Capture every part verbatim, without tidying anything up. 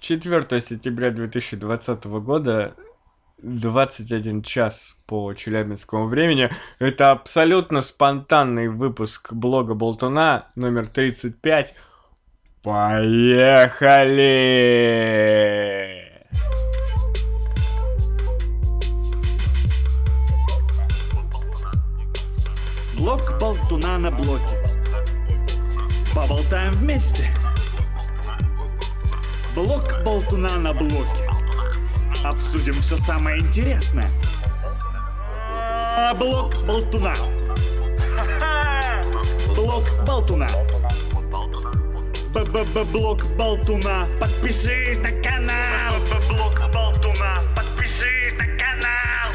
четвёртого сентября две тысячи двадцатого года, двадцать один час по челябинскому времени. Это абсолютно спонтанный выпуск блога Болтуна номер тридцать пять. Поехали! Блок Болтуна на блоке. Поболтаем вместе. Блок Болтуна на блоке. Обсудим все самое интересное. Блок Болтуна. Блок Болтуна. Блок Болтуна. Подпишись на канал. Блок Болтуна. Подпишись на канал.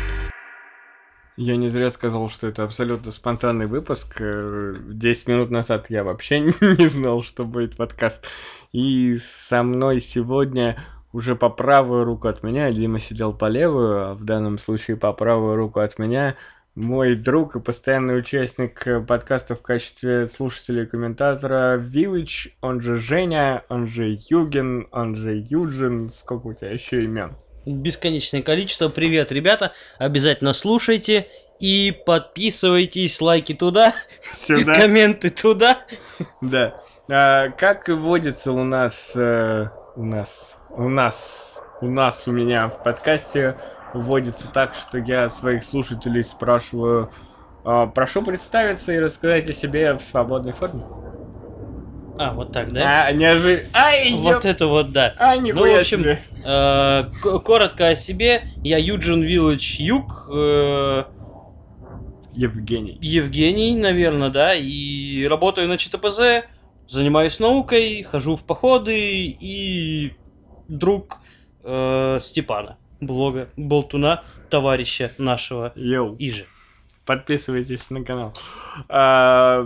Я не зря сказал, что это абсолютно спонтанный выпуск. десять минут назад я вообще не знал, что будет подкаст. И со мной сегодня уже по правую руку от меня, Дима сидел по левую, а в данном случае по правую руку от меня мой друг и постоянный участник подкаста в качестве слушателя и комментатора Виллидж, он же Женя, он же Юген, он же Юджин. Сколько у тебя еще имен? Бесконечное количество. Привет, ребята. Обязательно слушайте и подписывайтесь, лайки туда, Сюда. комменты туда. Да. А, как водится у нас, э, у нас, у нас, у нас, у меня в подкасте вводится так, что я своих слушателей спрашиваю, э, прошу представиться и рассказать о себе в свободной форме. А, вот так, да? А, неожи... Ай, Вот ёп... это вот, да. А, Ну, нихуя в общем, себе. э, к- коротко о себе. Я Юджин Виллидж Юг, э, Евгений. Евгений, наверное, да, и работаю на ЧТПЗ, занимаюсь наукой, хожу в походы и друг э, Степана, блога Болтуна, товарища нашего Йоу. Ижи. Подписывайтесь на канал. А...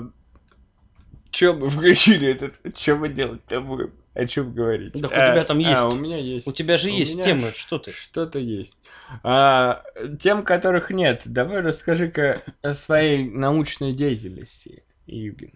Чё мы включили этот? Чё мы делать-то будем? О чем говорить? Так у А, тебя там есть. А, у меня есть. У тебя же У есть меня темы, ш- что ты? Что-то есть. А, тем, которых нет. Давай расскажи-ка о своей научной деятельности, Евген.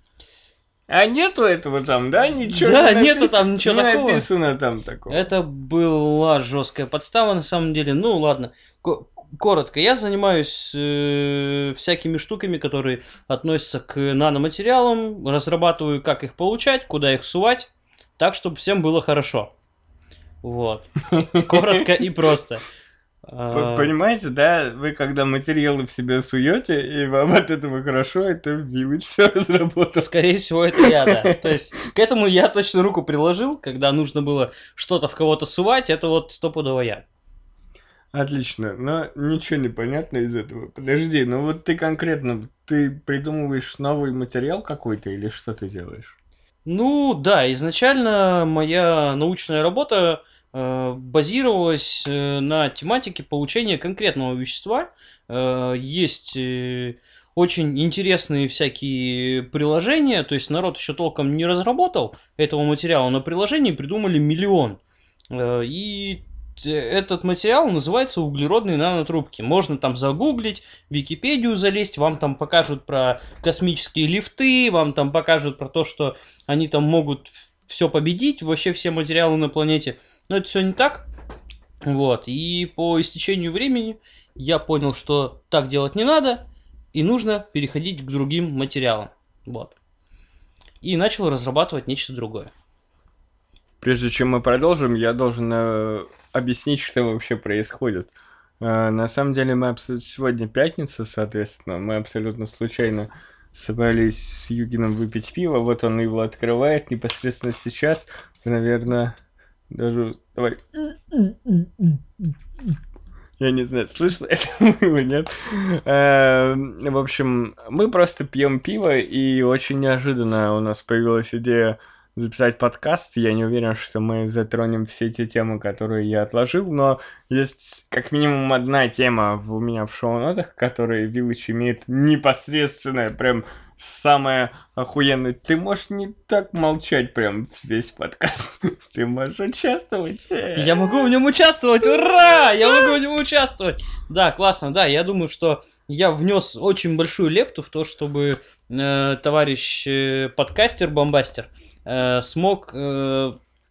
А нету этого там, да? Ничего Да, не нету напи- там ничего не такого. написано там такого. Это была жесткая подстава, на самом деле. Ну, ладно. Ко- Коротко, я занимаюсь э, всякими штуками, которые относятся к наноматериалам, разрабатываю, как их получать, куда их сувать, так, чтобы всем было хорошо. Вот. Коротко и просто. П- А, Понимаете, да? Вы когда материалы в себе суете, и вам от этого хорошо, это Village все разработал. Скорее всего, это я, да. То есть, к этому я точно руку приложил, когда нужно было что-то в кого-то сувать, это вот стопудово я. Отлично, но ничего не понятно из этого. Подожди, ну вот ты конкретно, ты придумываешь новый материал какой-то или что ты делаешь? Ну да, изначально моя научная работа э, базировалась э, на тематике получения конкретного вещества. Э, есть э, очень интересные всякие приложения, то есть народ еще толком не разработал этого материала, но приложений придумали миллион. Э, и т- этот материал называется углеродные нанотрубки. Можно там загуглить, в Википедию залезть, вам там покажут про космические лифты, вам там покажут про то, что они там могут все победить, вообще все материалы на планете. Но это все не так. Вот. И по истечению времени я понял, что так делать не надо, и нужно переходить к другим материалам. Вот. И начал разрабатывать нечто другое. Прежде чем мы продолжим, я должен э, объяснить, что вообще происходит. Э, на самом деле, мы абсолютно... сегодня пятница, соответственно, мы абсолютно случайно собрались с Югином выпить пиво, вот он его открывает непосредственно сейчас. Вы, наверное, даже... Давай. Я не знаю, слышно это было, нет? Э, В общем, мы просто пьем пиво, и очень неожиданно у нас появилась идея записать подкаст. Я не уверен, что мы затронем все те темы, которые я отложил, но есть как минимум одна тема в- у меня в шоу-нотах, которой Village имеет непосредственное, прям самое охуенное. Ты можешь не так молчать прям весь подкаст. Ты можешь участвовать. Я могу в нем участвовать, ура! Я могу в нем участвовать. Да, классно, да, я думаю, что я внес очень большую лепту в то, чтобы э, товарищ э, подкастер, бомбастер, э, смог э,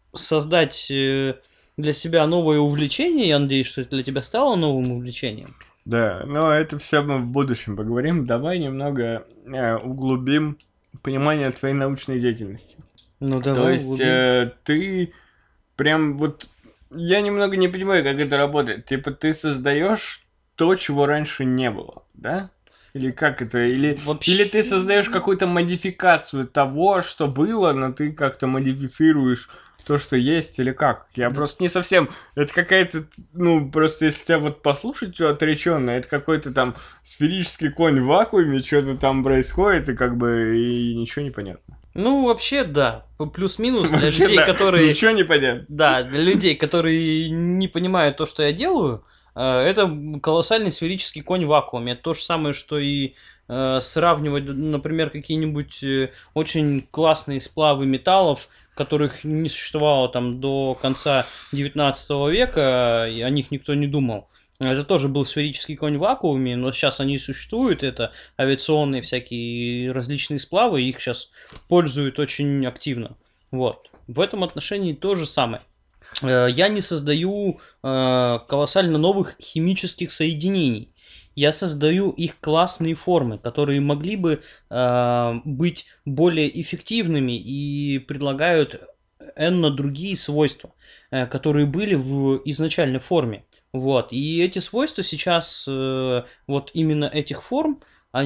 создать э, для себя новое увлечение. Я надеюсь, что это для тебя стало новым увлечением. Да, но это все мы в будущем поговорим. Давай немного э, углубим понимание твоей научной деятельности. Ну, давай. То есть углубим. э, ты прям вот... Я немного не понимаю, как это работает. Типа ты создаешь то, чего раньше не было, да? Или как это? Или, Вообще- или ты создаешь какую-то модификацию того, что было, но ты как-то модифицируешь то, что есть, или как? Я Да. просто не совсем... Это какая-то... Ну, просто если тебя вот послушать отреченно, это какой-то там сферический конь в вакууме, что-то там происходит, и как бы и ничего не понятно. Ну, вообще, да. Плюс-минус для Вообще, людей, да, которые... Ничего не понятно. Да, для людей, которые не понимают то, что я делаю, э, это колоссальный сферический конь в вакууме. Это то же самое, что и э, сравнивать, например, какие-нибудь э, очень классные сплавы металлов, которых не существовало там до конца девятнадцатого века, и о них никто не думал. Это тоже был сферический конь в вакууме, но сейчас они существуют, это авиационные всякие различные сплавы, их сейчас пользуют очень активно. Вот. В этом отношении то же самое. Э, Я не создаю э, колоссально новых химических соединений. Я создаю их классные формы, которые могли бы э, быть более эффективными и предлагают энно другие свойства, э, которые были в изначальной форме. Вот. И эти свойства сейчас, э, вот именно этих форм,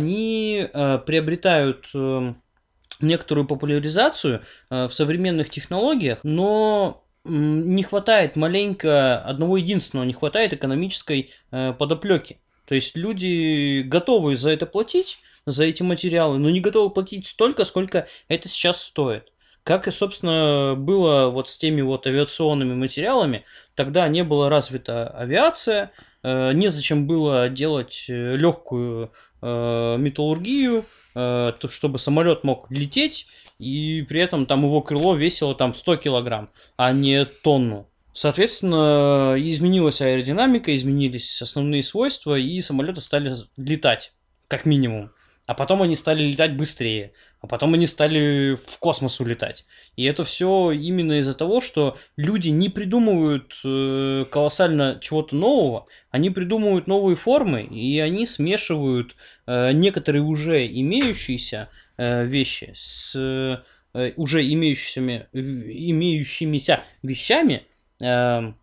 они э, приобретают э, некоторую популяризацию э, в современных технологиях, но м, не хватает маленько одного единственного, не хватает экономической э, подоплеки. То есть люди готовы за это платить, за эти материалы, но не готовы платить столько, сколько это сейчас стоит. Как и, собственно, было вот с теми вот авиационными материалами, тогда не была развита авиация, э, незачем было делать легкую э, металлургию, э, то, чтобы самолет мог лететь, и при этом там его крыло весило там сто килограмм, а не тонну. Соответственно, изменилась аэродинамика, изменились основные свойства, и самолеты стали летать, как минимум. А потом они стали летать быстрее, а потом они стали в космос улетать. И это все именно из-за того, что люди не придумывают э, колоссально чего-то нового, они придумывают новые формы, и они смешивают э, некоторые уже имеющиеся э, вещи с э, уже имеющимися, имеющимися вещами, э,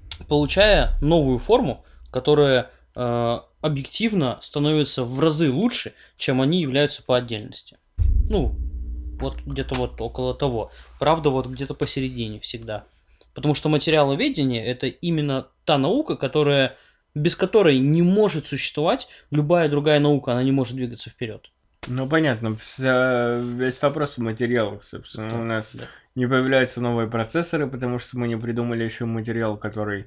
получая новую форму, которая э, объективно становится в разы лучше, чем они являются по отдельности. Ну, вот где-то вот около того. Правда, вот где-то посередине всегда. Потому что материаловедение – это именно та наука, которая, без которой не может существовать любая другая наука, она не может двигаться вперед. Ну, понятно, вся, весь вопрос в материалах, собственно. Да, У нас да. не появляются новые процессоры, потому что мы не придумали еще материал, который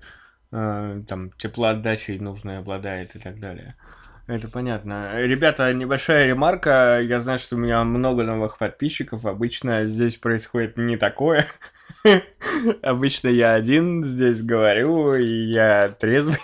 э, там теплоотдачей нужной обладает и так далее. Это понятно. Ребята, небольшая ремарка. Я знаю, что у меня много новых подписчиков. Обычно здесь происходит не такое. Обычно я один здесь говорю, и я трезвый.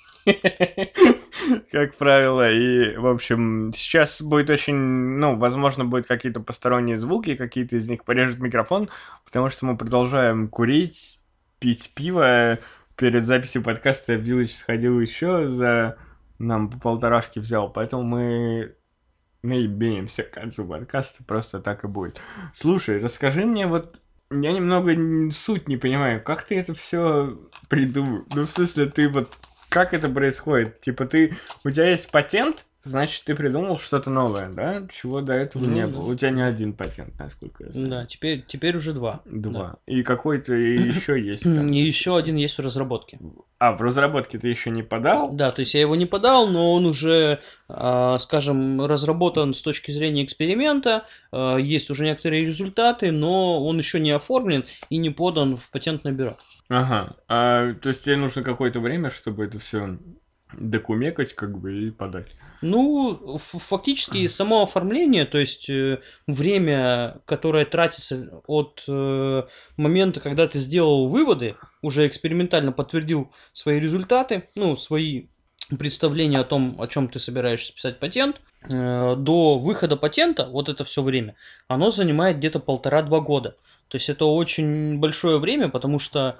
Как правило, и, в общем, сейчас будет очень, ну, возможно, будут какие-то посторонние звуки, какие-то из них порежет микрофон, потому что мы продолжаем курить, пить пиво. Перед записью подкаста Билыч сходил еще за... Нам по полторашке взял, поэтому мы наебеемся к концу подкаста, просто так и будет. Слушай, расскажи мне вот... Я немного суть не понимаю, как ты это все придумал? Ну, в смысле, ты вот... Как это происходит? Типа ты... У тебя есть патент, значит, ты придумал что-то новое, да? Чего до этого Ну, не да. было. У тебя не один патент, насколько я знаю. Да, теперь, теперь уже два. Два. И какой-то еще есть Да. там. И еще один есть в разработке. А, в разработке ты еще не подал? Да, то есть я его не подал, но он уже, а, скажем, разработан с точки зрения эксперимента, а, есть уже некоторые результаты, но он еще не оформлен и не подан в патентное бюро. Ага. А, то есть тебе нужно какое-то время, чтобы это все докумекать, как бы, и подать. Ну, ф- фактически само оформление, то есть э, время, которое тратится от э, момента, когда ты сделал выводы, уже экспериментально подтвердил свои результаты, ну, свои представления о том, о чем ты собираешься писать патент, э, до выхода патента, вот это все время, оно занимает где-то полтора-два года. То есть это очень большое время, потому что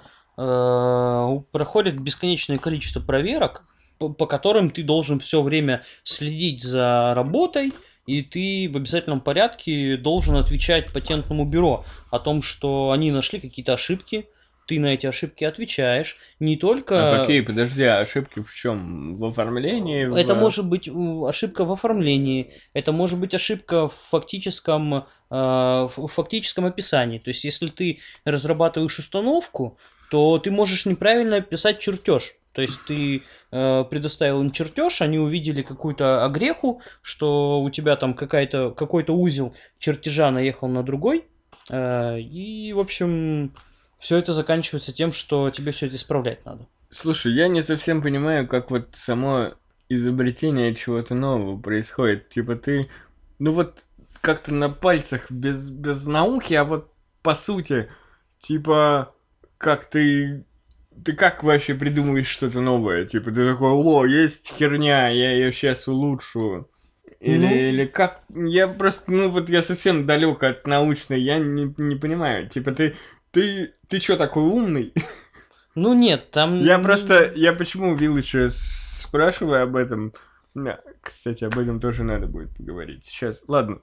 э, проходит бесконечное количество проверок, по, по которым ты должен все время следить за работой, и ты в обязательном порядке должен отвечать патентному бюро о том, что они нашли какие-то ошибки, ты на эти ошибки отвечаешь, не только... А какие, подожди, а ошибки в чем? В оформлении? Это в... может быть м, ошибка в оформлении, это может быть ошибка в фактическом, э, в фактическом описании. То есть, если ты разрабатываешь установку, то ты можешь неправильно описать чертеж. То есть ты э, предоставил им чертеж, они увидели какую-то огреху, что у тебя там какая-то, какой-то узел чертежа наехал на другой, э, и, в общем, все это заканчивается тем, что тебе все это исправлять надо. Слушай, я не совсем понимаю, как вот само изобретение чего-то нового происходит. Типа ты, ну вот как-то на пальцах без, без науки, а вот по сути, типа, как ты, ты как вообще придумываешь что-то новое? Типа ты такой, о, есть херня, я ее сейчас улучшу. Или, Ну. или как? Я просто, ну вот я совсем далек от научной, я не, не понимаю. Типа ты, ты, ты что такой умный? Ну нет, там... Я просто, я почему Виллыча спрашиваю об этом? Да, кстати, об этом тоже надо будет поговорить. Сейчас, ладно.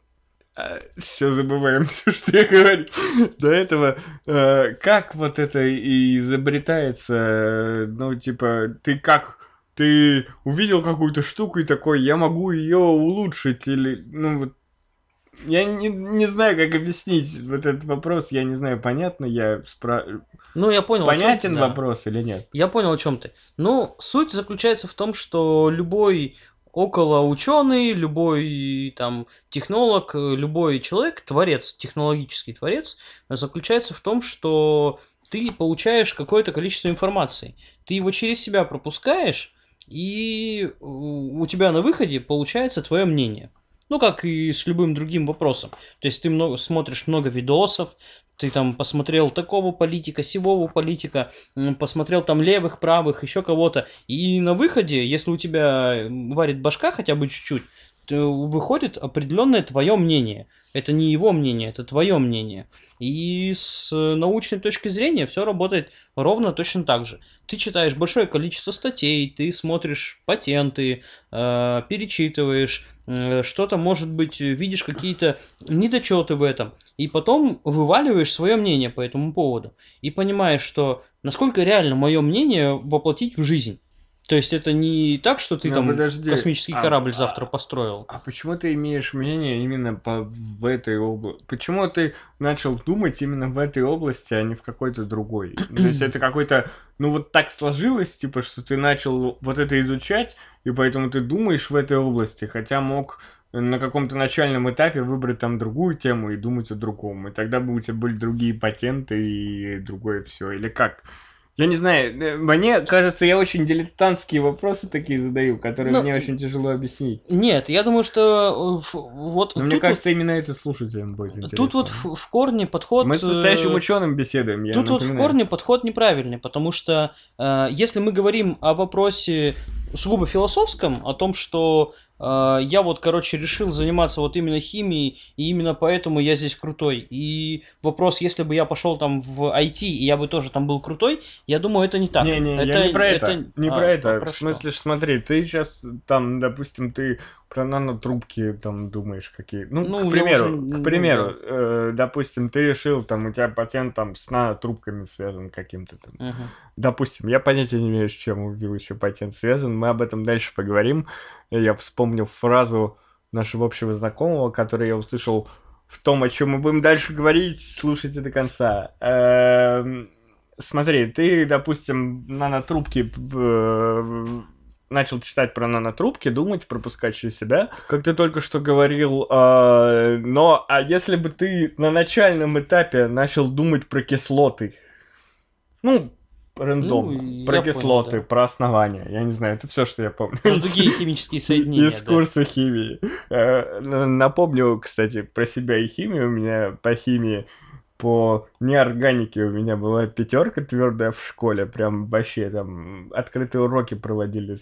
Все забываем, все, что я говорю. До этого, э, как вот это и изобретается, э, ну, типа, ты как, ты увидел какую-то штуку и такой, я могу ее улучшить, или, ну, вот, я не, не знаю, как объяснить вот этот вопрос, я не знаю, понятно, я спрашиваю. Ну, я понял, о чём Понятен ты, да. вопрос или нет? Я понял, о чем ты. Ну, суть заключается в том, что любой около ученый, любой там технолог, любой человек, творец, технологический творец, заключается в том, что ты получаешь какое-то количество информации. Ты его через себя пропускаешь, и у тебя на выходе получается твое мнение. Ну, как и с любым другим вопросом. То есть ты много, смотришь много видосов, ты там посмотрел такого политика, сивого политика, посмотрел там левых, правых, еще кого-то. И на выходе, если у тебя варит башка хотя бы чуть-чуть, то выходит определенное твое мнение. Это не его мнение, это твое мнение. И с научной точки зрения все работает ровно точно так же. Ты читаешь большое количество статей, ты смотришь патенты, э, перечитываешь, э, что-то, может быть, видишь какие-то недочеты в этом, и потом вываливаешь свое мнение по этому поводу. И понимаешь, что насколько реально мое мнение воплотить в жизнь. То есть это не так, что ты Ну, там подожди, космический а- корабль а- завтра построил. А почему ты имеешь мнение именно по, в этой области? Почему ты начал думать именно в этой области, а не в какой-то другой? То есть это какой-то... Ну вот так сложилось, типа, что ты начал вот это изучать, и поэтому ты думаешь в этой области, хотя мог на каком-то начальном этапе выбрать там другую тему и думать о другом. И тогда бы у тебя были другие патенты и другое все. Или как? Я не знаю, э, мне кажется, я очень дилетантские вопросы такие задаю, которые Ну, мне очень тяжело объяснить. Нет, я думаю, что э, ф- вот Но тут мне вот- кажется, именно это слушателям будет интересно. тут вот в, в корне подход... Мы с настоящим э, ученым беседуем, я Тут вот в напоминаю. корне подход неправильный, потому что э, если мы говорим о вопросе сугубо философском, о том, что э, я вот, короче, решил заниматься вот именно химией, и именно поэтому я здесь крутой. И вопрос, если бы я пошел там в ай ти, и я бы тоже там был крутой, я думаю, это не так. Не-не, я не про это, не а, про это. про В что? смысле, смотри, ты сейчас там, допустим, ты про нанотрубки там думаешь какие. Ну, Ну, к я примеру, уже, ну, к примеру, да. э, допустим, ты решил, там, у тебя патент там с нанотрубками связан каким-то там. Мгм. Допустим, я понятия не имею, с чем у Виллыча патент связан, мы об этом дальше поговорим. И я вспомнил фразу нашего общего знакомого, которую я услышал в том, о чем мы будем дальше говорить, слушайте до конца. Эм, Смотри, ты, допустим, нанотрубки э, начал читать про нанотрубки, думать, пропускать через себя, как ты только что говорил, э, но а если бы ты на начальном этапе начал думать про кислоты, ну, рандомно, Ну, про я понял, кислоты, да. про основания, я не знаю, это все, что я помню. Про другие химические соединения. Из да. курса химии. Э, н- Напомню, кстати, про себя и химию. У меня по химии, по неорганике у меня была пятерка твердая в школе. Прям вообще там открытые уроки проводили с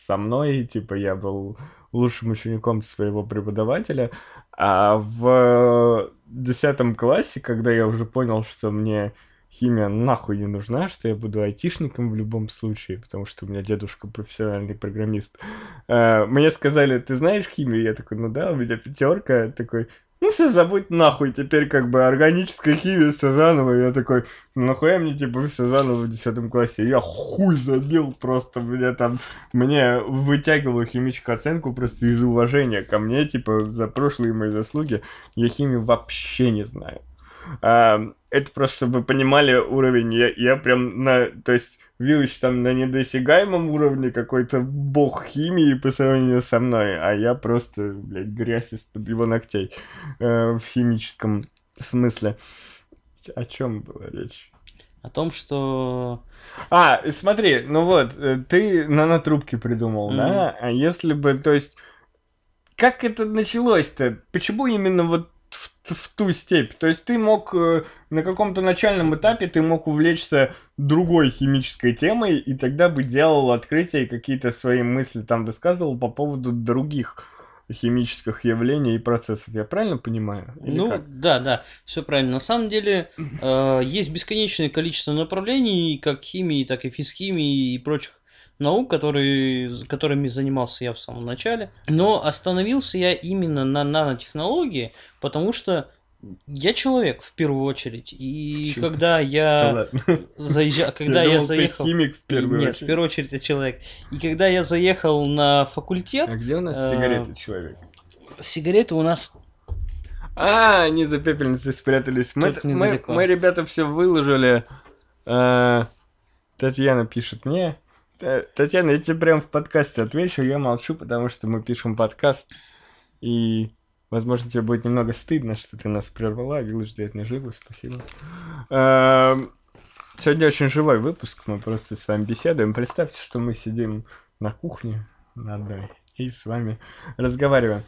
со мной, типа я был лучшим учеником своего преподавателя, а в десятом классе, когда я уже понял, что мне химия нахуй не нужна, что я буду айтишником в любом случае, потому что у меня дедушка профессиональный программист, э, мне сказали, ты знаешь химию? Я такой, ну да, у меня пятерка, такой... Ну, все забудь нахуй, теперь как бы органическая химия, все заново. Я такой, ну нахуя мне типа все заново в десятом классе? Я хуй забил просто, мне там, мне вытягивала химичка оценку просто из уважения ко мне, типа, за прошлые мои заслуги. Я химию вообще не знаю. А, это просто, чтобы вы понимали уровень, я, я прям на, то есть, Вилыч там на недосягаемом уровне какой-то бог химии по сравнению со мной, а я просто, блядь, грязь из-под его ногтей э, в химическом смысле. О чем была речь? О том, что... А, смотри, ну вот, ты нанотрубки придумал, Мгм. да? А если бы, то есть, как это началось-то? Почему именно вот в, в ту степь? То есть ты мог э, на каком-то начальном этапе ты мог увлечься другой химической темой, и тогда бы делал открытия и какие-то свои мысли там высказывал по поводу других химических явлений и процессов. Я правильно понимаю? Или Ну, как? да, да, все правильно. На самом деле, э, есть бесконечное количество направлений, как химии, так и физхимии и прочих наук, которые, которыми занимался я в самом начале. Но остановился я именно на нанотехнологии, потому что я человек в первую очередь. И Человек. когда Да я ладно. заезжал, когда Я я думал, ты заехал... химик в первую Нет, в очередь. первую очередь я человек. И когда я заехал на факультет, А где у нас э, сигареты, человек? сигареты у нас А, они за пепельницей спрятались. Мы, Тут мы, недалеко. мы, ребята, все выложили. А, Татьяна пишет мне. «Та- Татьяна, я тебе прям в подкасте отвечу, я молчу, потому что мы пишем подкаст. И, возможно, тебе будет немного стыдно, что ты нас прервала. Вилла ждет не живо, спасибо. А, сегодня очень живой выпуск, мы просто с вами беседуем. Представьте, что мы сидим на кухне на одной и с вами разговариваем.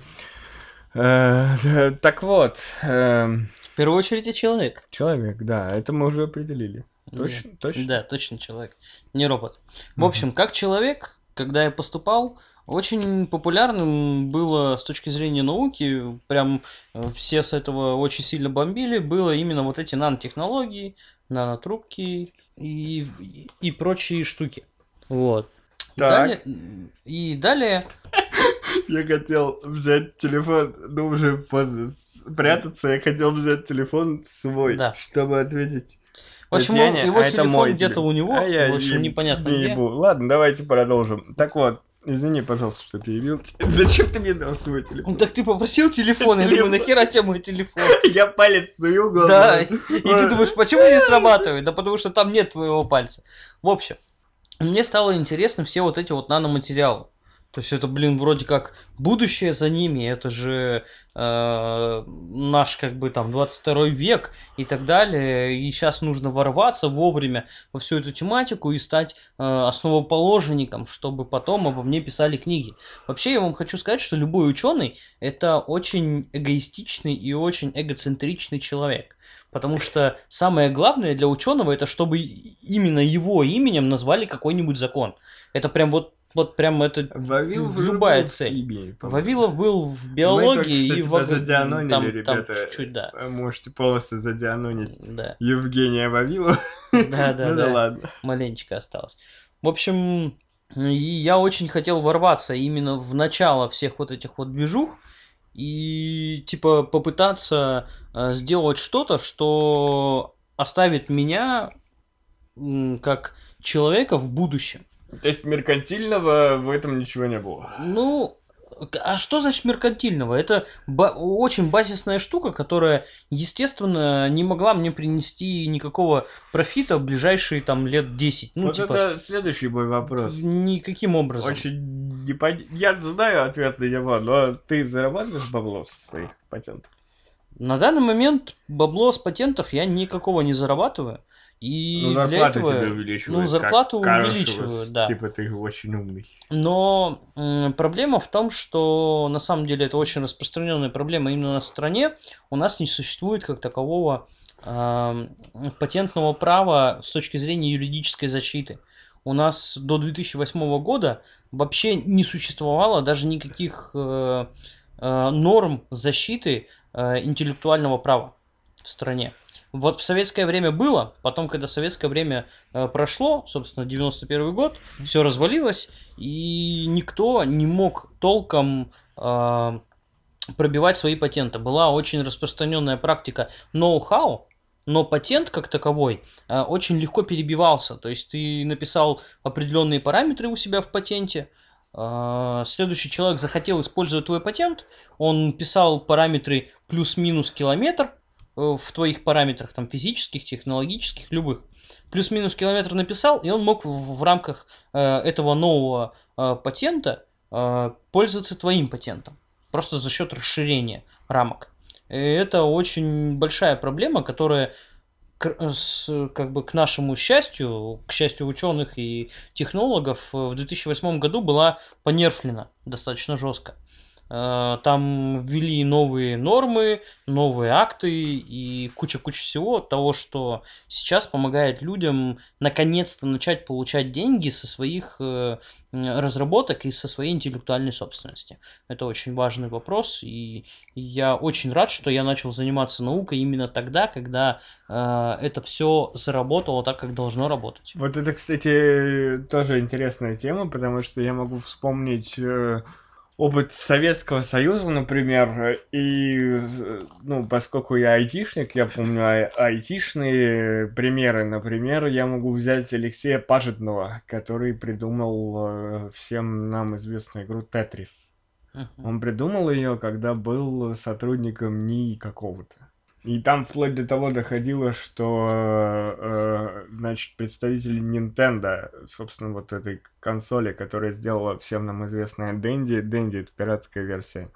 Э, да, Так вот, эм, в первую очередь я человек. человек, да, это мы уже определили. Точно, точно. Да, точно человек, не робот. В общем, как человек, когда я поступал, очень популярным было с точки зрения науки, прям э, все с этого очень сильно бомбили, было именно вот эти нанотехнологии, нанотрубки и, и прочие штуки. Вот. Так. Далее, и далее, Я хотел взять телефон, но уже поздно прятаться. Я хотел взять телефон свой, Да. чтобы ответить. в общем, Татьяне, его а это телефон мой где-то телефон. у него, А я в общем, еб- непонятно не где. ебу. Ладно, давайте продолжим. Так вот, извини, пожалуйста, что перебил. Зачем ты мне дал свой Ну телефон? так ты попросил телефон, я думаю, Телефон. нахера тебе мой телефон? Я палец сую, главное. Да, и ты думаешь, почему не срабатывает? Да потому что там нет твоего пальца. В общем, мне стало интересно все вот эти вот наноматериалы. То есть это, блин, вроде как будущее за ними, это же э, наш как бы там двадцать второй век и так далее. И сейчас нужно ворваться вовремя во всю эту тематику и стать э, основоположником, чтобы потом обо мне писали книги. Вообще я вам хочу сказать, что любой ученый это очень эгоистичный и очень эгоцентричный человек. Потому что самое главное для ученого это чтобы именно его именем назвали какой-нибудь закон. Это прям вот Вот прям это Вавилов уже любая был в цель. химии, по-моему. Вавилов был в Мы биологии только что и тебя в аг- задианонили, там, там ребята. чуть-чуть, да. Можете полностью задианонить Да, Евгения Вавилова. да, да, Ну да да. ладно. Маленечко осталось. В общем, и я очень хотел ворваться именно в начало всех вот этих вот движух и типа попытаться э, сделать что-то, что оставит меня м, как человека в будущем. То есть меркантильного в этом ничего не было. Ну, к- а что значит меркантильного? Это ба- очень базисная штука, которая, естественно, не могла мне принести никакого профита в ближайшие там лет десять. Ну, Вот типа, это следующий мой вопрос. никаким образом. Очень непон... Я знаю ответ на него, но ты зарабатываешь бабло со своих патентов? На данный момент бабло с патентов я никакого не зарабатываю. И Ну, для зарплату этого... тебе увеличивают. Ну, зарплату как Карл увеличивают, Шульц. да. Типа ты очень умный. Но м, проблема в том, что на самом деле это очень распространенная проблема именно на стране. У нас не существует как такового ам, патентного права с точки зрения юридической защиты. у нас до две тысячи восьмого года вообще не существовало даже никаких э, э, норм защиты э, интеллектуального права в стране. Вот в советское время было, потом, когда советское время э, прошло, собственно, девяносто первый год, все развалилось, и никто не мог толком э, пробивать свои патенты. Была очень распространенная практика ноу-хау, но патент как таковой э, очень легко перебивался. То есть ты написал определенные параметры у себя в патенте, э, следующий человек захотел использовать твой патент, он писал параметры плюс-минус километр в твоих параметрах, там, физических, технологических, любых. Плюс-минус километр написал, и он мог в, в рамках э, этого нового э, патента э, пользоваться твоим патентом. Просто за счет расширения рамок. И это очень большая проблема, которая, к, с, как бы, к нашему счастью, к счастью ученых и технологов, в две тысячи восьмом году была понерфлена достаточно жестко. Там ввели новые нормы, новые акты и куча-куча всего того, что сейчас помогает людям наконец-то начать получать деньги со своих разработок и со своей интеллектуальной собственности. Это очень важный вопрос, и я очень рад, что я начал заниматься наукой именно тогда, когда э, это все заработало так, как должно работать. Вот это, кстати, тоже интересная тема, потому что я могу вспомнить... Э... опыт Советского Союза, например, и, ну, поскольку я айтишник, я помню ай- айтишные примеры. Например, я могу взять Алексея Пажетного, который придумал э, всем нам известную игру Тетрис. Uh-huh. Он придумал ее, когда был сотрудником НИИ какого-то. И там вплоть до того доходило, что, э, значит, представители Nintendo, собственно, вот этой консоли, которая сделала всем нам известная Dendy, Dendy — это пиратская версия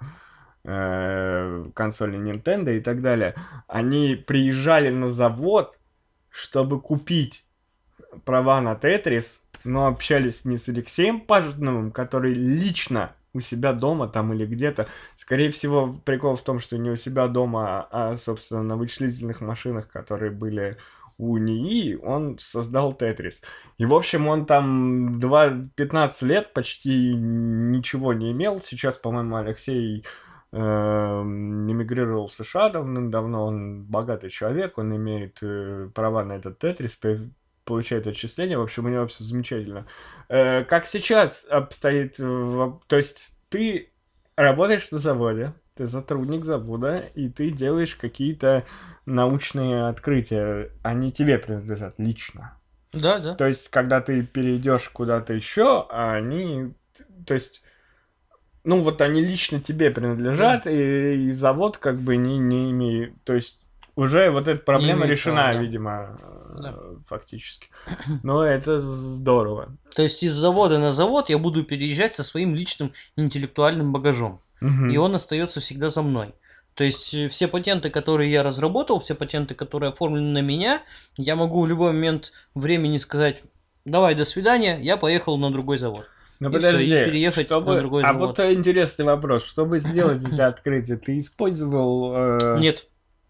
э, консоли Nintendo и так далее, они приезжали на завод, чтобы купить права на Тетрис, но общались не с Алексеем Пажетновым, который лично у себя дома там или где-то. Скорее всего, прикол в том, что не у себя дома, а, собственно, на вычислительных машинах, которые были у НИИ, он создал Тетрис. И, в общем, он там пятнадцать лет почти ничего не имел. Сейчас, по-моему, Алексей э, эмигрировал в США давным-давно. Он богатый человек, он имеет э, права на этот Тетрис, получает отчисления, в общем, у него все замечательно. Э, как сейчас обстоит... В... То есть ты работаешь на заводе, ты сотрудник завода, и ты делаешь какие-то научные открытия. Они тебе принадлежат лично. Да, да. То есть, когда ты перейдешь куда-то еще, они... То есть... Ну, вот они лично тебе принадлежат, да. и, и завод как бы не, не имеет... То есть, уже вот эта проблема решена, права, да. видимо, да. фактически. Но это здорово. То есть из завода на завод я буду переезжать со своим личным интеллектуальным багажом. Угу. И он остается всегда за мной. То есть все патенты, которые я разработал, все патенты, которые оформлены на меня, я могу в любой момент времени сказать: давай, до свидания, я поехал на другой завод. Ну подожди, все, и переехать чтобы... на другой а завод. вот интересный вопрос. Чтобы сделать эти открытия, ты использовал... Э... Нет.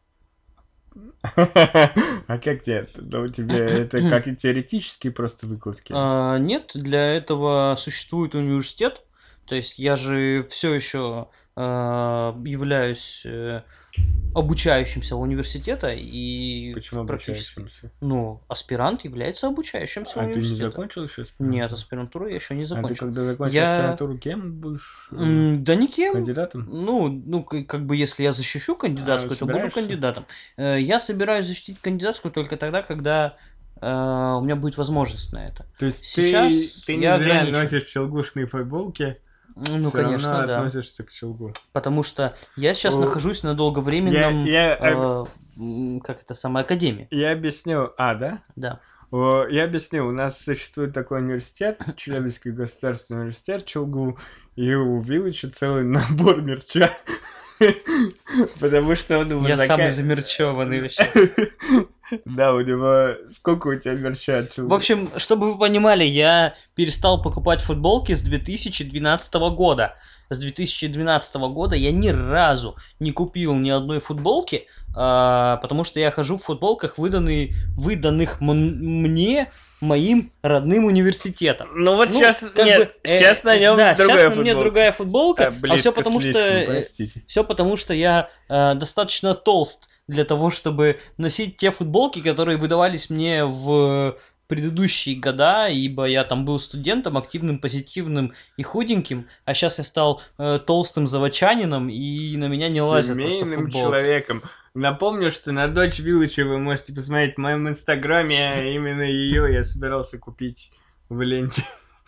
А как тебе? Ну, тебе это как и теоретические просто выкладки? А, нет, для этого существует университет. То есть я же все еще а, являюсь а, обучающимся университета и почему обучающимся? Ну, аспирант является обучающимся а университета. А ты не закончил еще аспирантуру? Нет, аспирантуру я еще не закончил. А ты когда закончишь я... аспирантуру, кем будешь? Да никем. Кандидатом? Ну, ну, как бы если я защищу кандидатскую, а, то буду кандидатом. Я собираюсь защитить кандидатскую только тогда, когда uh, у меня будет возможность на это. То есть сейчас ты, ты не я зря ограничен. носишь челгушные футболки? Ну, Всё конечно, равно да. относишься к челгу. Потому что я сейчас О, нахожусь на долговременном, я, я, э, как это самое, академии. Я объясню. А, да? Да. О, я объясню. У нас существует такой университет, Челябинский государственный университет, ЧелГУ, и у Виллыча целый набор мерча. Потому что он его Я зака... самый замерчеванный вообще. Да, у него... Сколько у тебя мерча? В общем, чтобы вы понимали, я перестал покупать футболки с две тысячи двенадцатого года. С две тысячи двенадцатого года я ни разу не купил ни одной футболки, а, потому что я хожу в футболках, выданные, выданных м- мне моим родным университетом. Ну вот Ну, сейчас... как Нет, бы, э, сейчас на нем да, другая сейчас на футболка. мне другая футболка, А, а близко все потому слишком, что простите. все потому что я э, достаточно толст для того, чтобы носить те футболки, которые выдавались мне в предыдущие года, ибо я там был студентом, активным, позитивным и худеньким, а сейчас я стал э, толстым заводчанином, и на меня не лазят просто Семейным футболки. человеком. Напомню, что на дочь Виллыча вы можете посмотреть в моем инстаграме. Именно ее я собирался купить в ленте.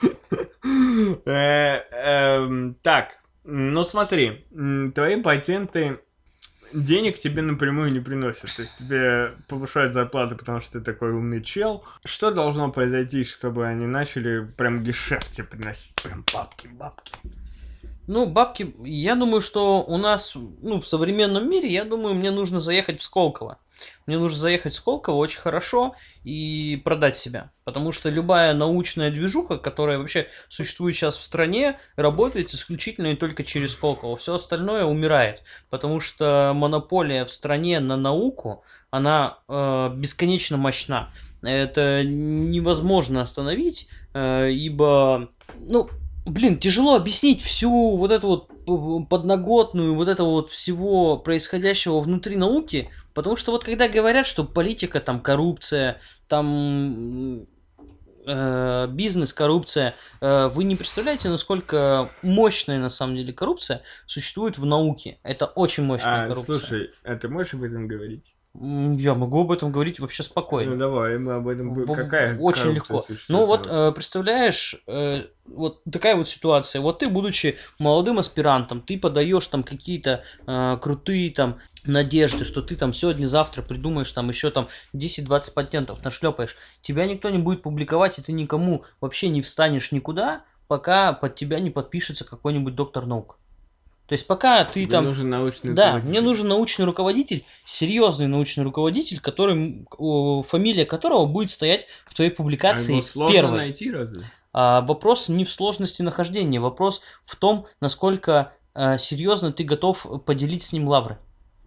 Э, эм, Так, ну смотри, м, твои патенты денег тебе напрямую не приносят. То есть тебе повышают зарплату, потому что ты такой умный чел. Что должно произойти, чтобы они начали прям гешефт тебе приносить? Прям бабки, бабки. Ну, бабки, я думаю, что у нас, ну, в современном мире, я думаю, мне нужно заехать в Сколково. Мне нужно заехать в Сколково очень хорошо и продать себя. Потому что любая научная движуха, которая вообще существует сейчас в стране, работает исключительно и только через Сколково. Все остальное умирает. Потому что монополия в стране на науку, она э, бесконечно мощна. Это невозможно остановить, э, ибо, ну, блин, тяжело объяснить всю вот эту вот подноготную, вот этого вот всего происходящего внутри науки, потому что вот когда говорят, что политика, там, коррупция, там, э, бизнес, коррупция, э, вы не представляете, насколько мощная на самом деле коррупция существует в науке. Это очень мощная А, коррупция. слушай, а ты можешь об этом говорить? М, Я могу об этом говорить вообще спокойно. Ну давай, мы об этом будем. В- Какая Очень коррупция легко. существует Ну вот, в науке? э, представляешь, э, вот такая вот ситуация. Вот ты, будучи молодым аспирантом, ты подаешь там какие-то э, крутые там надежды, что ты там сегодня-завтра придумаешь там еще там десять-двадцать патентов, нашлепаешь. Тебя никто не будет публиковать, и ты никому вообще не встанешь никуда, пока под тебя не подпишется какой-нибудь доктор наук. То есть пока ты Тебе там... нужен научный Да, руководитель. мне нужен научный руководитель, серьезный научный руководитель, который, м, о, фамилия которого будет стоять в твоей А публикации его сложно первой. найти разве? А, вопрос не в сложности нахождения, вопрос в том, насколько а, серьезно ты готов поделить с ним лавры.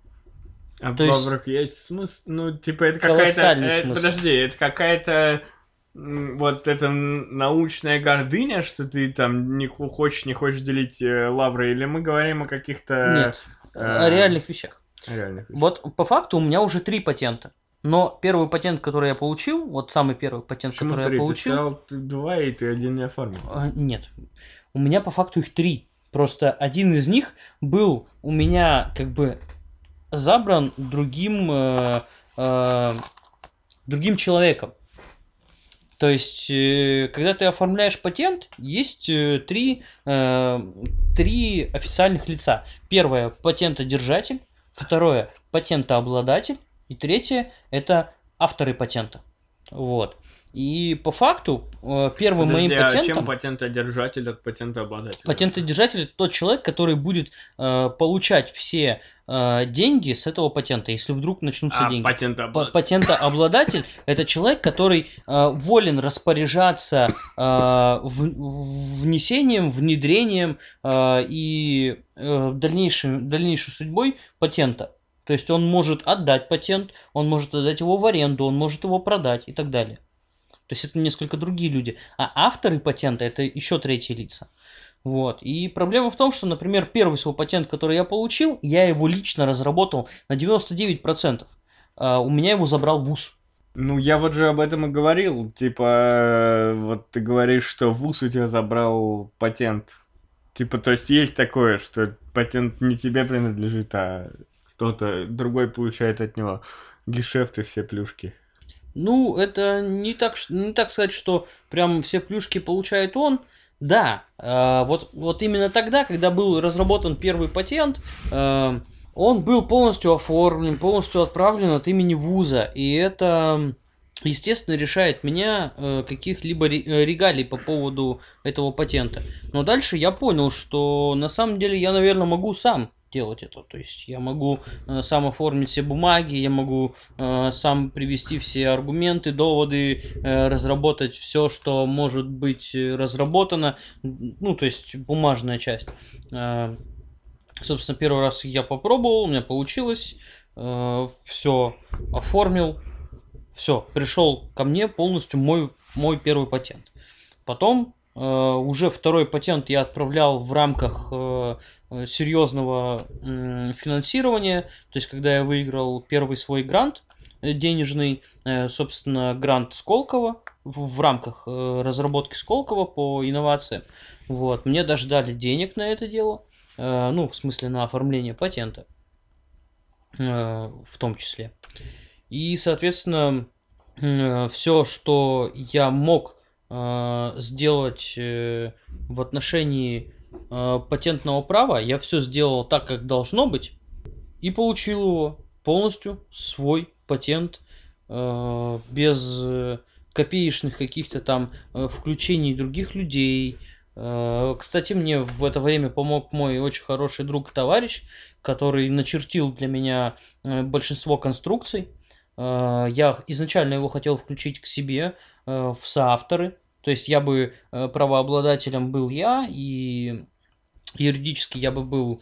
А То в есть- лаврах есть смысл? Ну, типа, это какая-то... Колоссальный э, смысл. Подожди, это какая-то... м, Вот эта н- научная гордыня, что ты там не ху- хочешь, не хочешь делить э, лавры, или мы говорим о каких-то Нет, э, о реальных вещах. реальных вещах? Вот по факту у меня уже три патента. Но первый патент, который я получил, вот самый первый патент, Почему который три? я Ты получил... сказал ты два, и ты один не оформил. А, Нет. У меня по факту их три. Просто один из них был у меня как бы забран другим, э, э, другим человеком. То есть, э, когда ты оформляешь патент, есть э, три, э, три официальных лица. Первое – патентодержатель, второе – патентообладатель, и третье – это авторы патента. Вот. И по факту э, первым Подожди, моим а патентом... чем патентодержатель от патентообладателя? Патентодержатель – это тот человек, который будет э, получать все э, деньги с этого патента, если вдруг начнутся А деньги. Па- патентообладатель? Патентообладатель – это человек, который э, волен распоряжаться э, в- внесением, внедрением э, и э, дальнейшим, дальнейшей судьбой патента. То есть он может отдать патент, он может отдать его в аренду, он может его продать и так далее. То есть это несколько другие люди. А авторы патента – это еще третьи лица. Вот. И проблема в том, что, например, первый свой патент, который я получил, я его лично разработал на девяносто девять процентов. А у меня его забрал вуз. Ну, я вот же об этом и говорил. Типа, э, вот ты говоришь, что вуз у тебя забрал патент. Типа, то есть есть такое, что патент не тебе принадлежит, а кто-то другой получает от него гешефты, все плюшки. Ну, это не так, ш- не так сказать, что прям все плюшки получает он. Да, э, вот, вот именно тогда, когда был разработан первый патент, э, он был полностью оформлен, полностью отправлен от имени вуза. И это, естественно, решает меня э, каких-либо ре- э, регалий по поводу этого патента. Но дальше я понял, что на самом деле я, наверное, могу сам делать это. То есть я могу э, сам оформить все бумаги, я могу э, сам привести все аргументы, доводы, э, разработать все, что может быть разработано. Ну, то есть бумажная часть. Э, собственно, первый раз я попробовал, у меня получилось. Э, все оформил. Все, пришел ко мне полностью мой, мой первый патент. Потом э, уже второй патент я отправлял в рамках э, серьезного э, финансирования. То есть, когда я выиграл первый свой грант э, денежный, э, собственно, грант Сколково в, в рамках э, разработки Сколково по инновациям. Вот, мне даже дали денег на это дело. Э, ну, в смысле, на оформление патента. Э, в том числе. И, соответственно, э, все, что я мог сделать в отношении патентного права, я все сделал так, как должно быть, и получил его полностью, свой патент, без копеечных каких-то там включений других людей. Кстати, мне в это время помог мой очень хороший друг и товарищ, который начертил для меня большинство конструкций. Я изначально его хотел включить к себе в соавторы, то есть я бы правообладателем был я, и юридически я бы был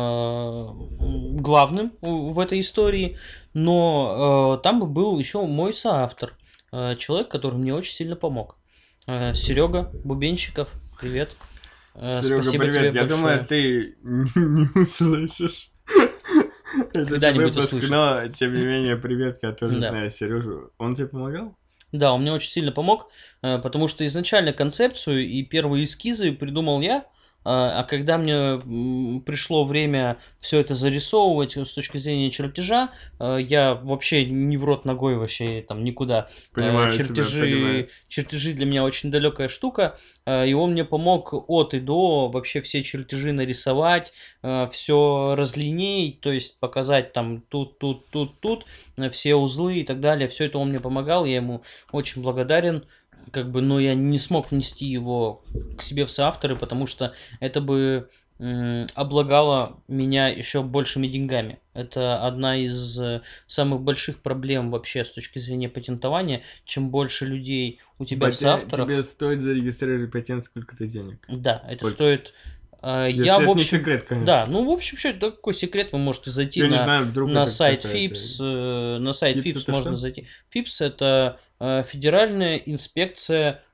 главным в этой истории, но там бы был еще мой соавтор, человек, который мне очень сильно помог. Серега Бубенщиков, привет. Серега, Спасибо привет. Тебе Я большое. Думаю, ты не услышишь. Когда-нибудь услышишь. Но, тем не менее, привет, я тоже да. знаю Сережу. Он тебе помогал? Да, он мне очень сильно помог, потому что изначально концепцию и первые эскизы придумал я, а когда мне пришло время все это зарисовывать с точки зрения чертежа, я вообще не в рот ногой вообще там никуда. Понимаю чертежи, тебя, понимаю. чертежи для меня очень далекая штука, и он мне помог от и до вообще все чертежи нарисовать, все разлинеить, то есть показать там тут, тут, тут, тут, все узлы и так далее. Все это он мне помогал, я ему очень благодарен. Как бы, но я не смог внести его к себе в соавторы, потому что это бы м, облагало меня еще большими деньгами. Это одна из самых больших проблем вообще с точки зрения патентования. Чем больше людей у тебя Патент, в соавторах... Тебе стоит зарегистрировать патент сколько-то денег? Да, это сколько? Стоит... Если я, это в общем, не секрет, конечно. Да, ну, в общем, что это такой секрет, вы можете зайти я на, знаю, вдруг на сайт фипс, это... на сайт фипс можно что? зайти. фипс это э, Федеральная инспекция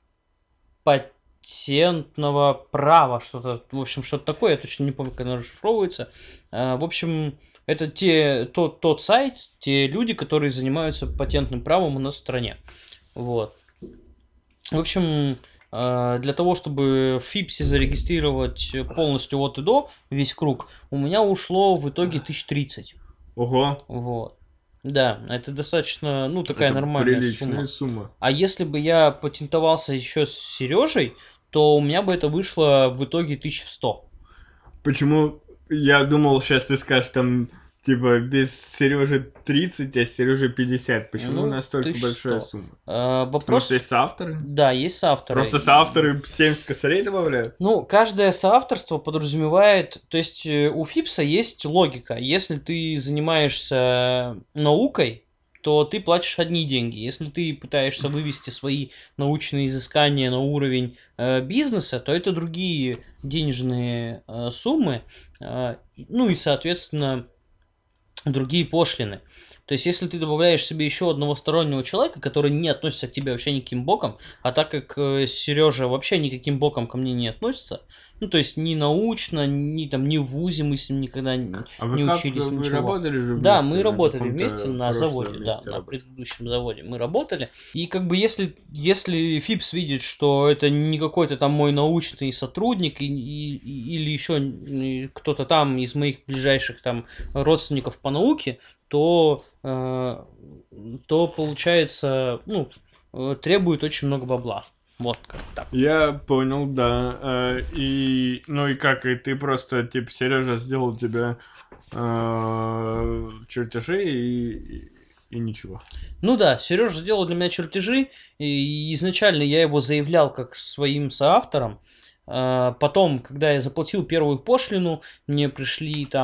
патентного права, что-то, в общем, что-то такое, я точно не помню, как оно расшифровывается. Э, в общем, это те, тот, тот сайт, те люди, которые занимаются патентным правом у нас в стране. Вот. В общем... Для того, чтобы в фипсе зарегистрировать полностью от и до весь круг, у меня ушло в итоге тысяч тридцать. Ого. Вот. Да, это достаточно, ну, такая это нормальная сумма. сумма. А если бы я патентовался еще с Сережей, то у меня бы это вышло в итоге тысяча сто. Почему? Я думал, сейчас ты скажешь там... Типа, без Сережи тридцать, а с Сережи пятьдесят. Почему ну, настолько большая сумма? А, вопрос... Потому что есть соавторы? Да, есть соавторы. Просто соавторы семьдесят косарей добавляют? Ну, каждое соавторство подразумевает... То есть, у фипса есть логика. Если ты занимаешься наукой, то ты платишь одни деньги. Если ты пытаешься вывести свои научные изыскания на уровень э, бизнеса, то это другие денежные э, суммы. Э, ну и, соответственно... другие пошлины. То есть, если ты добавляешь себе еще одного стороннего человека, который не относится к тебе вообще никаким боком, а так как э, Сережа вообще никаким боком ко мне не относится, ну, то есть, ни научно, ни там, ни в вузе мы с ним никогда не, а не вы учились, как, ничего. Вы работали же вместе? Да, мы работали вместе на заводе, да, работали. на предыдущем заводе мы работали. И как бы, если, если фипс видит, что это не какой-то там мой научный сотрудник и, и, или еще кто-то там из моих ближайших там родственников по науке, то, э, то получается, ну, требует очень много бабла. Вот как так. Я понял, да. И, ну и как, и ты просто, типа, Сережа сделал тебе э, чертежи и, и, и ничего. Ну да, Сережа сделал для меня чертежи, и изначально я его заявлял как своим соавтором. Потом, когда я заплатил первую пошлину, мне пришли там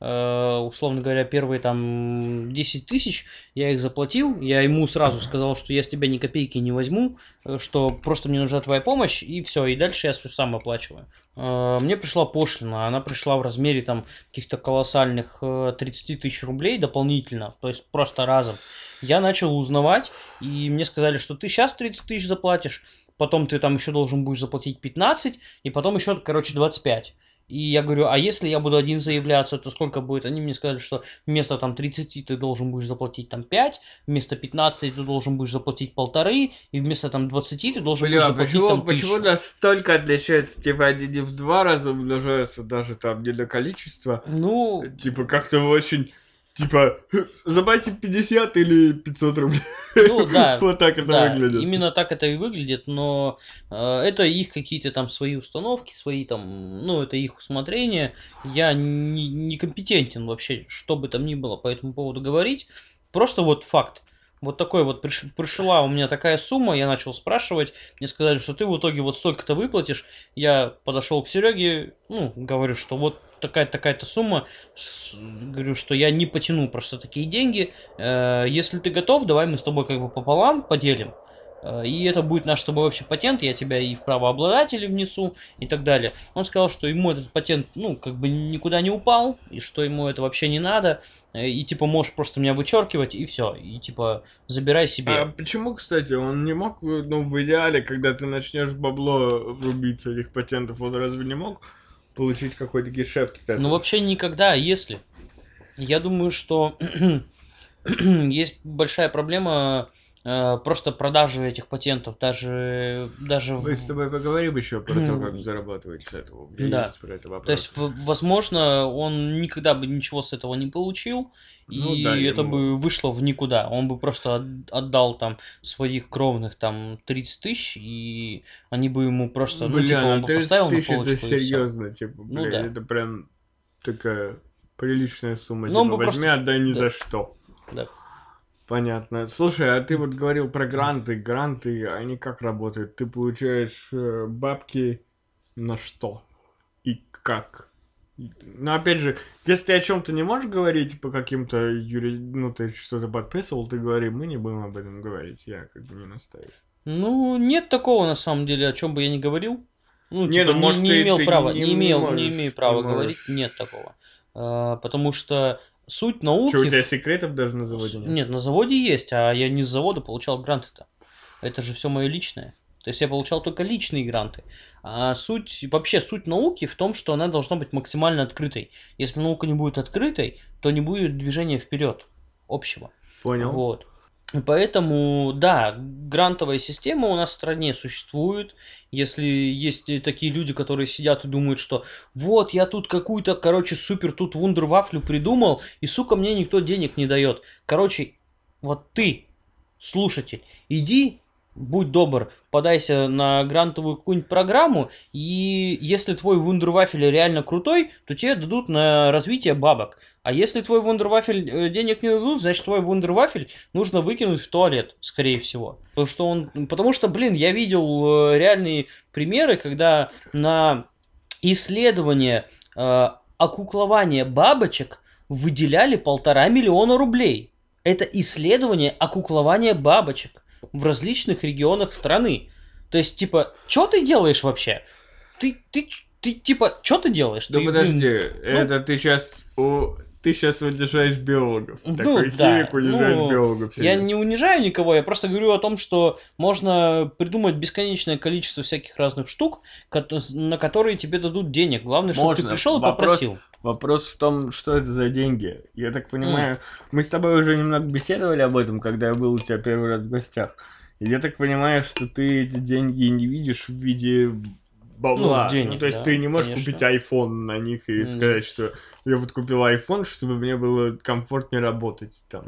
э, условно говоря, первые там десять тысяч, я их заплатил, я ему сразу сказал, что я с тебя ни копейки не возьму, э, что просто мне нужна твоя помощь, и все, и дальше я все сам оплачиваю. Э, мне пришла пошлина, она пришла в размере там каких-то колоссальных э, тридцать тысяч рублей дополнительно, то есть просто разом. Я начал узнавать, и мне сказали, что ты сейчас тридцать тысяч заплатишь, потом ты там еще должен будешь заплатить пятнадцать, и потом еще, короче, двадцать пять. И я говорю, а если я буду один заявляться, то сколько будет? Они мне сказали, что вместо там тридцати ты должен будешь заплатить там пять, вместо пятнадцати ты должен будешь заплатить полторы, и вместо там двадцати ты должен Бля, будешь заплатить почему, там почему тысячу. настолько отличается? Типа они не в два раза умножаются даже там не на количество. Ну, Типа как-то очень... Типа, забайте пятьдесят или пятьсот рублей. ну да, Вот так это да, выглядит. именно так это и выглядит, но э, это их какие-то там свои установки, свои там, ну, это их усмотрение. Я не, не компетентен вообще, что бы там ни было по этому поводу говорить. Просто вот факт. Вот такой вот приш- пришла у меня такая сумма, я начал спрашивать, мне сказали, что ты в итоге вот столько-то выплатишь. Я подошел к Сереге, ну, говорю, что вот такая-то такая-то сумма, с- говорю, что я не потяну просто такие деньги. Э, если ты готов, давай мы с тобой как бы пополам поделим. Э, И это будет наш с тобой общий патент, я тебя и в правообладатели внесу, и так далее. Он сказал, что ему этот патент, ну, как бы никуда не упал, и что ему это вообще не надо. Э, И типа можешь просто меня вычеркивать, и все. И типа забирай себе. А почему, кстати, он не мог, ну, в идеале, когда ты начнешь бабло рубить с этих патентов, он разве не мог получить какой-то гешефт от этого? Ну вообще никогда, а если. Я думаю, что есть большая проблема э, просто продажи этих патентов, даже, даже Мы в- с тобой поговорим еще про то, как зарабатывать с этого. У меня Да. есть про это вопрос. То есть, в- возможно, он никогда бы ничего с этого не получил, Ну и да, это ему- бы вышло в никуда. Он бы просто от- отдал там своих кровных там тридцать тысяч, и они бы ему просто, ну, Бля, типа, он ну бы тридцать поставил на тысяч это полочку и всё. серьезно, типа, Ну бля, да. это прям такая приличная сумма. Ну, он типа, бы возьми, просто- отдай ни да. за что. Да. Понятно. Слушай, а ты вот говорил про гранты. Гранты, они как работают? Ты получаешь э, бабки на что? И как? Но опять же, если ты о чем-то не можешь говорить по каким-то юри... ну ты что-то подписывал, ты говори, мы не будем об этом говорить. Я как бы не настаиваю. Ну, нет такого, на самом деле, о чем бы я ни говорил. Ну, Не, типа, ну, не, может, не ты- имел ты права, не- не, не имел, можешь, не имею не права можешь. говорить, нет такого. А, потому что суть науки... Что, у тебя секретов даже на заводе нет? Нет, на заводе есть, а я не с завода получал гранты-то. Это же все мое личное. То есть я получал только личные гранты. А суть, вообще суть науки в том, что она должна быть максимально открытой. Если наука не будет открытой, то не будет движения вперед общего. Понял. Вот. И поэтому, да, грантовая система у нас в стране существует. Если есть такие люди, которые сидят и думают, что вот я тут какую-то, короче, супер тут вундервафлю придумал, и, сука, мне никто денег не дает. Короче, вот ты, слушатель, иди, будь добр, подайся на грантовую какую-нибудь программу, и если твой вундервафель реально крутой, то тебе дадут на развитие бабок. А если твой вундервафель э, денег не дадут, значит твой вундервафель нужно выкинуть в туалет, скорее всего. Потому что, он, потому что блин, я видел э, реальные примеры, когда на исследование э, окуклования бабочек выделяли полтора миллиона рублей. Это исследование окуклования бабочек в различных регионах страны. То есть, типа, что ты делаешь вообще? Ты, ты, ты типа, что ты делаешь? Да Ты, подожди, блин, это ты сейчас у... ты сейчас унижаешь биологов. Ну, Такой да, химик унижает ну, биологов. я сидит. не унижаю никого, я просто говорю о том, что можно придумать бесконечное количество всяких разных штук, кото- на которые тебе дадут денег. Главное, чтобы ты Можно. пришел и Вопрос- попросил. Вопрос в том, что это за деньги. Я так понимаю, мы с тобой уже немного беседовали об этом, когда я был у тебя первый раз в гостях. И я так понимаю, что ты эти деньги не видишь в виде бабла. Ну, денег, то есть да, ты не можешь конечно. купить iPhone на них и М. сказать, что я вот купил iPhone, чтобы мне было комфортнее работать там.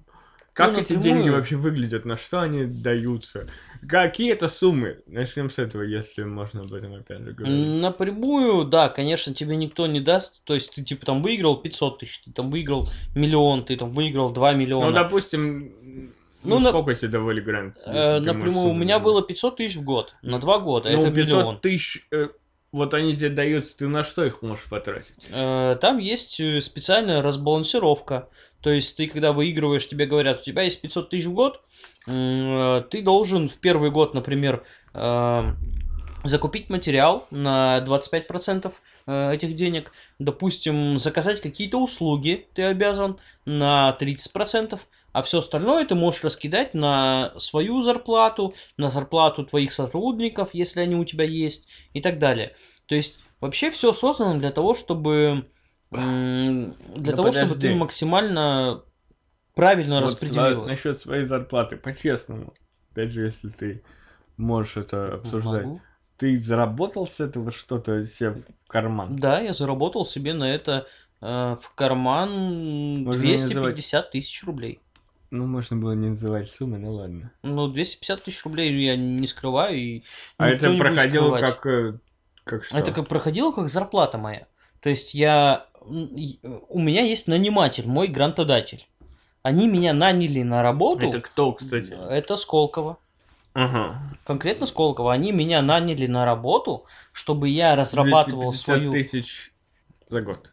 Как Ну, эти напрямую. деньги вообще выглядят? На что они даются? Какие это суммы? Начнем с этого, если можно об этом опять же говорить. Напрямую, да, конечно, тебе никто не даст. То есть ты типа там выиграл пятьсот тысяч, ты там выиграл миллион, ты там выиграл два миллиона. Ну, допустим, Ну, ну, на- сколько тебе давали грант? Э, если ты напрямую, можешь у меня сумму было пятьсот тысяч в год на два года, назвать? это Ну, пятьсот миллион. тысяч... э, вот они тебе даются, ты на что их можешь потратить? Э, Там есть э, специальная разбалансировка. То есть ты, когда выигрываешь, тебе говорят, у тебя есть пятьсот тысяч в год, м, э, ты должен в первый год, например, э, закупить материал на двадцать пять процентов э, этих денег. Допустим, заказать какие-то услуги ты обязан на тридцать процентов. А все остальное ты можешь раскидать на свою зарплату, на зарплату твоих сотрудников, если они у тебя есть, и так далее. То есть вообще все создано для того, чтобы м, для Ну, того, чтобы подожди. ты максимально правильно Вот распределил. сва- насчет своей зарплаты, по-честному, опять же, если ты можешь это обсуждать, Могу. ты заработал с этого что-то себе в карман? Да, я заработал себе на это э, в карман Можно не двести называть. пятьдесят тысяч рублей. Ну, можно было не называть суммы, ну ладно. Ну, двести пятьдесят тысяч рублей я не скрываю, и А никто это не будет проходило скрывать. как, э, как что? Это как проходило как зарплата моя. То есть я... м, и- У меня есть наниматель, мой грантодатель. Они меня наняли на работу. Это кто, кстати? Это Сколково. Ага. Конкретно Сколково. Они меня наняли на работу, чтобы я разрабатывал двести пятьдесят свою... тысяч за год.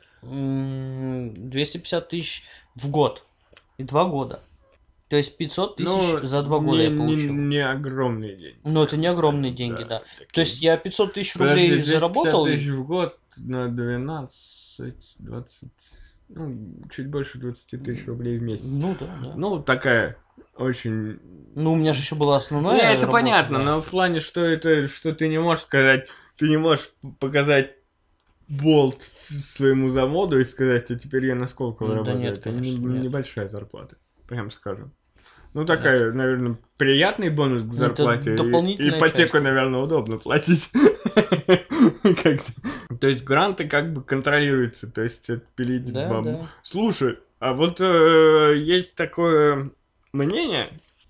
м, двести пятьдесят тысяч в год. И два года. То есть пятьсот тысяч Ну, за два года не, я не- получил. Не, огромные деньги. Ну, это не прям огромные скажем, деньги, да. такие. То есть я пятьсот тысяч Подожди, рублей двести пятьдесят заработал. и- тысяч в год на двенадцать, двадцать, ну, чуть больше двадцати тысяч рублей в месяц. Ну да, да. Ну, такая очень... Ну, у меня же еще была основная. Не, это работа, понятно, да. но в плане, что это, что ты не можешь сказать, ты не можешь показать болт своему заводу и сказать, а теперь я на сколько Ну, да работаю. нет, это конечно, не- нет. небольшая зарплата, прям скажем. Ну, такая, наверное, приятный бонус к Это зарплате. И- дополнительная ипотеку, часть. наверное, удобно платить. Как-то. То есть гранты как бы контролируются, то есть отпилить Да, бабу. да. Слушай, а вот э, есть такое мнение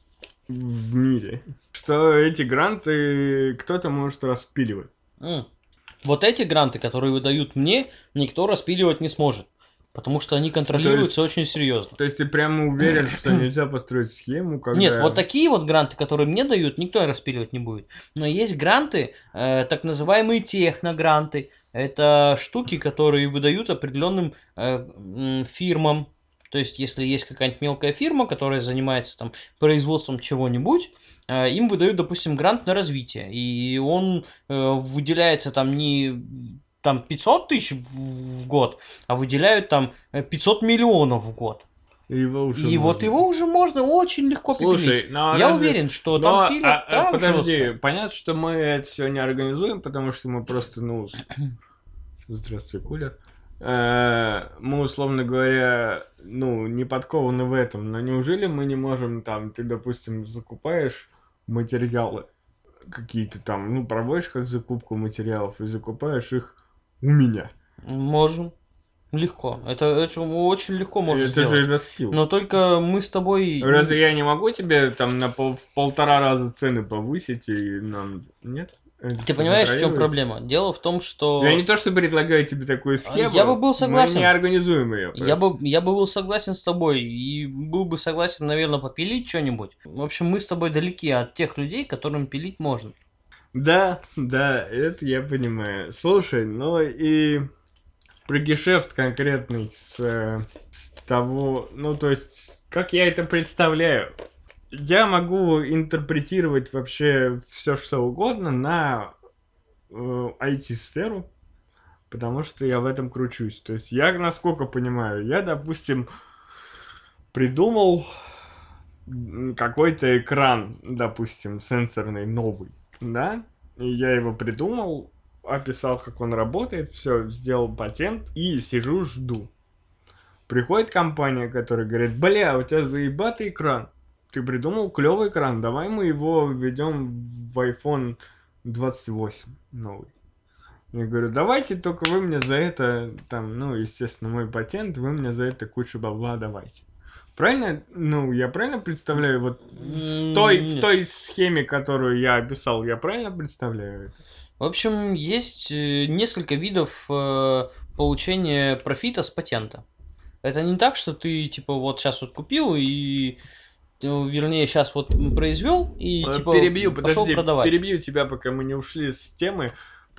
в мире, что эти гранты кто-то может распиливать. М. Вот эти гранты, которые выдают мне, никто распиливать не сможет. Потому что они контролируются очень серьезно. То есть ты прямо уверен, что нельзя построить схему, когда... Нет, вот такие вот гранты, которые мне дают, никто распиливать не будет. Но есть гранты, э, так называемые техногранты. Это штуки, которые выдают определенным э, м, фирмам. То есть, если есть какая-нибудь мелкая фирма, которая занимается там производством чего-нибудь, э, им выдают, допустим, грант на развитие. И он э, выделяется там не там пятьсот тысяч в в год, а выделяют там э, пятьсот миллионов в год. Его уже И вот можно. его уже можно очень легко Слушай, попилить. ну, а Я разве- уверен, что Но, там пилят а- а, так подожди, жестко. понятно, что мы это все не организуем, потому что мы просто, ну... с- Здравствуй, кулер. Э, Мы, условно говоря, ну, не подкованы в этом, но неужели мы не можем там, ты, допустим, закупаешь материалы какие-то там, ну, проводишь как закупку материалов и закупаешь их у меня. Можем. Легко. Это, это очень легко можно Это сделать. же распил. Но только мы с тобой... Разве я не могу тебе там на пол, в полтора раза цены повысить и нам... Нет? Это Ты всё понимаешь, в чем контролируется? проблема? Дело в том, что... Я не то, что предлагаю тебе такую схему. Я бы был согласен. Мы не организуем ее. Я бы, я бы был согласен с тобой и был бы согласен, наверное, попилить что-нибудь. В общем, мы с тобой далеки от тех людей, которым пилить можно. Да, да, это я понимаю. Слушай, ну и про гешефт конкретный с, э, с того, ну то есть, как я это представляю. Я могу интерпретировать вообще все что угодно на э, ай ти-сферу, потому что я в этом кручусь. То есть я, насколько понимаю, я, допустим, придумал м, какой-то экран, допустим, сенсорный новый, да? И я его придумал, описал, как он работает, все, сделал патент и сижу, жду. Приходит компания, которая говорит: бля, у тебя заебатый экран. Ты придумал клевый экран, давай мы его введем в айфон двадцать восемь новый. Я говорю: давайте, только вы мне за это, там, ну, естественно, мой патент, вы мне за это кучу бабла давайте. Правильно? Ну, я правильно представляю? Вот в той, в Нет. той схеме, которую я описал, я правильно представляю это? В общем, есть э, несколько видов э, получения профита с патента. Это не так, что ты, типа, вот сейчас вот купил и, э, вернее, сейчас вот произвел и, Э, типа, перебью, пошел подожди, продавать. перебью тебя, пока мы не ушли с темы.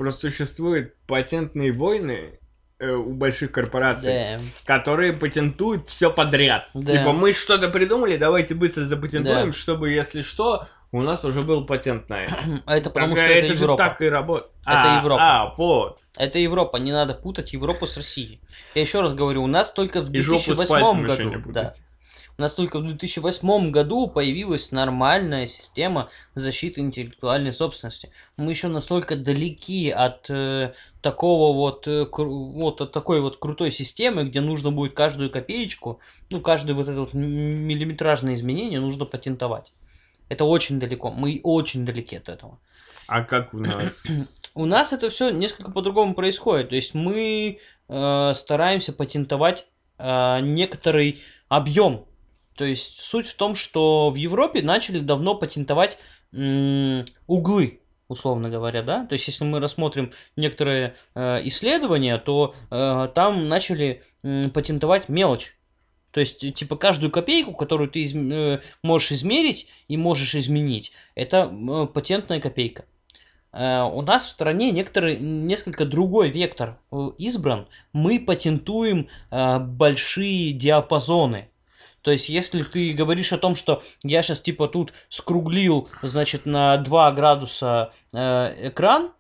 просто существуют патентные войны э, у больших корпораций, Да. которые патентуют все подряд. Да. Типа, мы что-то придумали, давайте быстро запатентуем, Да. чтобы, если что, у нас уже был патент на это. А это потому Так, что это, это же Европа. так и работает. Это а, Европа. А, вот. Это Европа, не надо путать Европу с Россией. Я еще раз говорю, у нас только в И две жопу тысячи с пальцем восьмом еще не году, да, путать. у нас только в две тысячи восьмом году появилась нормальная система защиты интеллектуальной собственности. Мы еще настолько далеки от э, такого вот, э, кру- вот от такой вот крутой системы, где нужно будет каждую копеечку, ну каждое вот это вот м- миллиметражное изменение нужно патентовать. Это очень далеко, мы очень далеки от этого. А как у нас? У нас это все несколько по-другому происходит. То есть мы э, стараемся патентовать э, некоторый объем. То есть суть в том, что в Европе начали давно патентовать м, углы, условно говоря, да. То есть если мы рассмотрим некоторые э, исследования, то э, там начали м, патентовать мелочь. То есть, типа, каждую копейку, которую ты изм- э, можешь измерить и можешь изменить, это э, патентная копейка. Э, у нас в стране некоторый, несколько другой вектор э, избран. Мы патентуем э, большие диапазоны. То есть, если ты говоришь о том, что я сейчас типа тут скруглил, значит, на два градуса э, экран,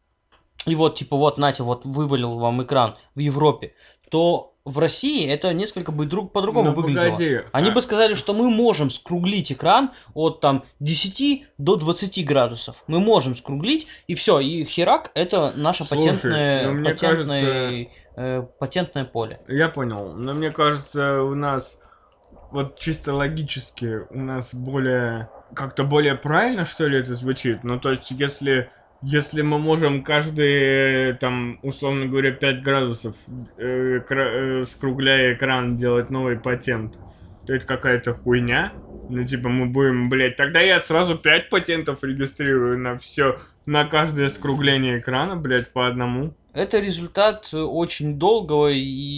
и вот типа вот, нате, вот вывалил вам экран в Европе, то в России это несколько бы друг по-другому Ну, выглядело. погоди, Они а- бы сказали, что мы можем скруглить экран от там десяти до двадцати градусов. Мы можем скруглить, и все, и херак, это наше Слушай, патентное, ну, мне патентное, э, патентное поле. Я понял, но мне кажется, у нас вот чисто логически у нас более как-то более правильно, что ли, это звучит. Ну, то есть, если если мы можем каждые, там, условно говоря, пять градусов, э, кра- э, скругляя экран, делать новый патент, то это какая-то хуйня. Ну, типа, мы будем, блядь, тогда я сразу пять патентов регистрирую на все, на каждое скругление экрана, блядь, по одному. Это результат очень долгого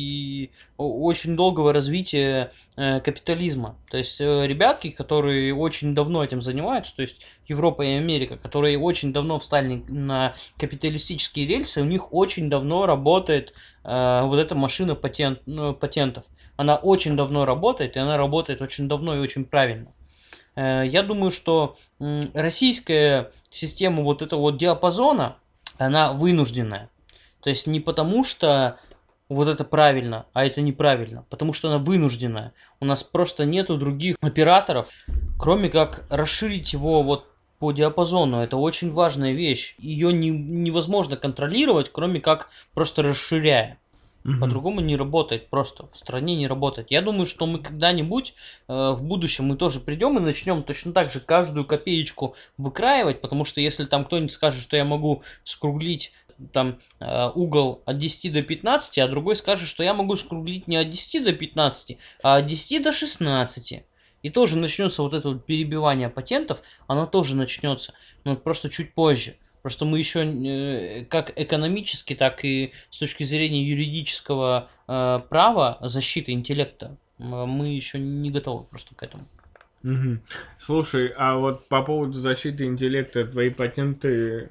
и о- очень долгого развития э, капитализма. То есть э, ребятки, которые очень давно этим занимаются, то есть Европа и Америка, которые очень давно встали на капиталистические рельсы, у них очень давно работает э, вот эта машина патент, ну, патентов. Она очень давно работает, и она работает очень давно и очень правильно. Э, я думаю, что м, российская система вот этого вот диапазона, она вынужденная. То есть не потому, что вот это правильно, а это неправильно, потому что она вынужденная. У нас просто нету других операторов, кроме как расширить его вот по диапазону. Это очень важная вещь. Ее не, невозможно контролировать, кроме как просто расширяя. По-другому не работает просто. В стране не работает. Я думаю, что мы когда-нибудь э, в будущем мы тоже придем и начнем точно так же каждую копеечку выкраивать, потому что если там кто-нибудь скажет, что я могу скруглить там э, угол от десяти до пятнадцати, а другой скажет, что я могу скруглить не от десяти до пятнадцати, а от десяти до шестнадцати. И тоже начнется вот это вот перебивание патентов, оно тоже начнется, но просто чуть позже. Просто мы еще э, как экономически, так и с точки зрения юридического э, права защиты интеллекта э, мы еще не готовы просто к этому. Мгм. Слушай, а вот по поводу защиты интеллекта, твои патенты,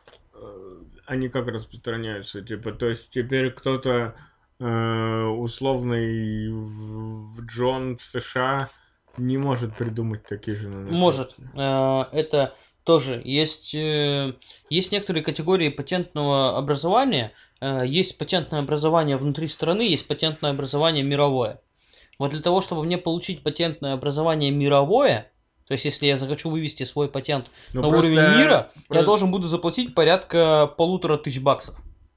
э, они как распространяются? Типа, то есть теперь кто-то э, условный в- Джон в США не может придумать такие же нанотерки? Может. Э, это тоже есть, э, есть некоторые категории патентного образования. Э, есть патентное образование внутри страны, есть патентное образование мировое. Вот для того, чтобы мне получить патентное образование мировое, то есть если я захочу вывести свой патент Ну, на просто- уровень мира, я просто- должен буду заплатить порядка полутора тысяч баксов.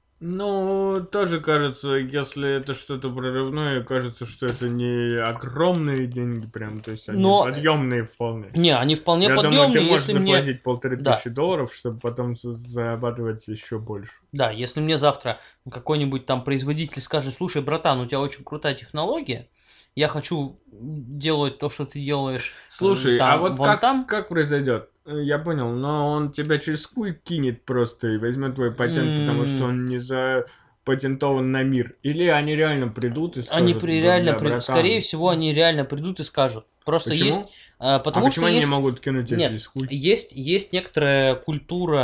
Ну, тоже кажется, если это что-то прорывное, кажется, что это не огромные деньги прям, то есть они Но- подъемные вполне. Не, они вполне Я подъемные, думаю, ты можешь если мне... заплатить полторы Да. тысячи долларов, чтобы потом за- зарабатывать еще больше. Да, если мне завтра какой-нибудь там производитель скажет, слушай, братан, у тебя очень крутая технология, я хочу делать то, что ты делаешь. Слушай, э, там, а вот вон как, там. как произойдет? Э, Я понял, но он тебя через хуй кинет просто и возьмет твой патент, потому что М. он не запатентован на мир. Или они реально придут и скажут, Они при, реально, «Да, при- братан». скорее всего, они реально придут и скажут. Просто Почему? есть, а, потому а почему что они есть, не могут кинуть тебя Нет, через хуй? есть, есть некоторая культура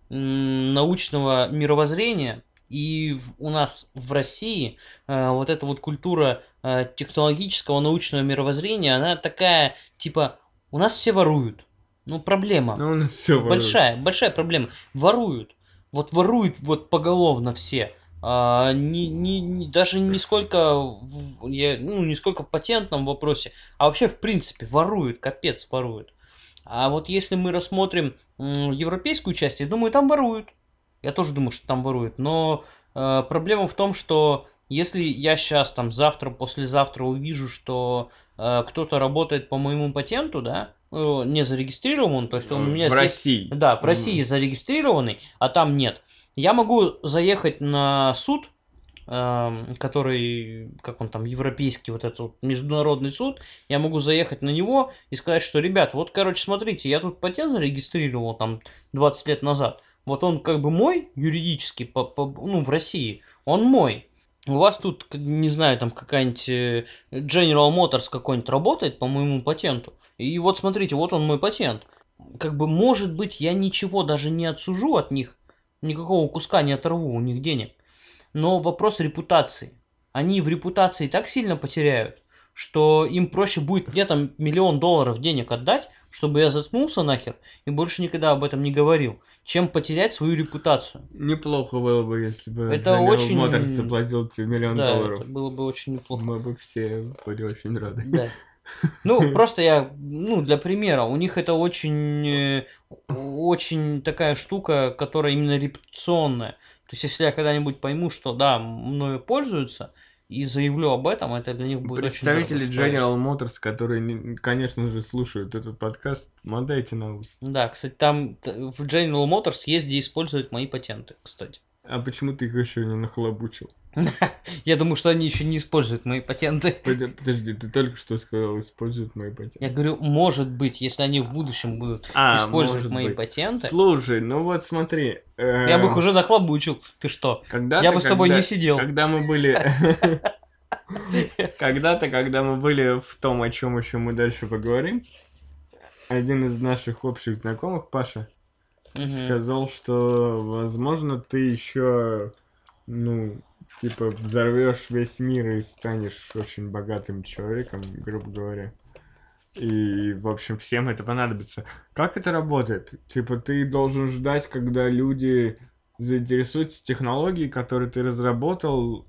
м, научного мировоззрения. И в- у нас в России э, вот эта вот культура э, технологического научного мировоззрения, она такая, типа, у нас все воруют. Ну, проблема. Ну, у нас все Большая, большая проблема. Воруют. Вот воруют вот поголовно все. А, не, не, не- даже не сколько, в, я- ну, не сколько в патентном вопросе, а вообще в принципе воруют, капец воруют. А вот если мы рассмотрим м, европейскую часть, я думаю, там воруют. Я тоже думаю, что там воруют. Но э, проблема в том, что если я сейчас, там, завтра, послезавтра увижу, что э, кто-то работает по моему патенту, да, э, не зарегистрирован, то есть он у меня в здесь, России. да, в Мгм. России зарегистрированный, а там нет. Я могу заехать на суд, эм, который, как он там, европейский, вот этот вот международный суд, я могу заехать на него и сказать, что, ребят, вот, короче, смотрите, я тут патент зарегистрировал там двадцать лет назад, вот он как бы мой юридически, по, по- ну, в России, он мой. У вас тут, к- не знаю, там какая-нибудь э, General Motors какой-нибудь работает по моему патенту. И вот смотрите, вот он мой патент. Как бы, может быть, я ничего даже не отсужу от них, никакого куска не оторву у них денег. Но вопрос репутации. Они в репутации так сильно потеряют, что им проще будет мне там миллион долларов денег отдать, чтобы я заткнулся нахер и больше никогда об этом не говорил, чем потерять свою репутацию. Неплохо было бы, если бы Это General очень- Motors заплатил тебе миллион Да, долларов. это было бы очень неплохо. Мы бы все были очень рады. Да. Ну, просто я, ну, для примера, у них это очень, э, очень такая штука, которая именно репутационная. То есть, если я когда-нибудь пойму, что, да, мною пользуются, и заявлю об этом, это для них будет Представители очень дорого стоить. General Motors, которые, не- конечно же, слушают этот подкаст, мотайте на ус. Да, кстати, там т- в General Motors есть где использовать мои патенты, кстати. А почему ты их еще не нахлобучил? Я думаю, что они еще не используют мои патенты. Под- Подожди, ты только что сказал, используют мои патенты. Я говорю, может быть, если они в будущем будут А, использовать может мои быть. патенты, Слушай, ну вот смотри. я бы их эм, уже нахлобучил. Ты что? когда-то, Я бы с тобой когда- не сидел. Когда мы были... Когда-то, когда мы были в том, о чем еще мы дальше поговорим, один из наших общих знакомых, Паша, Мгм. сказал, что, возможно, ты еще, ну, типа, взорвешь весь мир и станешь очень богатым человеком, грубо говоря. И, в общем, всем это понадобится. Как это работает? Типа, ты должен ждать, когда люди заинтересуются технологией, которую ты разработал,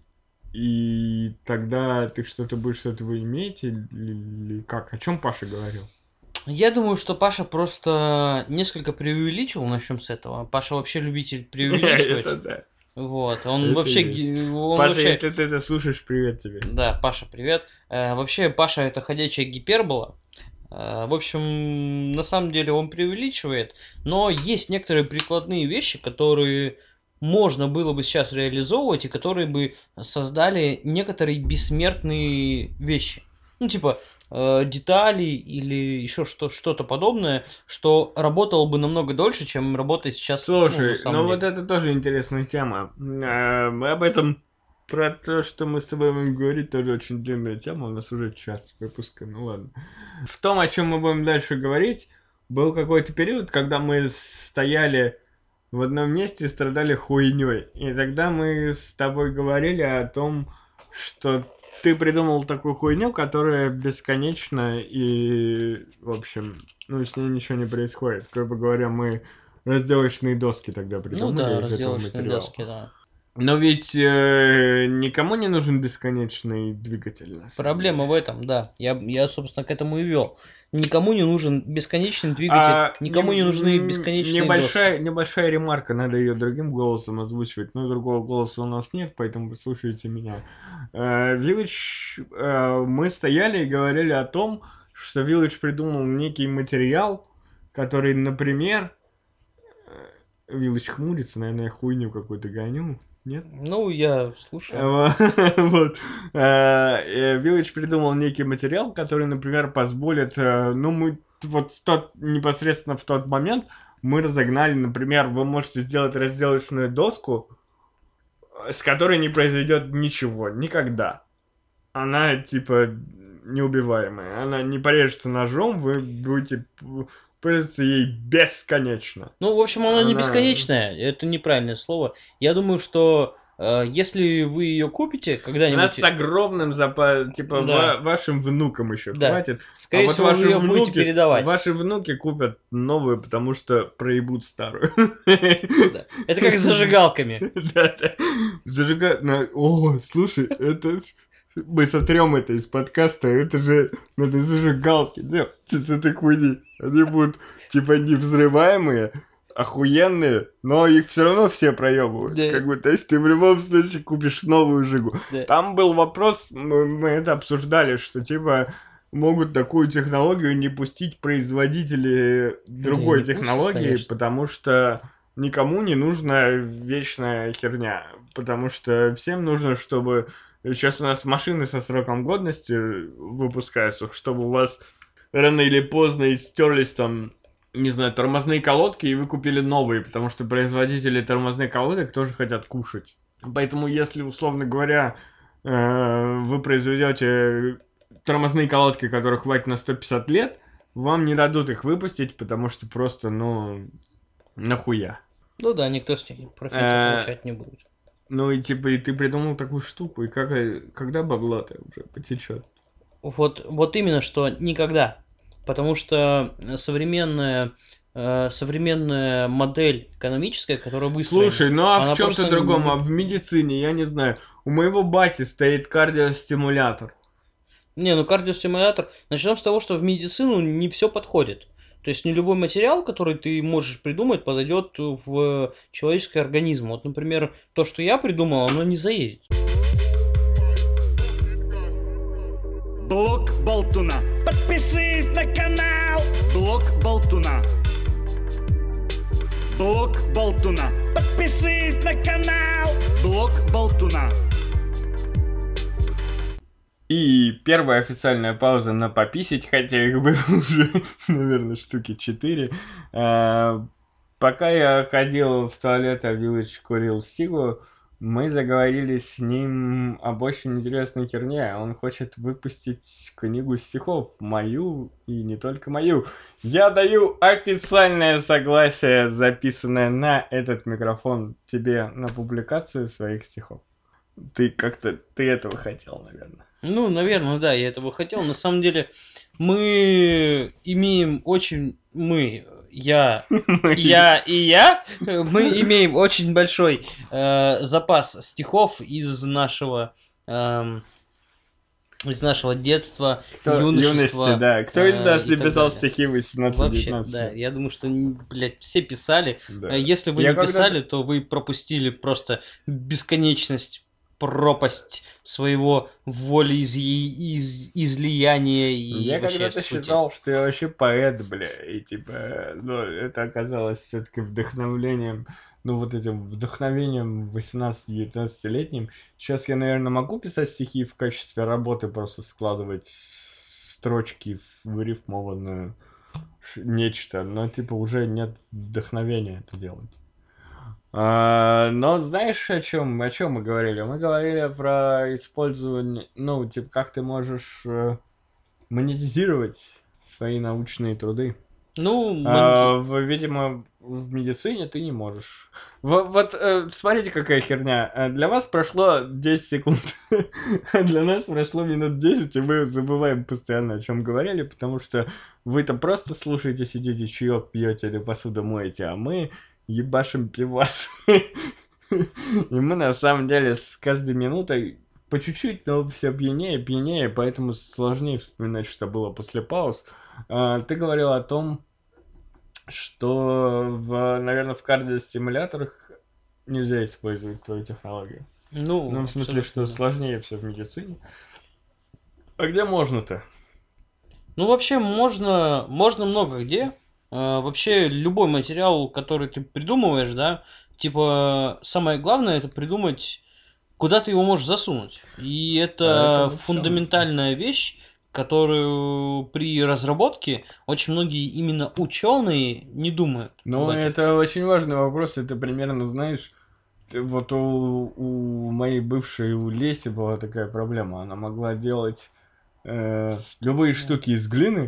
и тогда ты что-то будешь с этого иметь, или, или как? О чем Паша говорил? Я думаю, что Паша просто несколько преувеличил, начнем с этого. Паша вообще любитель преувеличивать. Это да. Вот, он Это вообще... есть. ги- он Паша, вообще- если ты это слушаешь, привет тебе. Да, Паша, привет. Э, вообще, Паша это ходячая гипербола. Э, в общем, на самом деле он преувеличивает, но есть некоторые прикладные вещи, которые можно было бы сейчас реализовывать и которые бы создали некоторые бессмертные вещи. Ну, типа, э, детали или еще что- что-то подобное, что работало бы намного дольше, чем работает сейчас. ну, на Слушай, самом ну деле. вот это тоже интересная тема. Э, Мы об этом, про то, что мы с тобой будем говорить, тоже очень длинная тема. У нас уже час выпуска, ну ладно. В том, о чем мы будем дальше говорить, был какой-то период, когда мы стояли в одном месте и страдали хуйней. И тогда мы с тобой говорили о том, что ты придумал такую хуйню, которая бесконечна и, в общем, ну, с ней ничего не происходит. Грубо говоря, мы разделочные доски тогда Ну придумали да, из этого разделочные материала. доски, да. Но ведь э, никому не нужен бесконечный двигатель. на самом Проблема в этом, да. Я, я, собственно, к этому и вел. Никому не нужен бесконечный двигатель, А, никому не- не нужны м, бесконечные небольшая, небольшая ремарка, надо ее другим голосом озвучивать, но другого голоса у нас нет, поэтому вы слушаете меня. Э, Village, э, мы стояли и говорили о том, что Village придумал некий материал, который, например, э, Village хмурится, наверное, я хуйню какую-то гоню, нет? доски. Ну, я слушаю. Вот. Э, э, Village придумал некий материал, который, например, позволит, э, ну, мы вот в тот, непосредственно в тот момент мы разогнали, например, вы можете сделать разделочную доску, э, с которой не произойдет ничего, никогда. Она, типа, неубиваемая. Она не порежется ножом, вы будете п- пользоваться ей бесконечно. Ну, в общем, она не Она- бесконечная, это неправильное слово. Я думаю, что э, если вы ее купите Она когда-нибудь, с огромным запасом, типа, Да. ва- вашим внукам еще Да. хватит. скорее а вот всего, ваши вы ее будете внуки, передавать. ваши внуки купят новую, потому что проебут старую. Да. Это как с зажигалками. Да-да. Зажига... на- О, слушай, это ж- мы сотрем это из подкаста, это же надо зажигалки делать с этой хуйни. Они будут, типа, невзрываемые, охуенные, но их все равно все проебывают. Да. Как бы, то есть ты в любом случае купишь новую жигу. Да. Там был вопрос, мы, мы это обсуждали, что, типа, могут такую технологию не пустить производители другой не пустят, технологии, конечно. потому что никому не нужна вечная херня. Потому что всем нужно, чтобы... Сейчас у нас машины со сроком годности выпускаются, чтобы у вас рано или поздно стерлись там, не знаю, тормозные колодки, и вы купили новые, потому что производители тормозных колодок тоже хотят кушать. Поэтому, если, условно говоря, э, вы произведете тормозные колодки, которых хватит на сто пятьдесят лет, вам не дадут их выпустить, потому что просто, ну, нахуя. Ну да, никто с них профита Э, получать не будет. Ну и типа, и ты придумал такую штуку, и как, когда бабла-то уже потечет? Вот, вот именно что никогда. Потому что современная, э, современная модель экономическая, которая выстроена... Слушай, ну а она в чем-то просто другом, не- а в медицине, я не знаю. У моего бати стоит кардиостимулятор. Не, ну кардиостимулятор... Начнем с того, что в медицину не все подходит. То есть не любой материал, который ты можешь придумать, подойдет в человеческий организм. Вот, например, то, что я придумал, оно не заедет. Блок Болтуна. Подпишись на канал. Блок Болтуна. Блок Болтуна. Подпишись на канал. Блок Болтуна. И первая официальная пауза на пописить, хотя их было уже, наверное, штуки четыре. А, Пока я ходил в туалет, а Виллидж курил сигу, мы заговорили с ним об очень интересной херне. Он хочет выпустить книгу стихов, мою и не только мою. Я даю официальное согласие, записанное на этот микрофон, тебе на публикацию своих стихов. Ты как-то, ты этого хотел, наверное. Ну, наверное, да, я этого хотел. На самом деле, мы имеем очень... Мы, я, я и я, мы имеем очень большой э, запас стихов из нашего... эм, из нашего детства, Кто, юношества. юности, да. Кто из э, нас и не так писал далее. стихи Вообще, восемнадцать-девятнадцать? да, я думаю, что, блядь, все писали. Да. А Если вы Я не когда-то- писали, то вы пропустили просто бесконечность, пропасть своего волеизлияния и Я вообще когда-то сути. считал, что я вообще поэт, бля, и типа, ну, это оказалось все-таки вдохновлением, ну, вот этим вдохновением восемнадцати-девятнадцатилетним. Сейчас я, наверное, могу писать стихи в качестве работы, просто складывать строчки в рифмованную ш- нечто, но, типа, уже нет вдохновения это делать. А, но знаешь, о чем, о чем мы говорили? Мы говорили про использование, ну, типа, как ты можешь э, монетизировать свои научные труды. Ну, монети- А, в- видимо, в медицине ты не можешь. Во- Вот, э, смотрите, какая херня. Э, Для вас прошло десять секунд, а для нас прошло минут десять, и мы забываем постоянно, о чем говорили, потому что вы-то просто слушаете, сидите, чаек пьете или посуду моете, а мы ебашим пивас. И мы на самом деле с каждой минутой по чуть-чуть, но все пьянее, пьянее, поэтому сложнее вспоминать, что было после пауз. А, Ты говорил о том, что, в, наверное, в кардиостимуляторах нельзя использовать твою технологию. ну, Ну, в смысле, что абсолютно. сложнее все в медицине. А где можно-то? Ну, вообще, можно, можно много где. А, вообще, любой материал, который ты придумываешь, да, типа, самое главное, это придумать, куда ты его можешь засунуть. И А это это вот фундаментальная вещь, которую при разработке очень многие именно ученые не думают. Ну, об этом. это очень важный вопрос. Это примерно, знаешь, ты- вот у, у моей бывшей, у Леси была такая проблема. Она могла делать э, любые штуки из глины,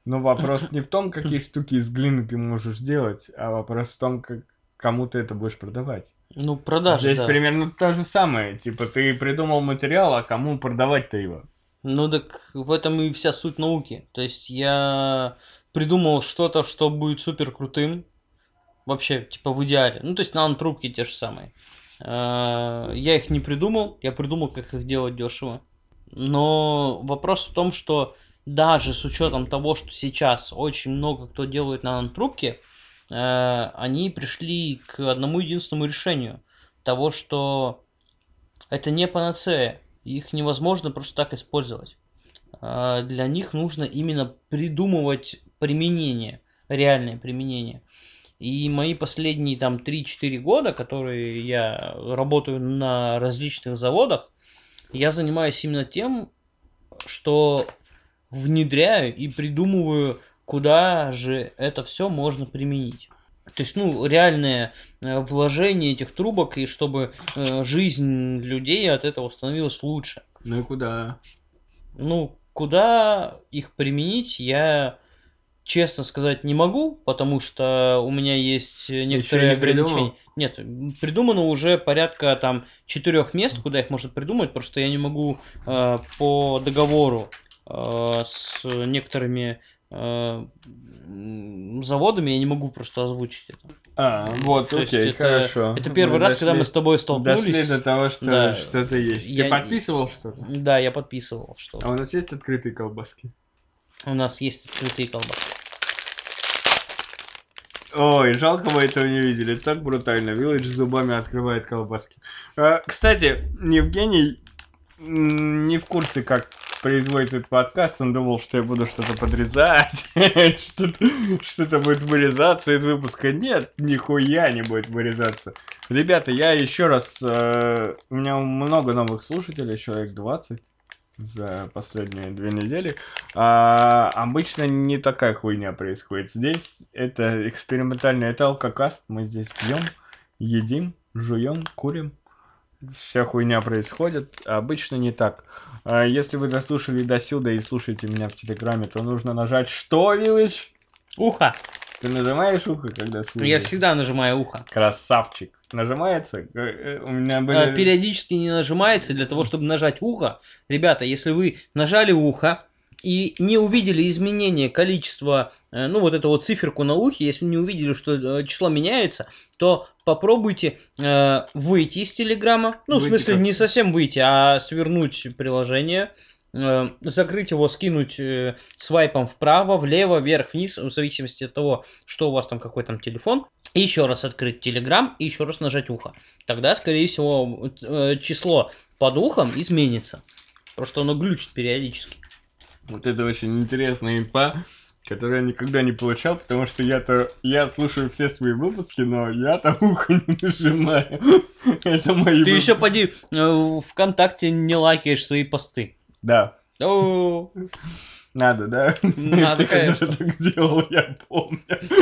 Но вопрос не в том, какие штуки из глины ты можешь делать, а вопрос в том, как кому ты это будешь продавать. Ну, продажи, Здесь да. примерно то же самое. Типа, ты придумал материал, а кому продавать-то его? Ну, так в этом и вся суть науки. То есть я придумал что-то, что будет супер крутым. Вообще, типа, в идеале. Ну, то есть нано-трубки те же самые. А, Я их не придумал, я придумал, как их делать дешево. Но вопрос в том, что даже с учетом того, что сейчас очень много кто делает нано-трубки, э, они пришли к одному единственному решению. Того, что это не панацея. Их невозможно просто так использовать. А, Для них нужно именно придумывать применение, реальное применение. И мои последние там три-четыре года, которые я работаю на различных заводах, я занимаюсь именно тем, что внедряю и придумываю, куда же это все можно применить. То есть, ну, реальное э, вложение этих трубок, и чтобы э, жизнь людей от этого становилась лучше. Ну и куда? Ну, куда их применить, я честно сказать не могу, потому что у меня есть некоторые не придумал? ограничения. Нет, придумано уже порядка там четырех мест, куда их можно придумать, просто я не могу э, по договору э, с некоторыми э, м, заводами, я не могу просто озвучить это. А, вот, То есть окей, это, хорошо. это первый раз, когда мы с тобой столкнулись. Дошли до того, что Да. что-то есть. Я- Ты подписывал что-то? Да, я подписывал, что А у нас есть открытые колбаски? у нас есть открытые колбаски. Ой, жалко, вы этого не видели. Так брутально. Village зубами открывает колбаски. А, кстати, Евгений м, не в курсе, как производится этот подкаст. Он думал, что я буду что-то подрезать, что-то, что-то будет вырезаться из выпуска. Нет, нихуя не будет вырезаться. Ребята, я еще раз... э, у меня много новых слушателей, человек двадцать за последние две недели. А, обычно не такая хуйня происходит. Здесь это экспериментальный, это алкокаст. Мы здесь пьем, едим, жуем, курим. Вся хуйня происходит. А обычно не так. А, если вы дослушали до сюда и слушаете меня в Телеграме, то нужно нажать что, Вилыч? Ухо! Ты нажимаешь ухо, когда слушаешь? Я всегда нажимаю ухо. Красавчик. Нажимается? Э, э, У меня А, были... Периодически не нажимается для того, чтобы нажать ухо. Ребята, если вы нажали ухо и не увидели изменения количества, э, ну вот эту вот циферку на ухе, если не увидели, что э, число меняется, то попробуйте э, выйти из Телеграма. Ну, в Выйти смысле, как? не совсем выйти, а свернуть приложение. э, Закрыть его, скинуть э, свайпом вправо, влево, вверх, вниз, в зависимости от того, что у вас там, какой там телефон. И еще раз открыть Telegram и еще раз нажать ухо. Тогда, скорее всего, э, число под ухом изменится. Просто оно глючит периодически. Вот это очень интересная инфа, которую я никогда не получал, потому что я-то... Я слушаю все свои выпуски, но я-то ухо не нажимаю. Это мои Ты выпуски. еще поди э, ВКонтакте не лайкаешь свои посты. Да. О, Надо, да? Надо, Ты когда-то конечно. так делал, я помню.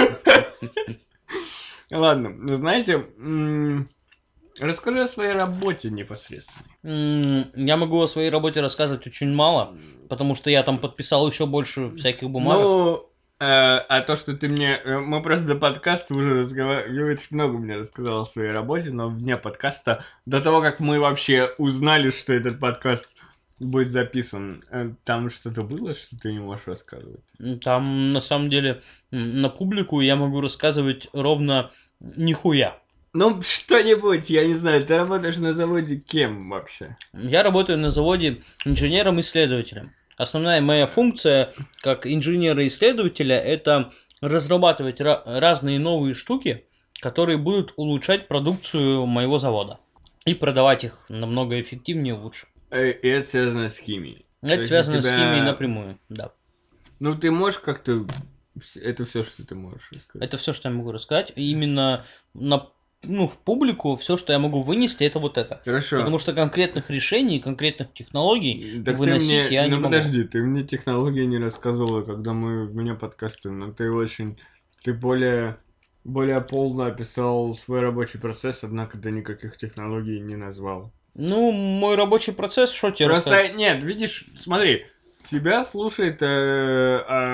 Ладно, ну, знаете, м, расскажи о своей работе непосредственно. м, Я могу о своей работе рассказывать очень мало, потому что я там подписал еще больше всяких бумажек. Ну, э, а то, что ты мне... э, Мы просто до подкаста уже разговаривали, очень много мне рассказал о своей работе, но вне подкаста, до того, как мы вообще узнали, что этот подкаст будет записан, э, там что-то было, что ты не можешь рассказывать? Там, на самом деле, м, на публику я могу рассказывать ровно нихуя. Ну, что-нибудь, я не знаю, ты работаешь на заводе кем вообще? Я работаю на заводе инженером-исследователем. Основная моя функция как инженера-исследователя – это разрабатывать ra- разные новые штуки, которые будут улучшать продукцию моего завода и продавать их намного эффективнее и лучше. Э, И это связано с химией. То Это есть связано у с тебя- химией напрямую, да. Ну, ты можешь как-то... вс- Это все, что ты можешь рассказать. Это все, что я могу рассказать. И именно на ну, в публику все, что я могу вынести, это вот это. Хорошо. Потому что конкретных решений, конкретных технологий Так ты выносить мне... я ну, не могу. подожди, ты мне технологии не рассказывала, когда мы вне подкаста, но ты очень... Ты более... Более полно описал свой рабочий процесс, однако ты никаких технологий не назвал. Ну, мой рабочий процесс, что тебе Просто, рассказать? нет, видишь, смотри, тебя слушает э, э,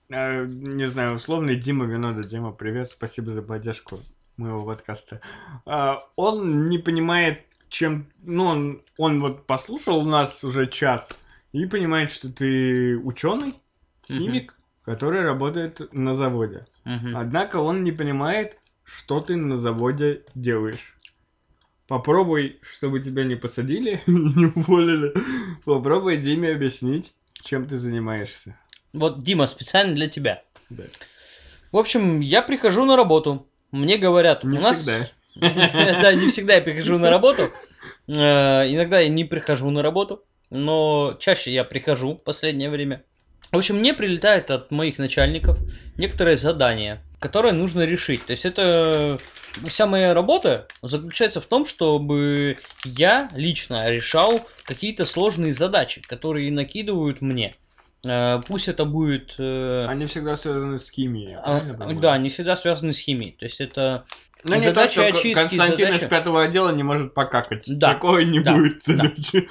э, не знаю, условный Дима Винода. Дима, привет, спасибо за поддержку моего подкаста. А, он не понимает, чем... Ну, он, он вот послушал нас уже час и понимает, что ты ученый, химик, uh-huh. который работает на заводе. Uh-huh. Однако он не понимает, что ты на заводе делаешь. Попробуй, чтобы тебя не посадили, не уволили. Попробуй Диме объяснить, чем ты занимаешься. Вот, Дима, специально для тебя. Да. В общем, я прихожу на работу. Мне говорят, не у нас... всегда. Да, не всегда я прихожу на работу. Иногда я не прихожу на работу, но чаще я прихожу в последнее время. В общем, мне прилетает от моих начальников некоторое задание, которое нужно решить. То есть это вся моя работа заключается в том, чтобы я лично решал какие-то сложные задачи, которые накидывают мне. Пусть это будет... Они всегда связаны с химией. А, да, они всегда связаны с химией. То есть это... Ну, задачи не то, очистки, Константин задачи... из пятого отдела не может покакать. Да. Такое не да. будет. Да.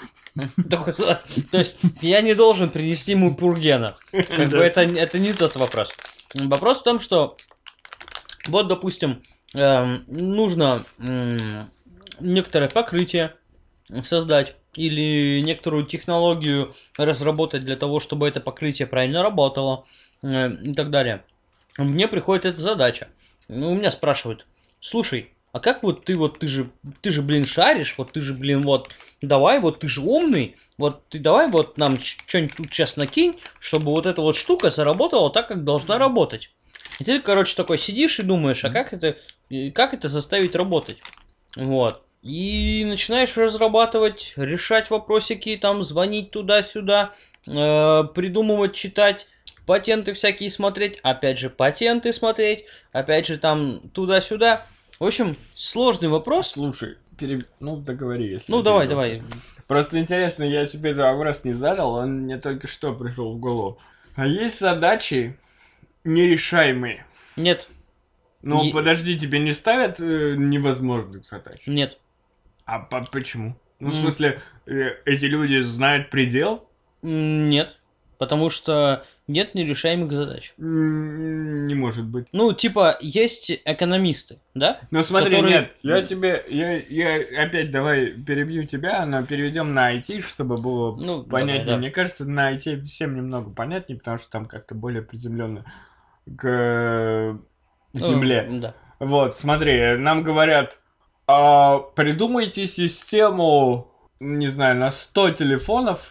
То есть я не должен принести ему пургена. Как бы это, это не тот вопрос. Вопрос в том, что вот, допустим, нужно некоторое покрытие создать или некоторую технологию разработать для того, чтобы это покрытие правильно работало и так далее. Мне приходит эта задача. Ну, у меня спрашивают: слушай, а как вот ты вот, ты же, ты же, блин, шаришь, вот ты же, блин, вот, давай, вот ты же умный, вот ты давай вот нам что-нибудь тут сейчас накинь, чтобы вот эта вот штука заработала так, как должна работать. И ты, короче, такой сидишь и думаешь, а как это, как это заставить работать? Вот. И начинаешь разрабатывать, решать вопросики, там, звонить туда-сюда, э, придумывать, читать, патенты всякие смотреть, опять же, патенты смотреть, опять же, там, туда-сюда. В общем, сложный вопрос. Слушай, переб... ну, договори, если... Ну, давай, давай. Просто интересно, я тебе этот вопрос не задал, он мне только что пришел в голову. А есть задачи нерешаемые? Нет. Ну, Е... подожди, тебе не ставят э, невозможных задач? Нет. А по- почему? Ну, в смысле, э, эти люди знают предел? Нет. Потому что нет нерешаемых задач. Не может быть. Ну, типа, есть экономисты, да? Ну, смотри, которые... нет, я тебе, я, я опять давай перебью тебя, но переведем на ай ти, чтобы было ну, понятнее. давай, да. Мне кажется, на ай ти всем немного понятнее, потому что там как-то более приземленно к земле. Ну, да. Вот, смотри, нам говорят, а, придумайте систему, не знаю, на сто телефонов,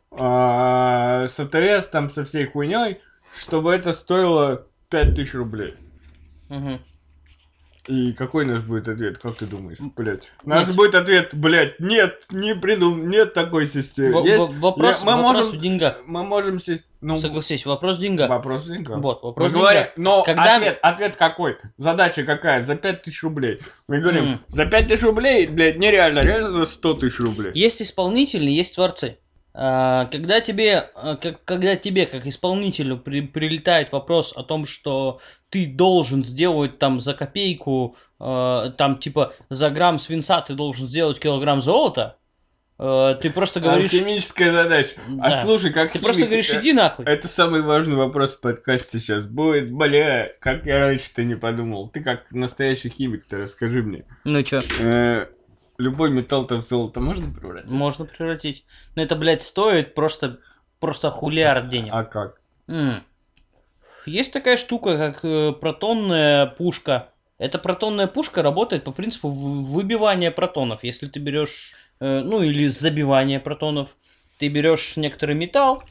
А, с АТС, там, со всей хуйней, чтобы это стоило пять тысяч рублей. Угу. И какой наш будет ответ, как ты думаешь, блядь? Наш нет. будет ответ, блядь, нет, не придум, нет такой системы. В- Есть, вопрос, я, мы вопрос можем, в деньгах. Мы можем... Си... Ну, Согласись, вопрос в деньгах. Вопрос в деньгах. Вот, вопрос мы в говорим, деньгах. но Когда... ответ, ответ какой? Задача какая? За пять тысяч рублей. Мы говорим, Mm. за пять тысяч рублей, блядь, нереально, реально за сто тысяч рублей. Есть исполнители, есть творцы. Когда тебе, как, когда тебе, как исполнителю, при, прилетает вопрос о том, что ты должен сделать там за копейку, э, там типа за грамм свинца ты должен сделать килограмм золота, э, ты просто говоришь... Алхимическая задача. Да. А слушай, как Ты химик, просто говоришь, иди нахуй. Это самый важный вопрос в подкасте сейчас будет. Бля, как я раньше-то не подумал. Ты как настоящий химик, расскажи мне. Ну чё? Э, любой металл-то в золото можно превратить? Можно превратить. Но это, блядь, стоит просто, просто хулиард денег. А как? М. Есть такая штука, как э, протонная пушка. Эта протонная пушка работает по принципу в- выбивания протонов. Если ты берешь, э, ну или забивания протонов, ты берешь некоторый металл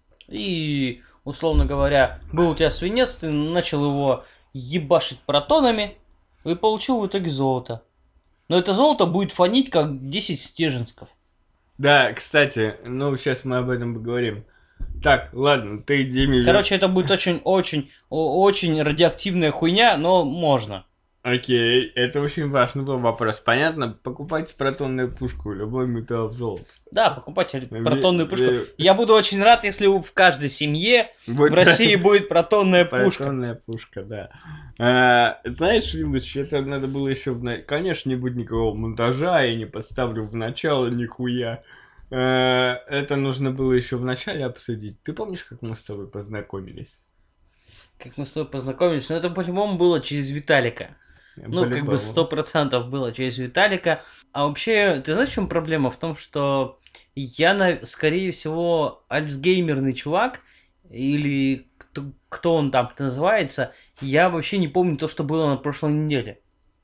и, условно говоря, был у тебя свинец, ты начал его ебашить протонами и получил в итоге золото. Но это золото будет фонить как десять стерженсков. Да, кстати, ну сейчас мы об этом поговорим. Так, ладно, ты Диме... Короче, это будет очень-очень очень радиоактивная хуйня, но можно. Окей, это очень важный был вопрос. Понятно? Покупайте протонную пушку, любой металл в золото. Да, покупайте протонную пушку. Э, Я буду очень рад, если в каждой семье будет в России будет протонная пушка. Протонная пушка, да. А, знаешь, Вилыч, это надо было еще... В... на- Конечно, не будет никакого монтажа, я не подставлю в начало нихуя. А, это нужно было еще в начале обсудить. Ты помнишь, как мы с тобой познакомились? как мы с тобой познакомились, но это по-любому было через Виталика. Ну, как бы сто процентов было через Виталика. А вообще, ты знаешь, в чем проблема? В том, что я, скорее всего, альцгеймерный чувак, или кто, кто он там называется, я вообще не помню то, что было на прошлой неделе.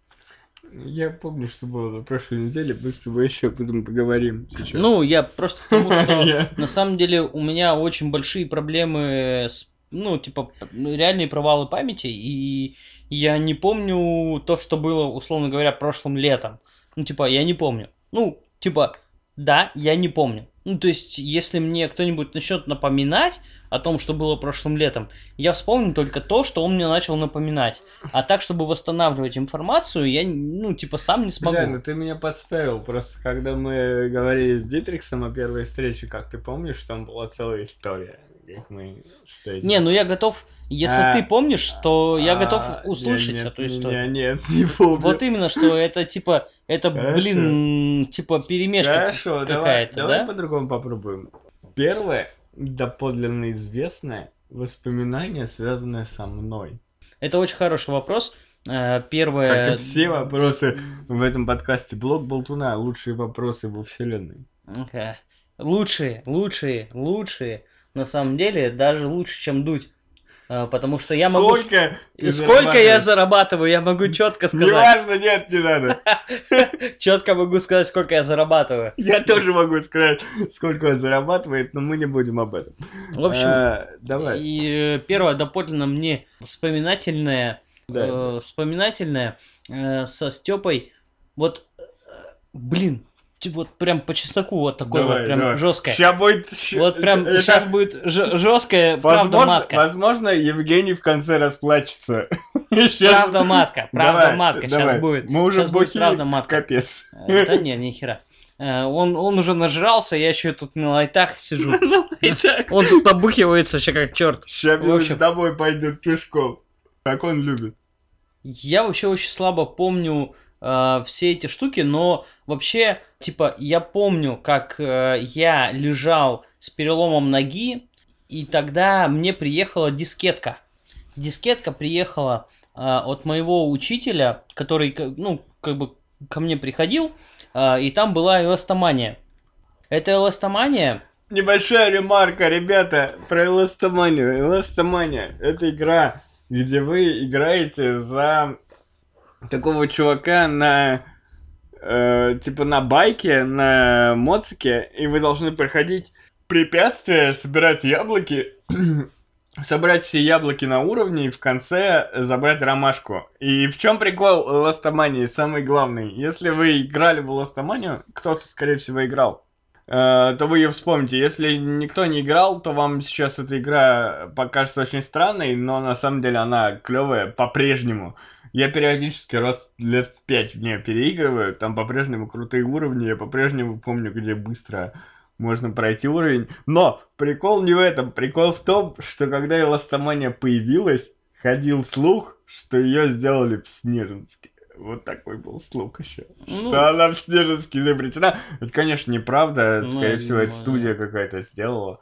Я помню, что было на прошлой неделе, мы с тобой еще об этом поговорим сейчас. Ну, я просто потому, что на самом деле у меня очень большие проблемы с, ну, типа, реальные провалы памяти, и я не помню то, что было, условно говоря, прошлым летом. Ну, типа, я не помню. Ну, типа, да, я не помню. Ну, то есть, если мне кто-нибудь начнет напоминать о том, что было прошлым летом, я вспомню только то, что он мне начал напоминать. А так, чтобы восстанавливать информацию, я, ну, типа, сам не смогу. Бля, ну ты меня подставил. Просто когда мы говорили с Дитриксом о первой встрече, как ты помнишь, там была целая история. Как мы, что это... Не, ну я готов, если а, ты помнишь, то я а, готов услышать нет, эту историю. Нет, нет, не помню. Вот именно, что это типа, это, Хорошо. блин, типа перемешка Хорошо, какая-то, давай, да? давай по-другому попробуем. Первое, доподлинно известное воспоминание, связанное со мной. Это очень хороший вопрос. Первое... Как и все вопросы в этом подкасте. Блог Болтуна. Лучшие вопросы во вселенной. Okay. Лучшие, лучшие, лучшие. На самом деле, даже лучше, чем Дудь. Потому что я могу... Сколько ты Сколько я зарабатываю, я могу четко сказать. Неважно, нет, не надо. Четко могу сказать, сколько я зарабатываю. Я тоже могу сказать, сколько он зарабатывает, но мы не будем об этом. В общем, а, давай. И первое доподлинно мне вспоминательное, Да. э, вспоминательное э, со Степой. Вот, э, блин, вот прям по чесноку вот такое Давай, вот прям давай. жесткое. Сейчас будет... Вот прям это... сейчас будет ж- жесткая правда Возможно, матка. возможно, Евгений в конце расплачется. Правда матка, правда Давай, матка давай. сейчас будет. Мы уже Сейчас будет бухие, правда матка. капец. Э, Да не, ни хера. Э, Он, он уже нажрался, я еще тут на лайтах сижу. Он тут обухивается еще как черт. Сейчас В общем- домой пойдет пешком. Как он любит. Я вообще очень слабо помню э, все эти штуки, но вообще, типа, я помню, как э, я лежал с переломом ноги, и тогда мне приехала дискетка. Дискетка приехала э, от моего учителя, который, к- ну, как бы ко мне приходил, э, и там была эластомания. Эта эластомания... Небольшая ремарка, ребята, про эластоманию. Эластомания — это игра, где вы играете за такого чувака на э, типа на байке, на моцике, и вы должны проходить препятствия, собирать яблоки, собрать все яблоки на уровне и в конце забрать ромашку. И в чем прикол эластомании, самый главный? Если вы играли в эластоманию, кто-то, скорее всего, играл, то вы ее вспомните. Если никто не играл, то вам сейчас эта игра покажется очень странной, но на самом деле она клевая по-прежнему. Я периодически раз лет в пять в нее переигрываю, там по-прежнему крутые уровни, я по-прежнему помню, где быстро можно пройти уровень. Но прикол не в этом, прикол в том, что когда эластомания появилась, ходил слух, что ее сделали в Снежинске. Вот такой был слух еще. Ну, что она в Снежинске изобретена. Это, конечно, неправда. Ну, Скорее я всего, это думаю, студия какая-то сделала.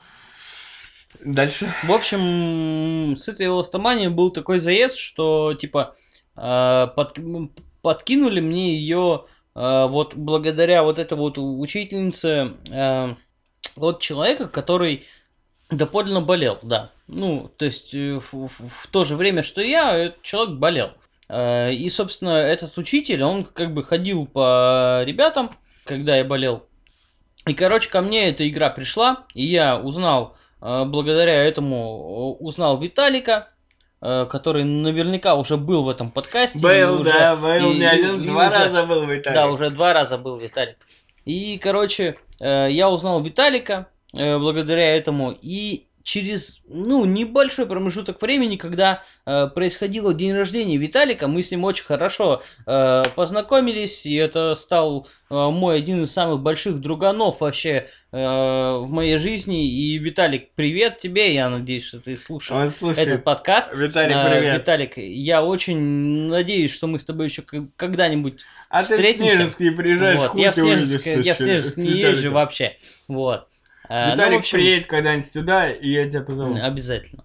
Дальше. В общем, с этой эластоманией был такой заезд, что, типа, э, под- подкинули мне ее вот благодаря вот этой вот учительнице э, от человека, который доподлинно болел, да. Ну, то есть, э, в, в- в то же время, что я, этот человек болел. Э, И, собственно, этот учитель, он как бы ходил по ребятам, когда я болел. И, короче, ко мне эта игра пришла, и я узнал, э, благодаря этому, э, узнал Виталика, э, который наверняка уже был в этом подкасте. и Был, уже- да, был. и- Не один, и два уже- раза был в Италии. Да, уже два раза был Виталик. И, короче, э, я узнал Виталика э, благодаря этому, и через, ну, небольшой промежуток времени, когда э, происходило день рождения Виталика, мы с ним очень хорошо э, познакомились, и это стал э, мой один из самых больших друганов вообще э, в моей жизни. И, Виталик, привет тебе, я надеюсь, что ты слушал Он слушает. этот подкаст. Виталик, Э, привет. Виталик, я очень надеюсь, что мы с тобой еще к- когда-нибудь А ты в встретимся. Снежинск не приезжаешь, вот. хуй Я в ты Снежинск, увидишься я в с- Снежинск с не езжу Виталиком. вообще. Вот. А, ну, Виталик в общем, приедет когда-нибудь сюда, и я тебя позову. обязательно.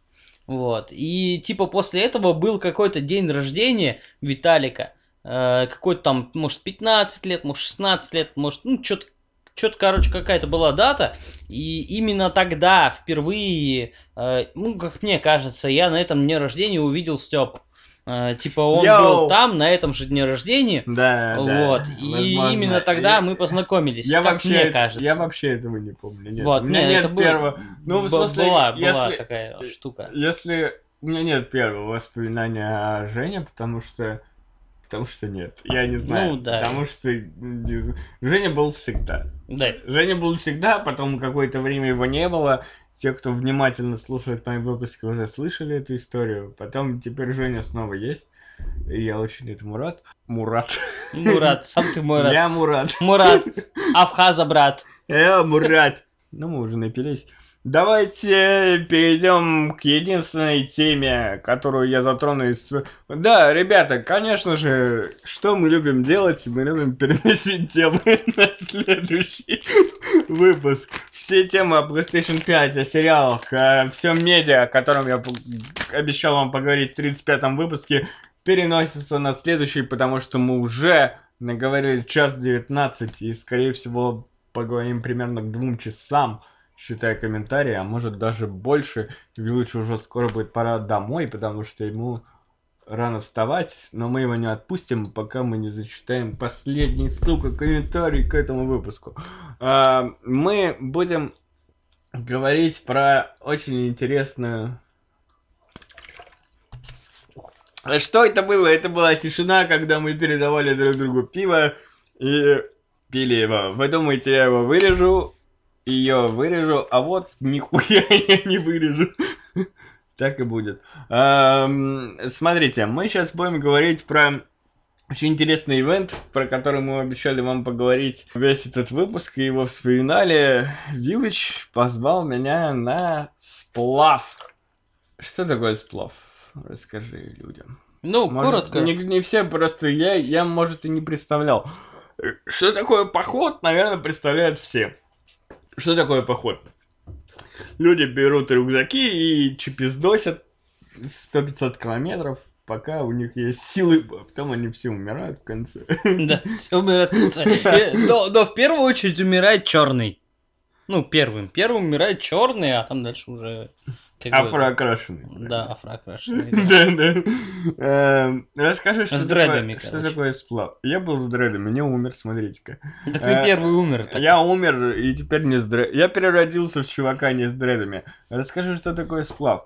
Вот. И типа после этого был какой-то день рождения Виталика. Э, какой-то там, может, пятнадцать лет, может, шестнадцать лет, может, ну, что-то, что-то, короче, какая-то была дата. И именно тогда впервые, э, ну, как мне кажется, я на этом дне рождения увидел Степу. Э, типа он Йоу! был там, на этом же дне рождения. Да, Вот. да. И возможно. именно тогда Я- мы познакомились, Я как вообще, мне это- кажется. я вообще этого не помню. Нет, Вот, у меня не, нет это был- первого. Ну, в б- смысле, была, если, была такая штука. если у меня нет первого воспоминания о Жене, потому что, потому что нет, я не знаю, Ну, да. потому что не з- Женя был всегда. Да. Женя был всегда, потом какое-то время его не было. Те, кто внимательно слушает мои выпуски, уже слышали эту историю. Потом теперь Женя снова есть. И я очень этому рад. Мурат. Мурат, сам ты Мурат. Я Мурат. Мурат, Авхаза, брат. Я Мурат. Ну, мы уже напились. Давайте перейдем к единственной теме, которую я затрону из... Да, ребята, конечно же, что мы любим делать? Мы любим переносить темы на следующий выпуск. Все темы о PlayStation пять, о сериалах, о всем медиа, о котором я п- обещал вам поговорить в тридцать пятом выпуске, переносятся на следующий, потому что мы уже наговорили час девятнадцать и, скорее всего, поговорим примерно к двум часам, считая комментарии, а может даже больше. Вилычу уже скоро будет пора домой, потому что ему рано вставать, но мы его не отпустим, пока мы не зачитаем последний, сука, комментарий к этому выпуску. А, мы будем говорить про очень интересную... А что это было? Это была тишина, когда мы передавали друг другу пиво и пили его. Вы думаете, я его вырежу? Ее вырежу, а вот нихуя я не вырежу. Так и будет. Эм, смотрите, мы сейчас будем говорить про очень интересный ивент, про который мы обещали вам поговорить весь этот выпуск, и его вспоминали. Вилыч позвал меня на сплав. Что такое сплав? Расскажи людям. Ну, Может, коротко. Не, не все, просто я, я, может, и не представлял. Что такое поход, наверное, представляют все. Что такое поход? Люди берут рюкзаки и чипиздосят сто пятьсот километров, пока у них есть силы, а потом они все умирают в конце. Да, все умирает в конце. Э, Но, но в первую очередь умирает черный. Ну, первым. Первым умирает черный, а там дальше уже... как бы- Афроокрашенный. Да, афроокрашенный. да. Да, да. Эм, Расскажи, что С дредами, такое, что короче. такое сплав. Я был с дредами, не умер, смотрите-ка. Так Э, ты первый умер. так. Я умер, и теперь не с дредами. Я переродился в чувака не с дредами. Расскажи, что такое сплав.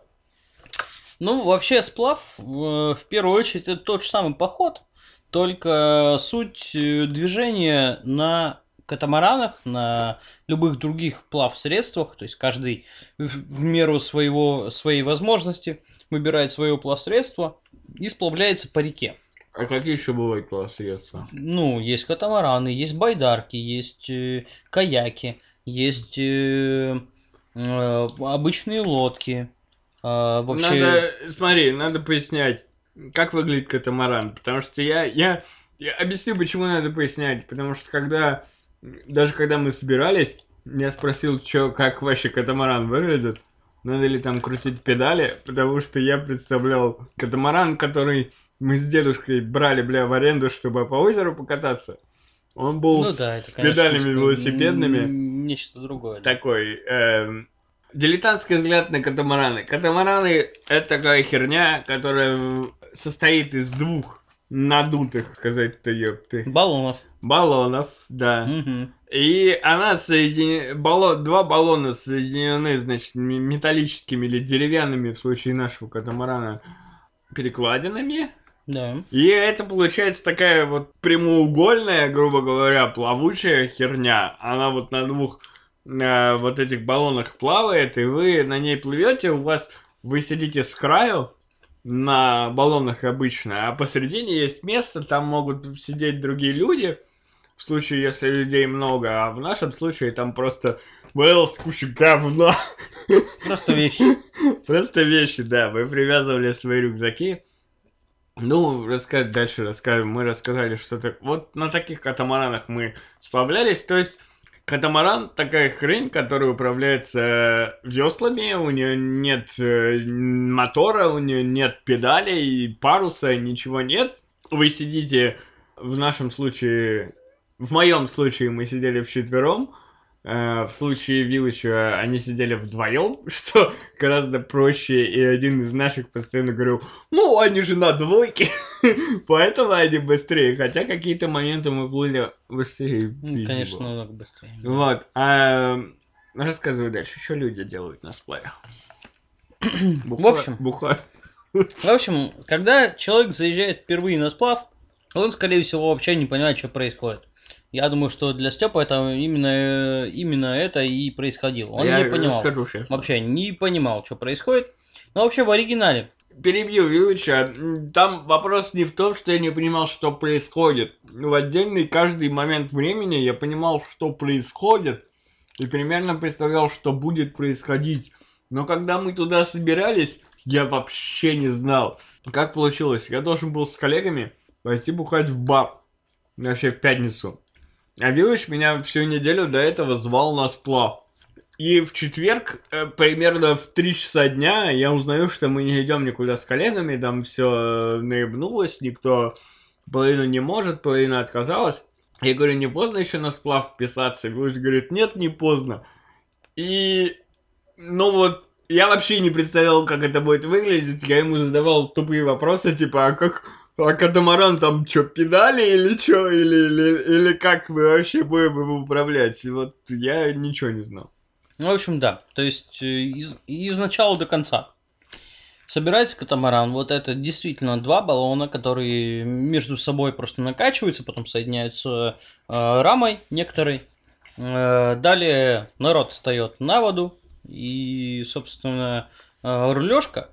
Ну, вообще, сплав, э, в первую очередь, это тот же самый поход, только суть э, движения на катамаранах, на любых других плавсредствах, то есть каждый в в меру своего, своей возможности выбирает свое плавсредство и сплавляется по реке. А какие еще бывают плавсредства? Ну, есть катамараны, есть байдарки, есть э, каяки, есть э, э, обычные лодки. А, вообще... Надо, смотри, надо пояснять, как выглядит катамаран. Потому что я, я, я объясню, почему надо пояснять. Потому что когда, даже когда мы собирались, я спросил, чё, как вообще катамаран выглядит. Надо ли там крутить педали, потому что я представлял катамаран, который мы с дедушкой брали, бля, в аренду, чтобы по озеру покататься. Он был Ну да, с это, конечно, педалями немножко велосипедными. н- Нечто другое. да. Такой эм, дилетантский взгляд на катамараны. Катамараны — это такая херня, которая состоит из двух надутых, сказать-то, ёпты, Баллонов. баллонов, да. Мгм. И она соединена... Баллон... Два баллона соединены, значит, м- металлическими или деревянными, в случае нашего катамарана, перекладинами. Да. И это получается такая вот прямоугольная, грубо говоря, плавучая херня. Она вот на двух э, вот этих баллонах плавает, и вы на ней плывете, у вас вы сидите с краю на баллонах обычно, а посередине есть место, там могут сидеть другие люди, в случае, если людей много, а в нашем случае там просто валялась куча говна. Просто вещи. Просто вещи, да. Вы привязывали свои рюкзаки. Ну, рассказать дальше расскажем. Мы рассказали, что так. Вот на таких катамаранах мы сплавлялись. То есть, Катамаран такая хрень, которая управляется веслами, у нее нет э, мотора, у нее нет педалей, паруса, ничего нет. Вы сидите, в нашем случае, в моем случае мы сидели вчетвером, э, в случае Виллыча они сидели вдвоем, что гораздо проще, и один из наших постоянно говорил, ну, они же на двойке, поэтому они быстрее, хотя какие-то моменты мы плыли быстрее. Ну, конечно, намного быстрее. Вот, а рассказывай дальше, что люди делают на сплаве? В общем, Бухают. В общем, когда человек заезжает впервые на сплав, он, скорее всего, вообще не понимает, что происходит. Я думаю, что для Степа это именно, именно это и происходило. Он Я не понимал. расскажу сейчас. Вообще не понимал, что происходит. Но вообще в оригинале. Перебью Виллыча. Там вопрос не в том, что я не понимал, что происходит. В отдельный каждый момент времени я понимал, что происходит, и примерно представлял, что будет происходить. Но когда мы туда собирались, я вообще не знал. Как получилось? Я должен был с коллегами пойти бухать в бар. Вообще в пятницу. А Виллыч меня всю неделю до этого звал на сплав. И в четверг, э, примерно в три часа дня, я узнаю, что мы не идем никуда с коллегами. Там все наебнулось, никто половину не может, половина отказалась. Я говорю, не поздно еще на сплав вписаться? Виллыч говорит, нет, не поздно. И, ну вот, я вообще не представлял, как это будет выглядеть. Я ему задавал тупые вопросы, типа, а как... А катамаран там что, педали или что? Или, или, или как мы вообще будем его управлять? Вот я ничего не знал. Ну, в общем, да. То есть, из, из начала до конца. Собирается катамаран. Вот это действительно два баллона, которые между собой просто накачиваются, потом соединяются э, рамой некоторой. Э, далее народ встает на воду. И, собственно, э, рулежка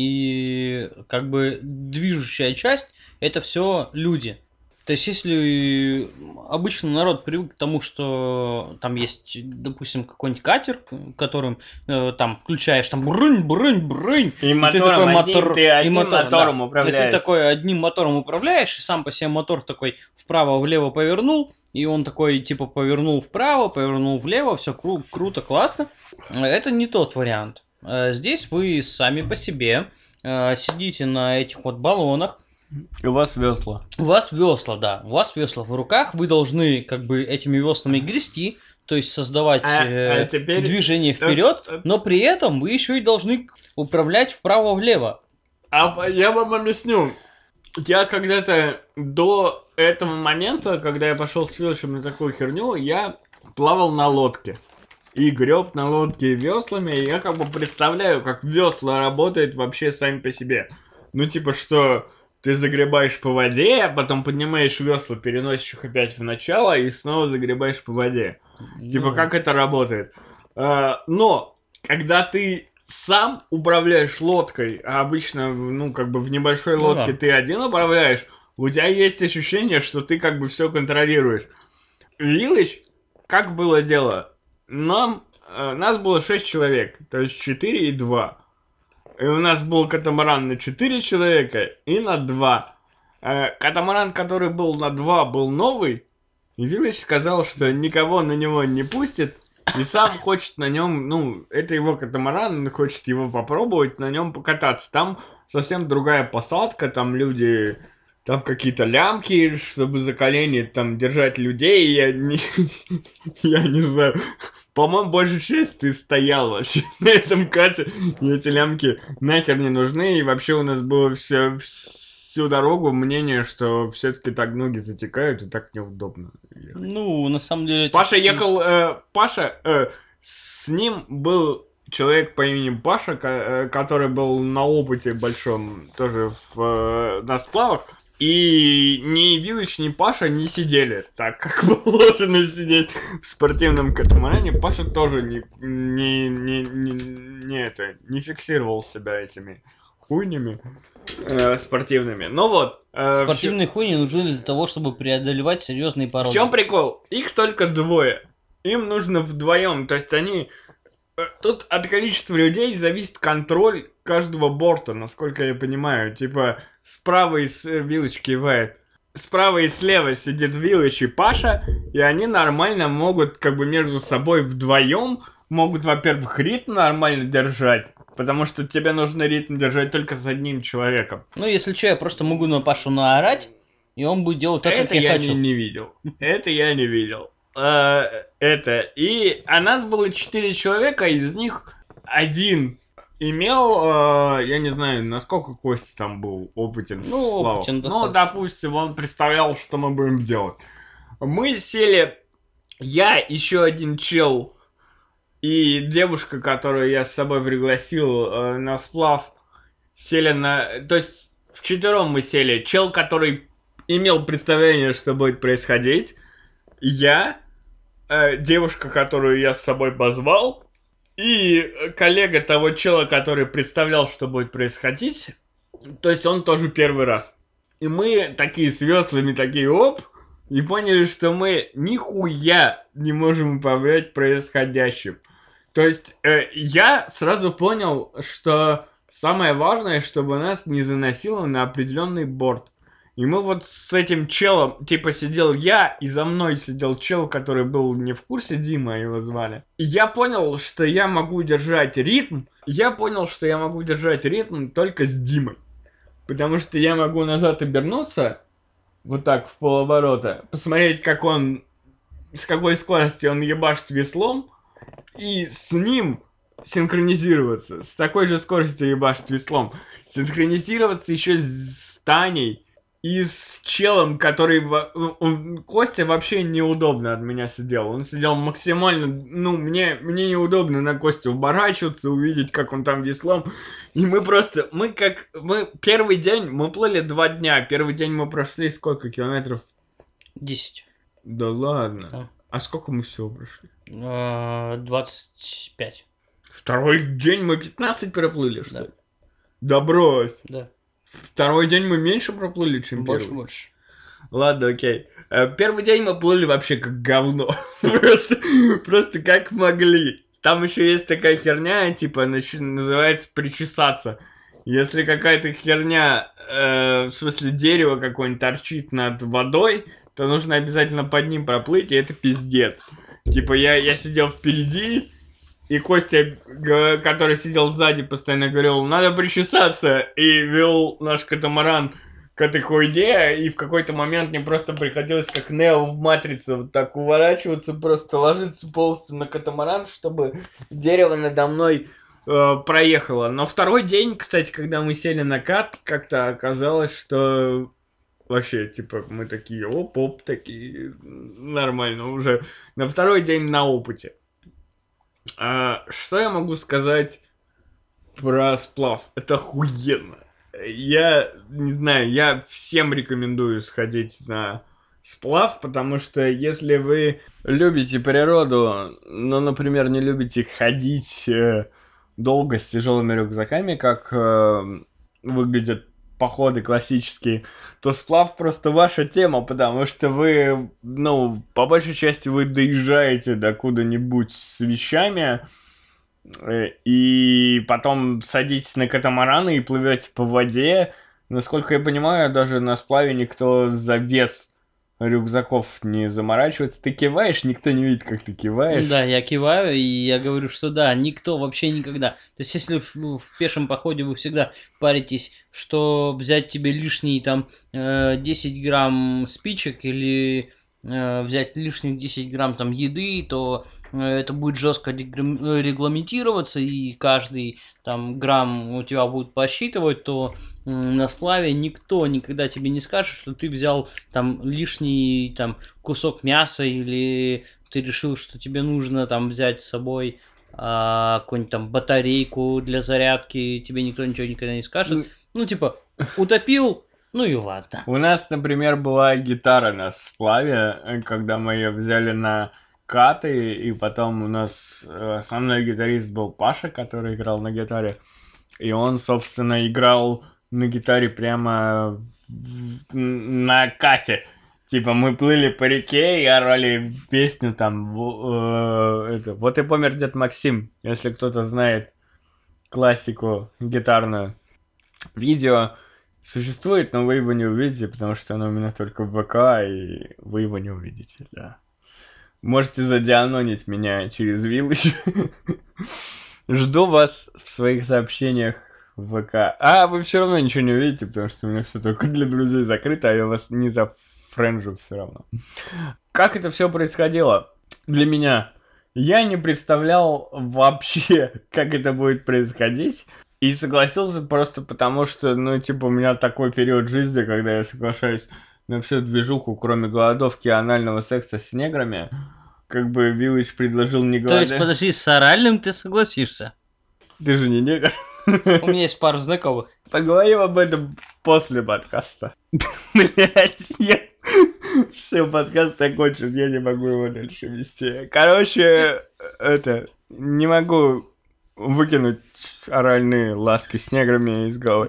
и как бы движущая часть это все люди. То есть, если обычно народ привык к тому, что там есть, допустим, какой-нибудь катер, которым э, там включаешь там брынь, брынь, брынь, и, и мотором, ты такой одним, мотор, ты одним и мотор, мотором да, управляешь. и ты такой одним мотором управляешь, и сам по себе мотор такой вправо-влево повернул, и он такой типа повернул вправо, повернул влево, все кру- круто, классно. Это не тот вариант. Здесь вы сами по себе сидите на этих вот баллонах. У вас весла. У вас весла, да. У вас весла в руках. Вы должны как бы этими веслами грести, то есть создавать а, э, а теперь... движение вперед, но при этом вы еще и должны управлять вправо-влево. А я вам объясню. Я когда-то до этого момента, когда я пошел с Виллычем на такую херню, я плавал на лодке. И греб на лодке веслами, и я как бы представляю, как весла работают вообще сами по себе. Ну, типа, что ты загребаешь по воде, а потом поднимаешь весла, переносишь их опять в начало, и снова загребаешь по воде. Ну, типа, как это работает? А, но, когда ты сам управляешь лодкой, а обычно, ну, как бы в небольшой ну, лодке да. ты один управляешь, у тебя есть ощущение, что ты как бы все контролируешь. Виллыч, как было дело? Нам, э, нас было шесть человек, то есть четыре и два. И у нас был катамаран на четыре человека и на два. Э, катамаран, который был на два, был новый. И Виллыч сказал, что никого на него не пустит. И сам хочет на нем, ну, это его катамаран, он хочет его попробовать, на нем покататься. Там совсем другая посадка, там люди... Там какие-то лямки, чтобы за колени там держать людей, я не, я не знаю. По-моему, большую часть ты стоял вообще на этом кате, и эти лямки нахер не нужны, и вообще у нас было все, всю дорогу мнение, что все-таки так ноги затекают, и так неудобно ехать. Ну, на самом деле... Паша ехал, э, Паша, э, с ним был... Человек по имени Паша, который был на опыте большом тоже в, на сплавах. И ни Виллыч, ни Паша не сидели так, как положено сидеть в спортивном катамаране. Паша тоже не, не, не, не, не, это, не фиксировал себя этими хуйнями э, спортивными. Но вот... Э, Спортивные в... хуйни нужны для того, чтобы преодолевать серьезные пороги. В чем прикол? Их только двое. Им нужно вдвоем. То есть они... Тут от количества людей зависит контроль каждого борта, насколько я понимаю. Типа, справа из Виллыч кивает. справа и слева сидит Вилыч и Паша, и они нормально могут как бы между собой вдвоем могут, во-первых, ритм нормально держать, потому что тебе нужно ритм держать только с одним человеком. Ну, если что, я просто могу на Пашу наорать, и он будет делать так, Это как я, я хочу. Не, не видел. Это я не видел. А, это. И а нас было четыре человека, из них один имел, э, я не знаю, насколько Костя там был опытен. Ну, опытен Ну, достаточно. допустим, он представлял, что мы будем делать. Мы сели, я, еще один чел и девушка, которую я с собой пригласил э, на сплав, сели на... То есть вчетвером мы сели. Чел, который имел представление, что будет происходить. Я, э, девушка, которую я с собой позвал, и коллега того чела, который представлял, что будет происходить. То есть он тоже первый раз. И мы такие с веслами, такие оп, и поняли, что мы нихуя не можем управлять происходящим. То есть э, я сразу понял, что самое важное, чтобы нас не заносило на определенный борт. И мы вот с этим челом, типа, сидел я, и за мной сидел чел, который был не в курсе, Дима его звали. И я понял, что я могу держать ритм. Я понял, что я могу держать ритм только с Димой. Потому что я могу назад обернуться, вот так, в полоборота, посмотреть, как он, с какой скоростью он ебашит веслом, и с ним синхронизироваться. С такой же скоростью ебашит веслом. Синхронизироваться еще с Таней. И с челом, который... Он, Костя вообще неудобно от меня сидел. Он сидел максимально... Ну, мне, мне неудобно на Костю оборачиваться, увидеть, как он там веслом. И мы просто... Мы как... Мы первый день... Мы плыли два дня. Первый день мы прошли сколько километров? Десять. Да ладно. Да. А сколько мы всего прошли? Двадцать пять. Второй день мы пятнадцать проплыли, что Да. ли? Да брось. Да. Второй день мы меньше проплыли, чем Больше, первый. больше. Ладно, окей. Э, Первый день мы плыли вообще как говно. Просто, просто как могли. Там еще есть такая херня, типа, нач- называется причесаться. Если какая-то херня, э, в смысле дерево какое-нибудь торчит над водой, то нужно обязательно под ним проплыть, и это пиздец. Типа, я, я сидел впереди, и Костя, г- который сидел сзади, постоянно говорил, надо причесаться, и вел наш катамаран к этой хуйне, и в какой-то момент мне просто приходилось, как Нео в Матрице, вот так уворачиваться, просто ложиться полностью на катамаран, чтобы дерево надо мной э, проехало. Но второй день, кстати, когда мы сели на кат, как-то оказалось, что вообще, типа, мы такие, оп-оп, такие, нормально, уже на второй день на опыте. А, что я могу сказать про сплав? Это охуенно. Я не знаю, я всем рекомендую сходить на сплав, потому что если вы любите природу, но, например, не любите ходить э, долго с тяжелыми рюкзаками, как э, выглядят походы классические, то сплав просто ваша тема, потому что вы, ну, по большей части вы доезжаете до куда-нибудь с вещами, э, и потом садитесь на катамараны и плывете по воде. Насколько я понимаю, даже на сплаве никто за вес рюкзаков не заморачивается. Ты киваешь, никто не видит, как ты киваешь. Да, я киваю, и я говорю, что да, никто вообще никогда. То есть, если в, в пешем походе вы всегда паритесь, что взять тебе лишние там э, десять грамм спичек или э, взять лишних десять грамм там еды, то э, это будет жестко деграм- регламентироваться, и каждый там грамм у тебя будет посчитывать, то э, на сплаве никто никогда тебе не скажет, что ты взял там лишний там кусок мяса, или ты решил, что тебе нужно там взять с собой а, какую-нибудь там батарейку для зарядки, тебе никто ничего никогда не скажет. Ну, типа, утопил, ну и ладно. У нас, например, была гитара на сплаве, когда мы ее взяли на каты, и потом у нас э, основной гитарист был Паша, который играл на гитаре, и он, собственно, играл на гитаре прямо в- на кате. Типа, мы плыли по реке и орали песню там, в- э, это, вот и помер дед Максим, если кто-то знает классику гитарную. Видео существует, но вы его не увидите, потому что оно у меня только в ВК, и вы его не увидите, да. Можете задианонить меня через Village. Жду вас в своих сообщениях в ВК. А вы все равно ничего не увидите, потому что у меня все только для друзей закрыто, а я вас не зафренжу все равно. Как это все происходило для меня? Я не представлял вообще, как это будет происходить. И согласился просто потому, что, ну, типа, у меня такой период жизни, когда я соглашаюсь на всю движуху, кроме голодовки и анального секса с неграми. Как бы Village предложил не голодать. То есть, подожди, с оральным ты согласишься? Ты же не негр. У меня есть пару знакомых. Поговорим об этом после подкаста. Блять, я... Все, подкаст окончен, я не могу его дальше вести. Короче, это... Не могу выкинуть оральные ласки с неграми из головы.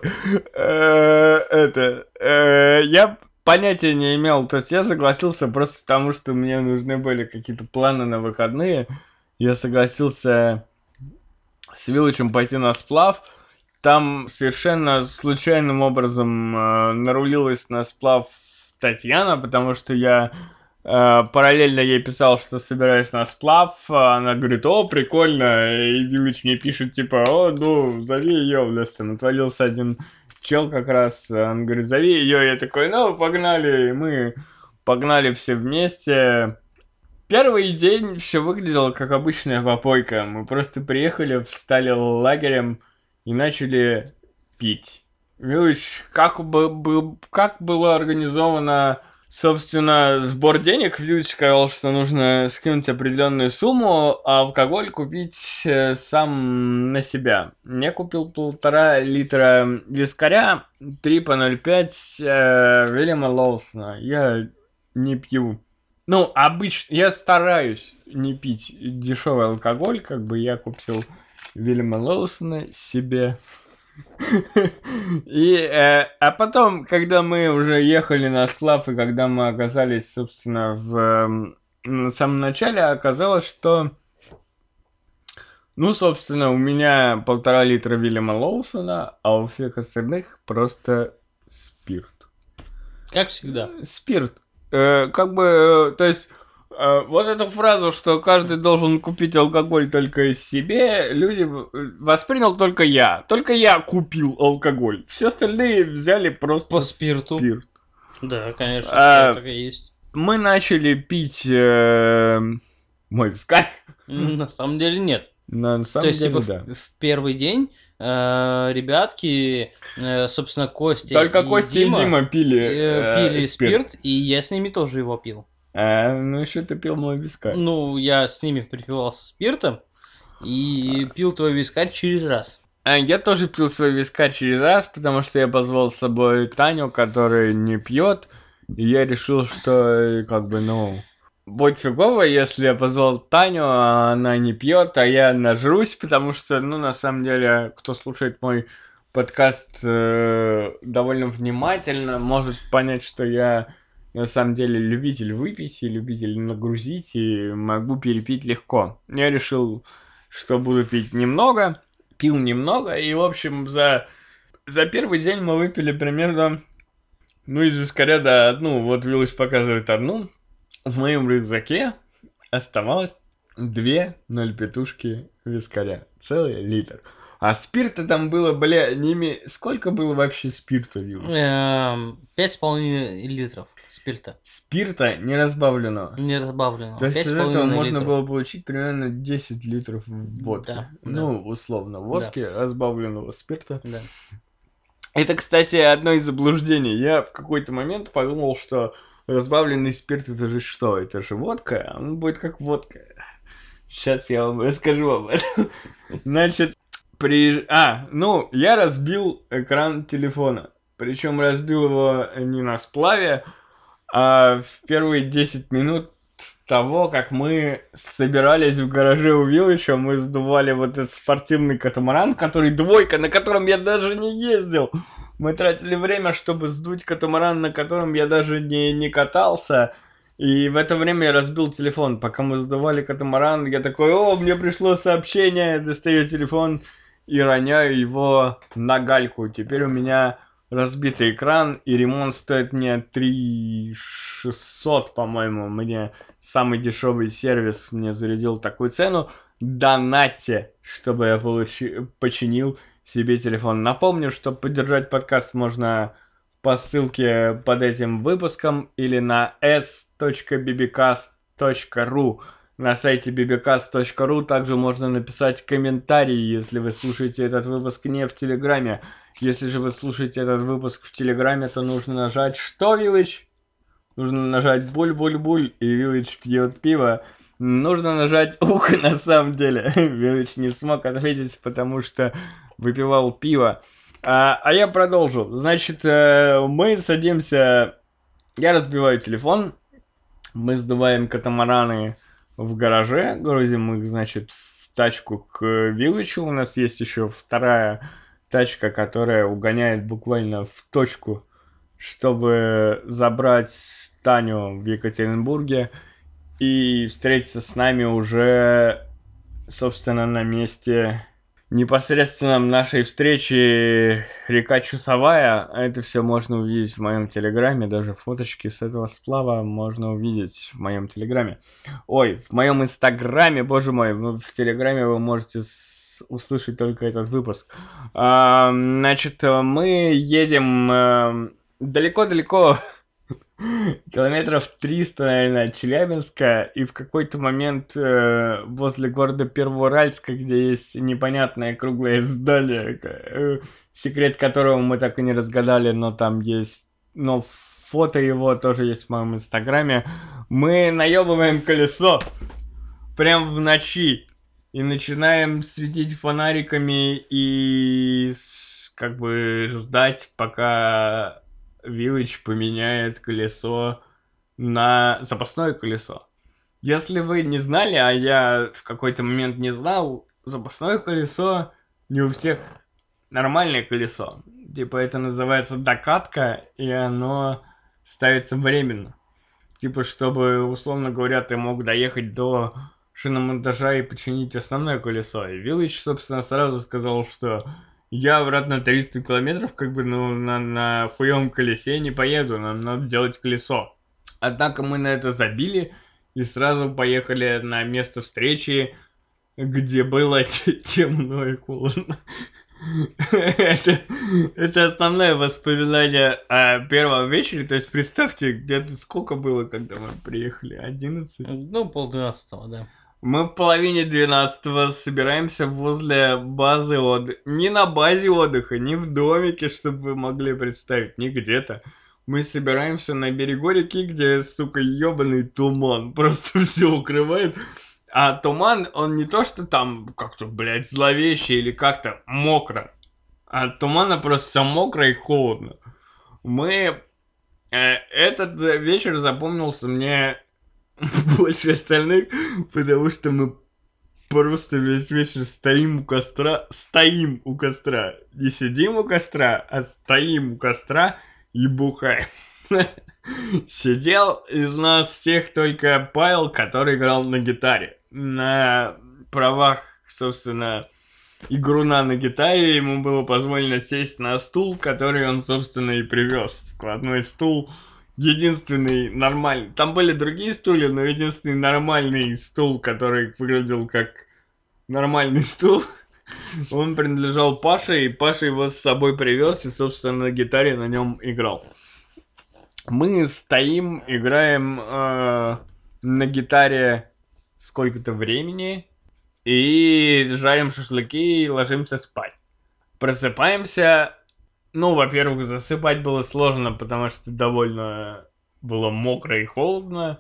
Это... Я понятия не имел. То есть я согласился просто потому, что мне нужны были какие-то планы на выходные. Я согласился с Виллачем пойти на сплав. Там совершенно случайным образом э, нарулилась на сплав Татьяна, потому что я э, параллельно ей писал, что собираюсь на сплав. Она говорит: о, прикольно. И Виллач мне пишет, типа: о, ну, зови ее в лес. Там отвалился один чел как раз. Он говорит: зови ее. Я такой: ну, погнали. И мы погнали все вместе. Первый день все выглядело как обычная попойка. Мы просто приехали, встали лагерем и начали пить. Виллач, как, бы, бы, как было организовано, собственно, сбор денег? Виллач сказал, что нужно скинуть определенную сумму, а алкоголь купить э, сам на себя. Я купил полтора литра вискаря, три по ноль пять э, Вильяма Лоусона. Я не пью. Ну, обычно, я стараюсь не пить дешевый алкоголь, как бы я купил Вильяма Лоусона себе. И, э, а потом, когда мы уже ехали на сплав, и когда мы оказались, собственно, в э, на самом начале, оказалось, что, ну, собственно, у меня полтора литра Вильяма Лоусона, а у всех остальных просто спирт. Как всегда. Спирт. Э, как бы, то есть, э, вот эту фразу, что каждый должен купить алкоголь только себе, люди воспринял только я. Только я купил алкоголь. Все остальные взяли просто По спирту. спирт. Да, конечно, А, так и есть. Мы начали пить э, мой вискарь. На самом деле нет. На самом То есть, деле, типа, да. в, в первый день э, ребятки, э, собственно, Костя Только и Костя Дима, и Дима пили, э, пили э, спирт. спирт. и я с ними тоже его пил. А, ну, еще ты пил мой вискарь. Ну, я с ними припивался спиртом и пил твой вискарь через раз. А, я тоже пил свой вискарь через раз, потому что я позвал с собой Таню, которая не пьет. И я решил, что, как бы, ну, будет фигово, если я позвал Таню, а она не пьет, а я нажрусь, потому что, ну, на самом деле, кто слушает мой подкаст э, довольно внимательно, может понять, что я на самом деле любитель выпить и любитель нагрузить, и могу перепить легко. Я решил, что буду пить немного, пил немного, и, в общем, за, за первый день мы выпили примерно... Ну, из вискаря, да, одну. Вот Виллач показывает одну. В моем рюкзаке оставалось две ноль пятушки вискаря. Целый литр. А спирта там было, бля, не име... Сколько было вообще спирта, Виллач? Эм, Пять с половиной литров спирта. Спирта не разбавленного. Не разбавленного. То есть Пять с из этого половиной можно литров. было получить примерно десять литров водки. Да, Ну, условно, водки, разбавленного спирта. Да. Это, кстати, одно из заблуждений. Я в какой-то момент подумал, что разбавленный спирт — это же что? Это же водка, а он будет как водка. Сейчас я вам расскажу об этом. Значит, при... А, ну, я разбил экран телефона. Причем разбил его не на сплаве, а в первые десять минут того, как мы собирались в гараже у Виллача, мы сдували вот этот спортивный катамаран, который двойка, на котором я даже не ездил. Мы тратили время, чтобы сдуть катамаран, на котором я даже не, не катался. И в это время я разбил телефон. Пока мы сдували катамаран, я такой: о, мне пришло сообщение, достаю телефон и роняю его на гальку. Теперь у меня разбитый экран, и ремонт стоит мне три тысячи шестьсот, по-моему. Мне самый дешевый сервис мне зарядил такую цену. Донатьте, чтобы я получи... починил себе телефон. Напомню, что поддержать подкаст можно по ссылке под этим выпуском или на эс точка бибикаст точка ру. На сайте бибикаст точка ру также можно написать комментарий, если вы слушаете этот выпуск не в Телеграме. Если же вы слушаете этот выпуск в Телеграме, то нужно нажать «Что, Виллидж?» Нужно нажать «Буль-буль-буль», и Виллидж пьет пиво. Нужно нажать «Ух», на самом деле. Виллидж не смог ответить, потому что выпивал пиво. А, а я продолжу. Значит, мы садимся... Я разбиваю телефон. Мы сдуваем катамараны в гараже. Грузим их, значит, в тачку к Виллиджу. У нас есть еще вторая тачка, которая угоняет буквально в точку, чтобы забрать Таню в Екатеринбурге и встретиться с нами уже, собственно, на месте непосредственно нашей встречи река Чусовая. Это все можно увидеть в моем телеграме, даже фоточки с этого сплава можно увидеть в моем телеграме. Ой, в моем инстаграме, боже мой, в телеграме вы можете с... услышать только этот выпуск. А, значит, мы едем далеко-далеко, километров триста, наверное, от Челябинска, и в какой-то момент э, возле города Первоуральска, где есть непонятное круглое здание, э, секрет которого мы так и не разгадали, но там есть, но фото его тоже есть в моем инстаграме, мы наебываем колесо прям в ночи и начинаем светить фонариками и как бы ждать, пока Виллидж поменяет колесо на запасное колесо. Если вы не знали, а я в какой-то момент не знал, запасное колесо не у всех нормальное колесо. Типа это называется докатка, и оно ставится временно. Типа чтобы, условно говоря, ты мог доехать до шиномонтажа и починить основное колесо. И Виллидж, собственно, сразу сказал, что я обратно триста километров, как бы, ну, на, на хуевом колесе не поеду, нам надо делать колесо. Однако мы на это забили и сразу поехали на место встречи, где было темно и холодно. это, это основное воспоминание о первом вечере. То есть представьте, где-то сколько было, когда мы приехали? одиннадцать? Ну, полдвенадцатого, да. Мы в половине двенадцатого собираемся возле базы отдыха. Не на базе отдыха, не в домике, чтобы вы могли представить, не где-то. Мы собираемся на берегу реки, где, сука, ебаный туман. Просто все укрывает. А туман, он не то, что там как-то, блядь, зловеще или как-то мокро. А тумана просто мокро и холодно. Мы... Э, этот вечер запомнился мне больше остальных, потому что мы просто весь вечер стоим у костра. Стоим у костра. Не сидим у костра, а стоим у костра и бухаем. Сидел из нас всех только Павел, который играл на гитаре. На правах, собственно, игруна на гитаре ему было позволено сесть на стул, который он, собственно, и привез. Складной стул. Единственный нормальный. Там были другие стулья, но единственный нормальный стул, который выглядел как нормальный стул, он принадлежал Паше, и Паша его с собой привез и, собственно, на гитаре на нем играл. Мы стоим, играем э, на гитаре сколько-то времени и жарим шашлыки и ложимся спать. Просыпаемся. Ну, во-первых, засыпать было сложно, потому что довольно было мокро и холодно.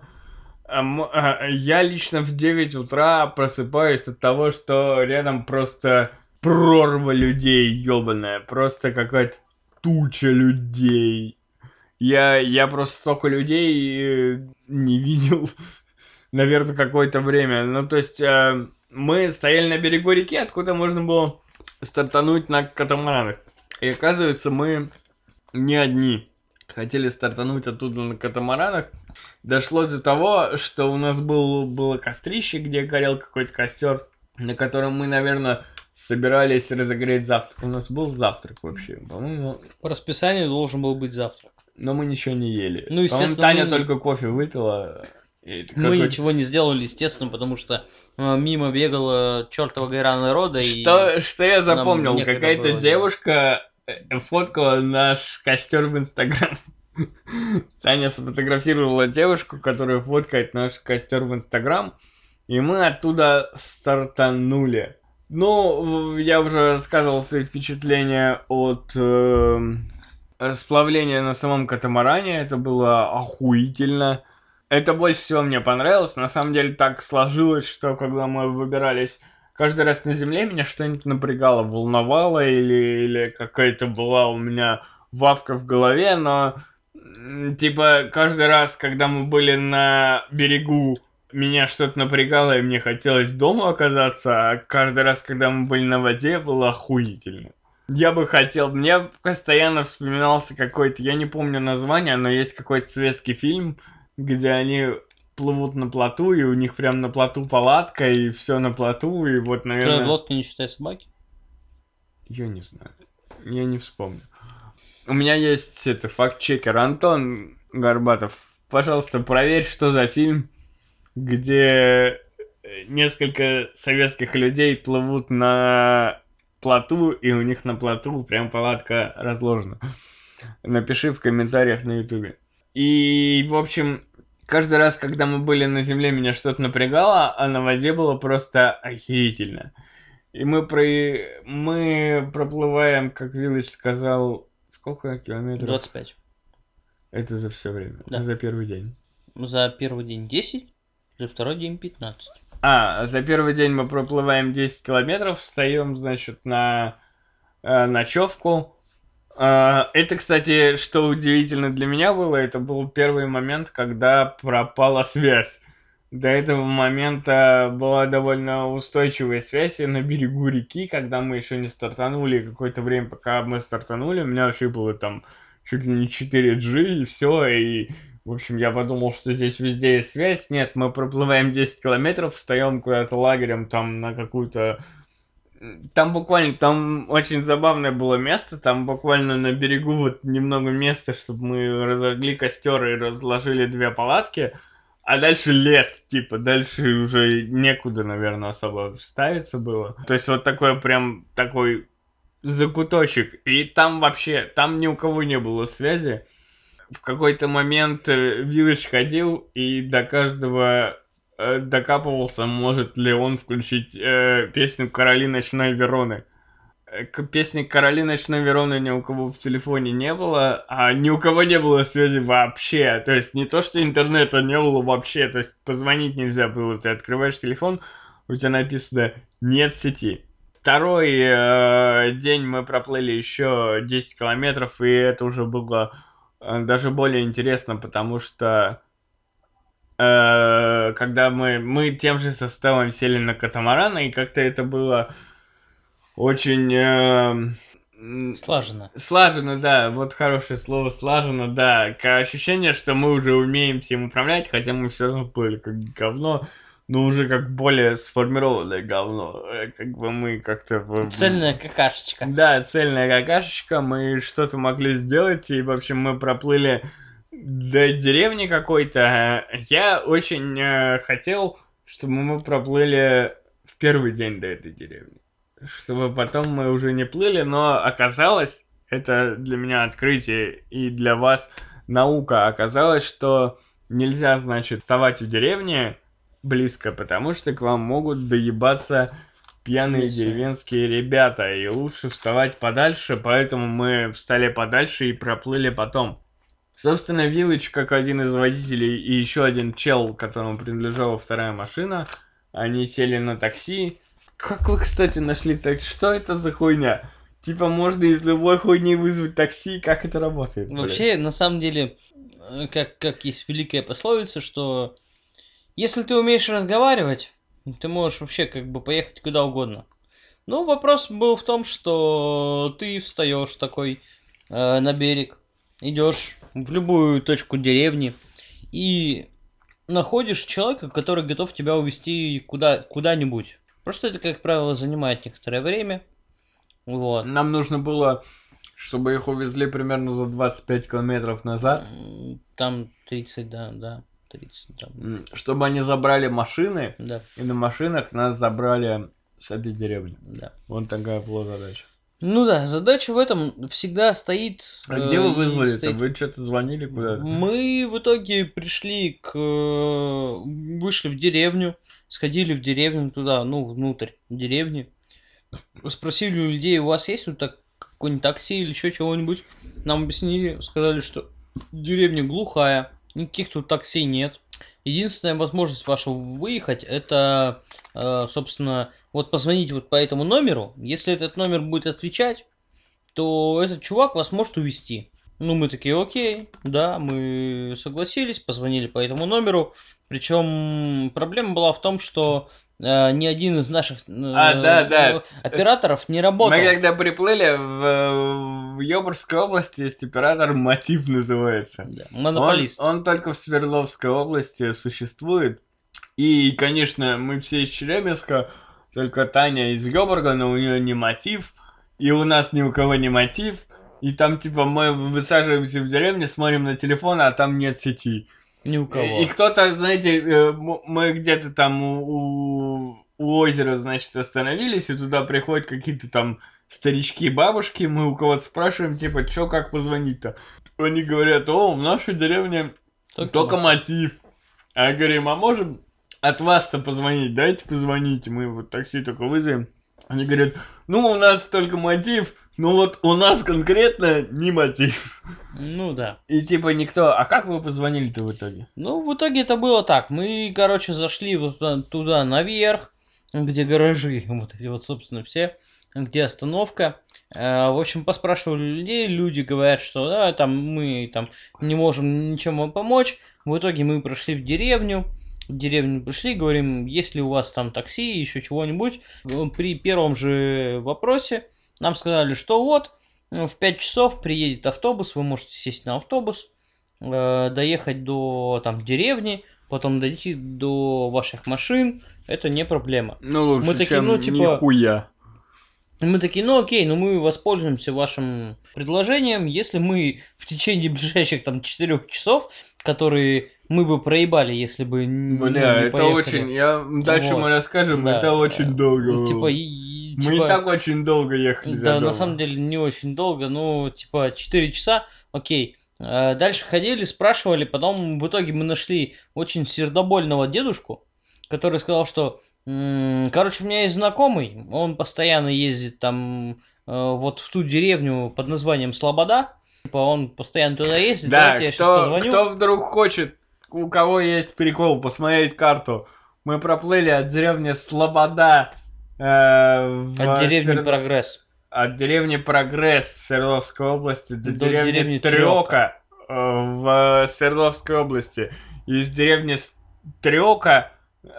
Я лично в девять утра просыпаюсь от того, что рядом просто прорва людей ёбаная. Просто какая-то туча людей. Я, я просто столько людей не видел, наверное, какое-то время. Ну, то есть, мы стояли на берегу реки, откуда можно было стартануть на катамаранах. И оказывается, мы не одни хотели стартануть оттуда на катамаранах. Дошло до того, что у нас был, было кострище, где горел какой-то костер, на котором мы, наверное, собирались разогреть завтрак. У нас был завтрак вообще, по-моему. По расписанию должен был быть завтрак. Но мы ничего не ели. Ну, естественно, по-моему, Таня мы... только кофе выпила. И Мы какой... ничего не сделали, естественно, потому что э, мимо бегала чертова гора народа. Что, и что я запомнил? Какая-то было девушка фоткала наш костер в Инстаграм. Таня сфотографировала девушку, которая фоткает наш костер в Инстаграм. И мы оттуда стартанули. Ну, я уже рассказывал свои впечатления от э, сплавления на самом катамаране. Это было охуительно. Это больше всего мне понравилось. На самом деле так сложилось, что когда мы выбирались каждый раз на земле, меня что-нибудь напрягало, волновало или, или какая-то была у меня вавка в голове, но типа каждый раз, когда мы были на берегу, меня что-то напрягало и мне хотелось дома оказаться, а каждый раз, когда мы были на воде, было охуительно. Я бы хотел, мне постоянно вспоминался какой-то, я не помню название, но есть какой-то советский фильм, где они плывут на плоту, и у них прям на плоту палатка, и все на плоту, и вот, наверное... Трое лодки, не считая собаки? Я не знаю. Я не вспомню. У меня есть это факт-чекер Антон Горбатов. Пожалуйста, проверь, что за фильм, где несколько советских людей плывут на плоту, и у них на плоту прям палатка разложена. Напиши в комментариях на ютубе. И, в общем, каждый раз, когда мы были на земле, меня что-то напрягало, а на воде было просто охерительно. И мы, про... мы проплываем, как Виллыч сказал, сколько километров? двадцать пять. Это за все время? Да. За первый день? За первый день десять, за второй день пятнадцать. А, за первый день мы проплываем десять километров, встаем, значит, на э, ночевку. Это, кстати, что удивительно для меня было, это был первый момент, когда пропала связь. До этого момента была довольно устойчивая связь на берегу реки, когда мы еще не стартанули. Какое-то время, пока мы стартанули, у меня вообще было там чуть ли не четыре джи и все. И, в общем, я подумал, что здесь везде есть связь. Нет, мы проплываем десять километров, встаем куда-то лагерем там на какую-то... Там буквально, там очень забавное было место, там буквально на берегу вот немного места, чтобы мы разожгли костер и разложили две палатки, а дальше лес, типа, дальше уже некуда, наверное, особо ставиться было. То есть вот такой прям, такой закуточек, и там вообще, там ни у кого не было связи. В какой-то момент Виллыч ходил и до каждого... докапывался, может ли он включить э, песню «Короли ночной Вероны». К песни «Короли ночной Вероны» ни у кого в телефоне не было, а ни у кого не было связи вообще. То есть не то, что интернета не было вообще, то есть позвонить нельзя было. Ты открываешь телефон, у тебя написано «нет сети». Второй э, день мы проплыли еще десять километров, и это уже было э, даже более интересно, потому что когда мы, мы тем же составом сели на катамаран, и как-то это было очень... Э, слаженно. Слаженно, да, вот хорошее слово, слаженно, да. Ощущение, что мы уже умеем всем управлять, хотя мы все равно плыли как говно, но уже как более сформированное говно. Как бы мы как-то... Цельная какашечка. Да, цельная какашечка, мы что-то могли сделать, и, в общем, мы проплыли... до деревни какой-то. Я очень э, хотел, чтобы мы проплыли в первый день до этой деревни. Чтобы потом мы уже не плыли, но оказалось, это для меня открытие и для вас наука, оказалось, что нельзя, значит, вставать у деревни близко, потому что к вам могут доебаться пьяные деревенские ребята, и лучше вставать подальше, поэтому мы встали подальше и проплыли потом. Собственно, Виллыч, как один из водителей, и еще один чел, которому принадлежала вторая машина, они сели на такси. Как вы, кстати, нашли такси? Что это за хуйня? Типа, можно из любой хуйни вызвать такси, как это работает? Вообще, блин? На самом деле, как, как есть великая пословица, что если ты умеешь разговаривать, ты можешь вообще как бы поехать куда угодно. Ну, вопрос был в том, что ты встаешь такой э, на берег, идешь в любую точку деревни и находишь человека, который готов тебя увезти куда, куда-нибудь. Просто это, как правило, занимает некоторое время. Вот. Нам нужно было, чтобы их увезли примерно за двадцать пять километров назад. Там тридцать, да, да. тридцать, да. Чтобы они забрали машины, Да. и на машинах нас забрали с этой деревни. Да. Вот такая была задача. Ну да, задача в этом всегда стоит. А где вы э, и вызвали-то? стоит- Вы что-то звонили куда-то? Мы в итоге пришли к... э, Вышли в деревню, сходили в деревню туда, ну, внутрь деревни. Спросили у людей, у вас есть тут так, какой-нибудь такси или еще чего-нибудь? Нам объяснили, сказали, что деревня глухая, никаких тут такси нет. Единственная возможность ваша выехать, это, э, собственно, вот позвонить вот по этому номеру. Если этот номер будет отвечать, то этот чувак вас может увезти. Ну, мы такие, окей, да, мы согласились, позвонили по этому номеру. Причем проблема была в том, что э, ни один из наших э, А, да, да. операторов не работал. Мы когда приплыли, в, в Ёбургской области есть оператор «Мотив» называется. Да, Он, монополист. он только в Свердловской области существует. И, конечно, мы все из Челябинска, только Таня из Ёбурга, но у нее не «Мотив», и у нас ни у кого не «Мотив». И там, типа, мы высаживаемся в деревне, смотрим на телефон, а там нет сети. Ни у кого. И, и кто-то, знаете, э, м- мы где-то там у, у- у озера, значит, остановились, и туда приходят какие-то там старички и бабушки, мы у кого-то спрашиваем, типа, что, как позвонить-то? Они говорят, о, в нашей деревне Только только «Мотив». А я говорим, а можем от вас-то позвонить? Дайте позвоните, мы вот такси только вызовем. Они говорят, ну, у нас только «Мотив», ну вот у нас конкретно не «Мотив». Ну да. И типа никто... А как вы позвонили-то в итоге? Ну, в итоге это было так. Мы, короче, зашли вот туда, туда наверх, где гаражи, вот эти вот, собственно, все, где остановка. Э, В общем, поспрашивали людей, люди говорят, что да, там мы там не можем ничем вам помочь. В итоге мы пришли в деревню. В деревню пришли, говорим, есть ли у вас там такси, еще чего-нибудь. При первом же вопросе нам сказали, что вот, в пять часов приедет автобус, вы можете сесть на автобус, э, доехать до там деревни, потом дойти до ваших машин, это не проблема. Ну, лучше, Мы такие, чем ну, типа- нихуя. И мы такие, ну окей, ну мы воспользуемся вашим предложением, если мы в течение ближайших там четырех часов, которые мы бы проебали, если бы н- ну, Бля, не это поехали. очень... Я... Дальше Вот. мы расскажем, Да. это очень долго. Ну, типа, было. и- и, Мы типа- и так очень долго ехали до Да, на дома. самом деле не очень долго, ну, типа, четыре часа, окей. Э, Дальше ходили, спрашивали, потом в итоге мы нашли очень сердобольного дедушку, который сказал, что, м, короче, у меня есть знакомый, он постоянно ездит там э, вот в ту деревню под названием Слобода, типа, он постоянно туда ездит, Да, давайте я сейчас кто, позвоню. кто вдруг хочет, у кого есть прикол, посмотреть карту. Мы проплыли от деревни Слобода э, в От деревни Свер- Прогресс. от деревни Прогресс в Свердловской области до, До деревни, деревни Трёка э, в Свердловской области. Из деревни С- Трёка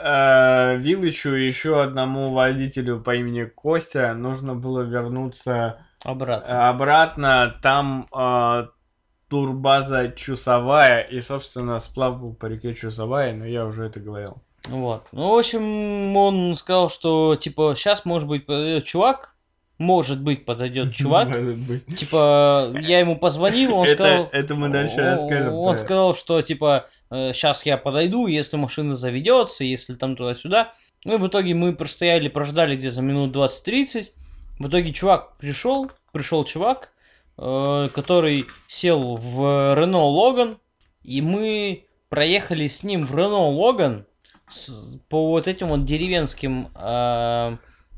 э, Вилычу и еще одному водителю по имени Костя нужно было вернуться э, Обратно. обратно. Там э, турбаза Чусовая, и, собственно, сплав был по реке Чусовая, но я уже это говорил. Вот. Ну, в общем, он сказал, что, типа, сейчас, может быть, подойдет чувак, может быть, подойдет чувак, Может быть. типа, я ему позвонил, он это, сказал... это мы дальше О- расскажем. Он да. сказал, что, типа, сейчас я подойду, если машина заведется, если там туда-сюда. Ну, и в итоге мы простояли, прождали где-то минут двадцать-тридцать. В итоге чувак пришел, пришел чувак, э, который сел в Рено Логан, и мы проехали с ним в Рено Логан с- по вот этим вот деревенским э,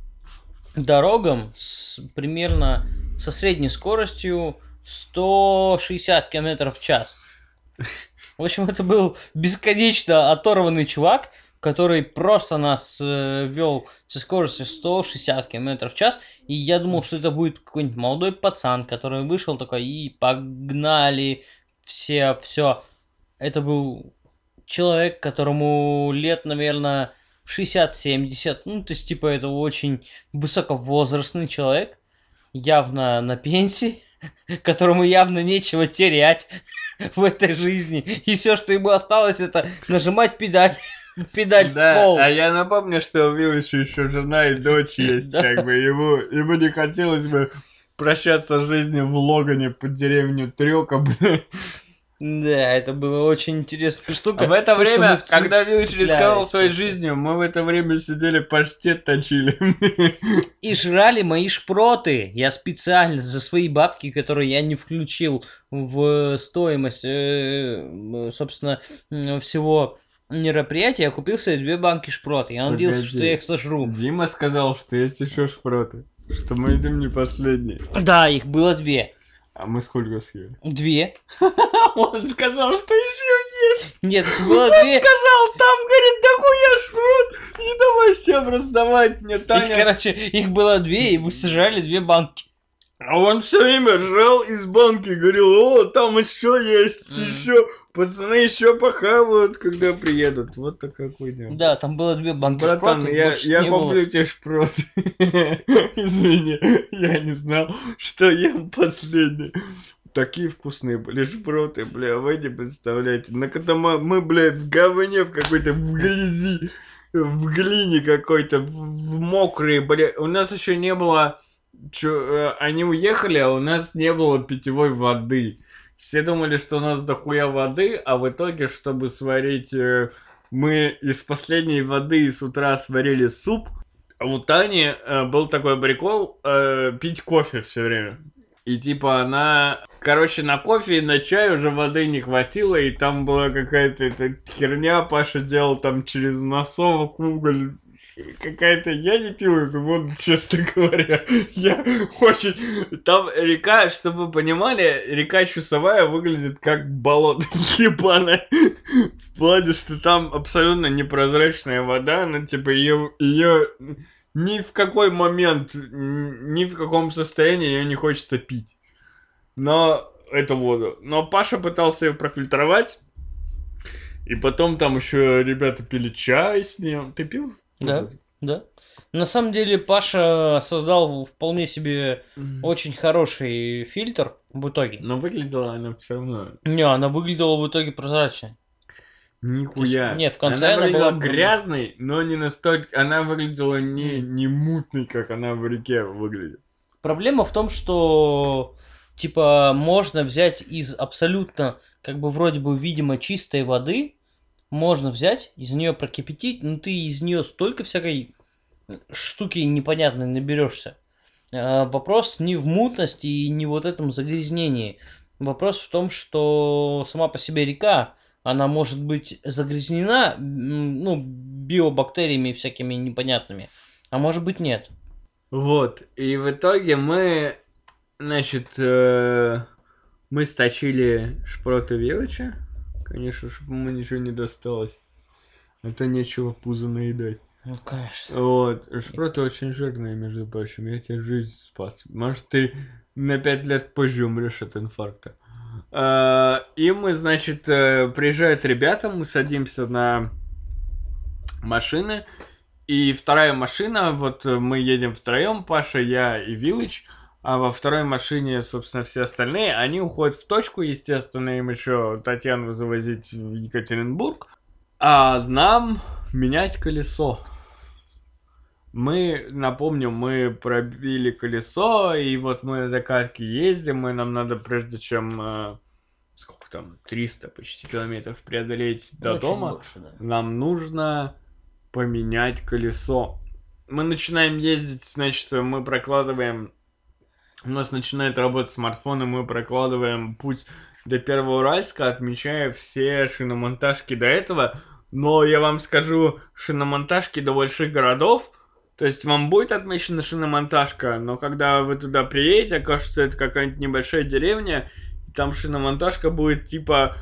дорогам с, примерно со средней скоростью сто шестьдесят километров в час. В общем, это был бесконечно оторванный чувак, который просто нас э, вел со скоростью сто шестьдесят километров в час. И я думал, что это будет какой-нибудь молодой пацан, который вышел такой, и погнали все, все. Это был человек, которому лет, наверное, шестьдесят-семьдесят. Ну, то есть, типа, это очень высоковозрастный человек, явно на пенсии, которому явно нечего терять в этой жизни. И все, что ему осталось, это нажимать педаль педаль в Да, пол. а я напомню, что у Виллича еще жена и дочь есть, Да. как бы ему, ему не хотелось бы прощаться с жизнью в Логане по деревню Трёка, блядь. Да, это было очень интересная штука. А в это то, что время, мы когда Виллич рисковал цеплялись своей просто. жизнью, мы в это время сидели паштет точили. И жрали мои шпроты. Я специально за свои бабки, которые я не включил в стоимость, э, собственно, м, всего мероприятия, я купил себе две банки шпрот. Я надеялся, Погоди. что я их сожру. Дима сказал, что есть еще шпроты, что мы идем не последние. Да, их было две. А мы сколько съели? Две. Он сказал, что еще есть. Нет, их было две. Сказал, там, говорит, дохуя шпрот. И давай всем раздавать мне, Их, Таня. короче, их было две, и мы сожрали две банки. А он все время жрал из банки, говорил, о, там еще есть, Мгм. еще. Пацаны еще похавают, когда приедут. Вот такая хуйня. Да, там было две банки Братан, шпрот, и я, больше я не было. куплю тебе шпрот. Извини, я не знал, что ем последний. Такие вкусные были шпроты, бля, вы не представляете. На когда мы, мы, бля, в говне в какой-то, в грязи, в глине какой-то, в, в мокрые, бля. У нас еще не было... Чё, э, они уехали, а у нас не было питьевой воды. Все думали, что у нас дохуя воды, а в итоге, чтобы сварить... э, мы из последней воды с утра сварили суп. А у Тани э, был такой прикол э, пить кофе все время. И типа она... Короче, на кофе и на чай уже воды не хватило, и там была какая-то эта херня, Паша делал там через носовок уголь. Какая-то... Я не пил эту воду, честно говоря. Я очень... Там река, чтобы вы понимали, река Чусовая выглядит как болото ебаное. В плане, что там абсолютно непрозрачная вода, но типа ее... ее... Ни в какой момент, ни в каком состоянии ее не хочется пить. Но эту воду. Но Паша пытался ее профильтровать. И потом там еще ребята пили чай с ним. Ты пил? Да, да. На самом деле Паша создал вполне себе очень хороший фильтр в итоге. Но выглядела она все равно. Не, она выглядела в итоге прозрачной. Нихуя. То есть, нет, в конце она она выглядела была- грязной, но не настолько... Она выглядела не, не мутной, как она в реке выглядит. Проблема в том, что типа можно взять из абсолютно, как бы вроде бы видимо чистой воды, можно взять, из нее прокипятить, но ты из нее столько всякой штуки непонятной наберешься. А, Вопрос не в мутности и не вот этом загрязнении. Вопрос в том, что сама по себе река, она может быть загрязнена, м, ну, биобактериями всякими непонятными, а может быть нет. Вот. И в итоге мы, значит, э, мы сточили шпроты Велича. Конечно, чтобы ему ничего не досталось. А то нечего пузо наедать. Ну, конечно. Вот. Шпроты очень жирные, между прочим. Я тебе жизнь спас. Может, ты на пять лет позже умрешь от инфаркта. А, И мы, значит, э, приезжают ребята, мы садимся на машины. И вторая машина, вот э, мы едем втроем, Паша, я и Виллич. А во второй машине, собственно, все остальные, они уходят в точку, естественно, им еще Татьяну завозить в Екатеринбург. А нам менять колесо. Мы, напомню, мы пробили колесо, и вот мы на докатке ездим, и нам надо, прежде чем, э, сколько там, триста почти километров преодолеть до Ну, чуть дома, больше, да. нам нужно поменять колесо. Мы начинаем ездить, значит, мы прокладываем... У нас начинает работать смартфон, и мы прокладываем путь до Первоуральска, отмечая все шиномонтажки до этого. Но я вам скажу, шиномонтажки до больших городов, то есть вам будет отмечена шиномонтажка, но когда вы туда приедете, окажется, что это какая-нибудь небольшая деревня, и там шиномонтажка будет типа...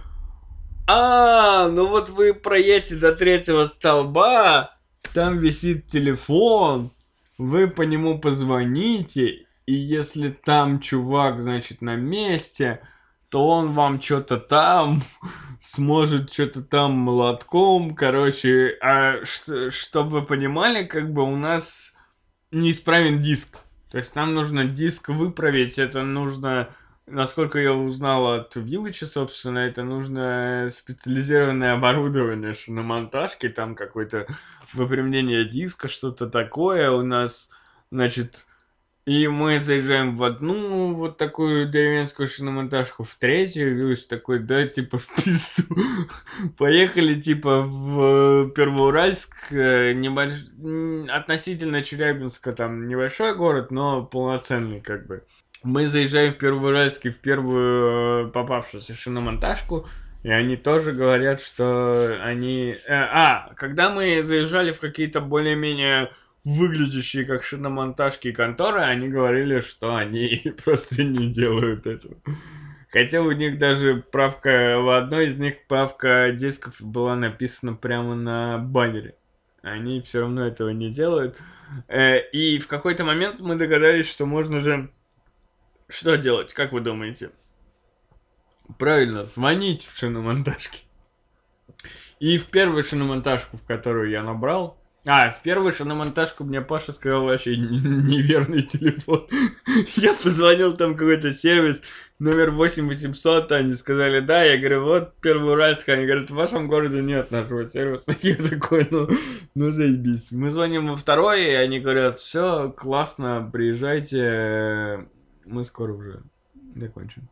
А, ну вот вы проедете до третьего столба, там висит телефон, вы по нему позвоните, и если там чувак, значит, на месте, то он вам что-то там сможет что-то там молотком, короче, а ш- чтобы вы понимали, как бы у нас неисправен диск. То есть нам нужно диск выправить, это нужно насколько я узнал от Виллыча, собственно, это нужно специализированное оборудование шиномонтажки, там какое-то выпрямление диска, что-то такое у нас, значит, и мы заезжаем в одну вот такую деревенскую шиномонтажку, в третью, Виллыч такой, да, типа, в пизду. Поехали, типа, в Первоуральск, э, небольш... м, относительно Челябинска, там, небольшой город, но полноценный, как бы. Мы заезжаем в Первоуральск и в первую э, попавшуюся шиномонтажку, и они тоже говорят, что они... э, а, когда мы заезжали в какие-то более-менее выглядящие как шиномонтажки конторы, они говорили, что они просто не делают этого. Хотя у них даже правка, в одной из них правка дисков была написана прямо на баннере. Они все равно этого не делают. Э, И в какой-то момент мы догадались, что можно же... Что делать, как вы думаете? Правильно, звонить в шиномонтажки. И в первую шиномонтажку, в которую я набрал... А, в первую шиномонтажку мне Паша сказал вообще н- неверный телефон. Я позвонил там какой-то сервис, номер восемь восемьсот, они сказали, да, я говорю, вот Первоуральск, они говорят, в вашем городе нет нашего сервиса. Я такой, ну, ну заебись. Мы звоним во второй, и они говорят, все, классно, приезжайте, мы скоро уже закончим.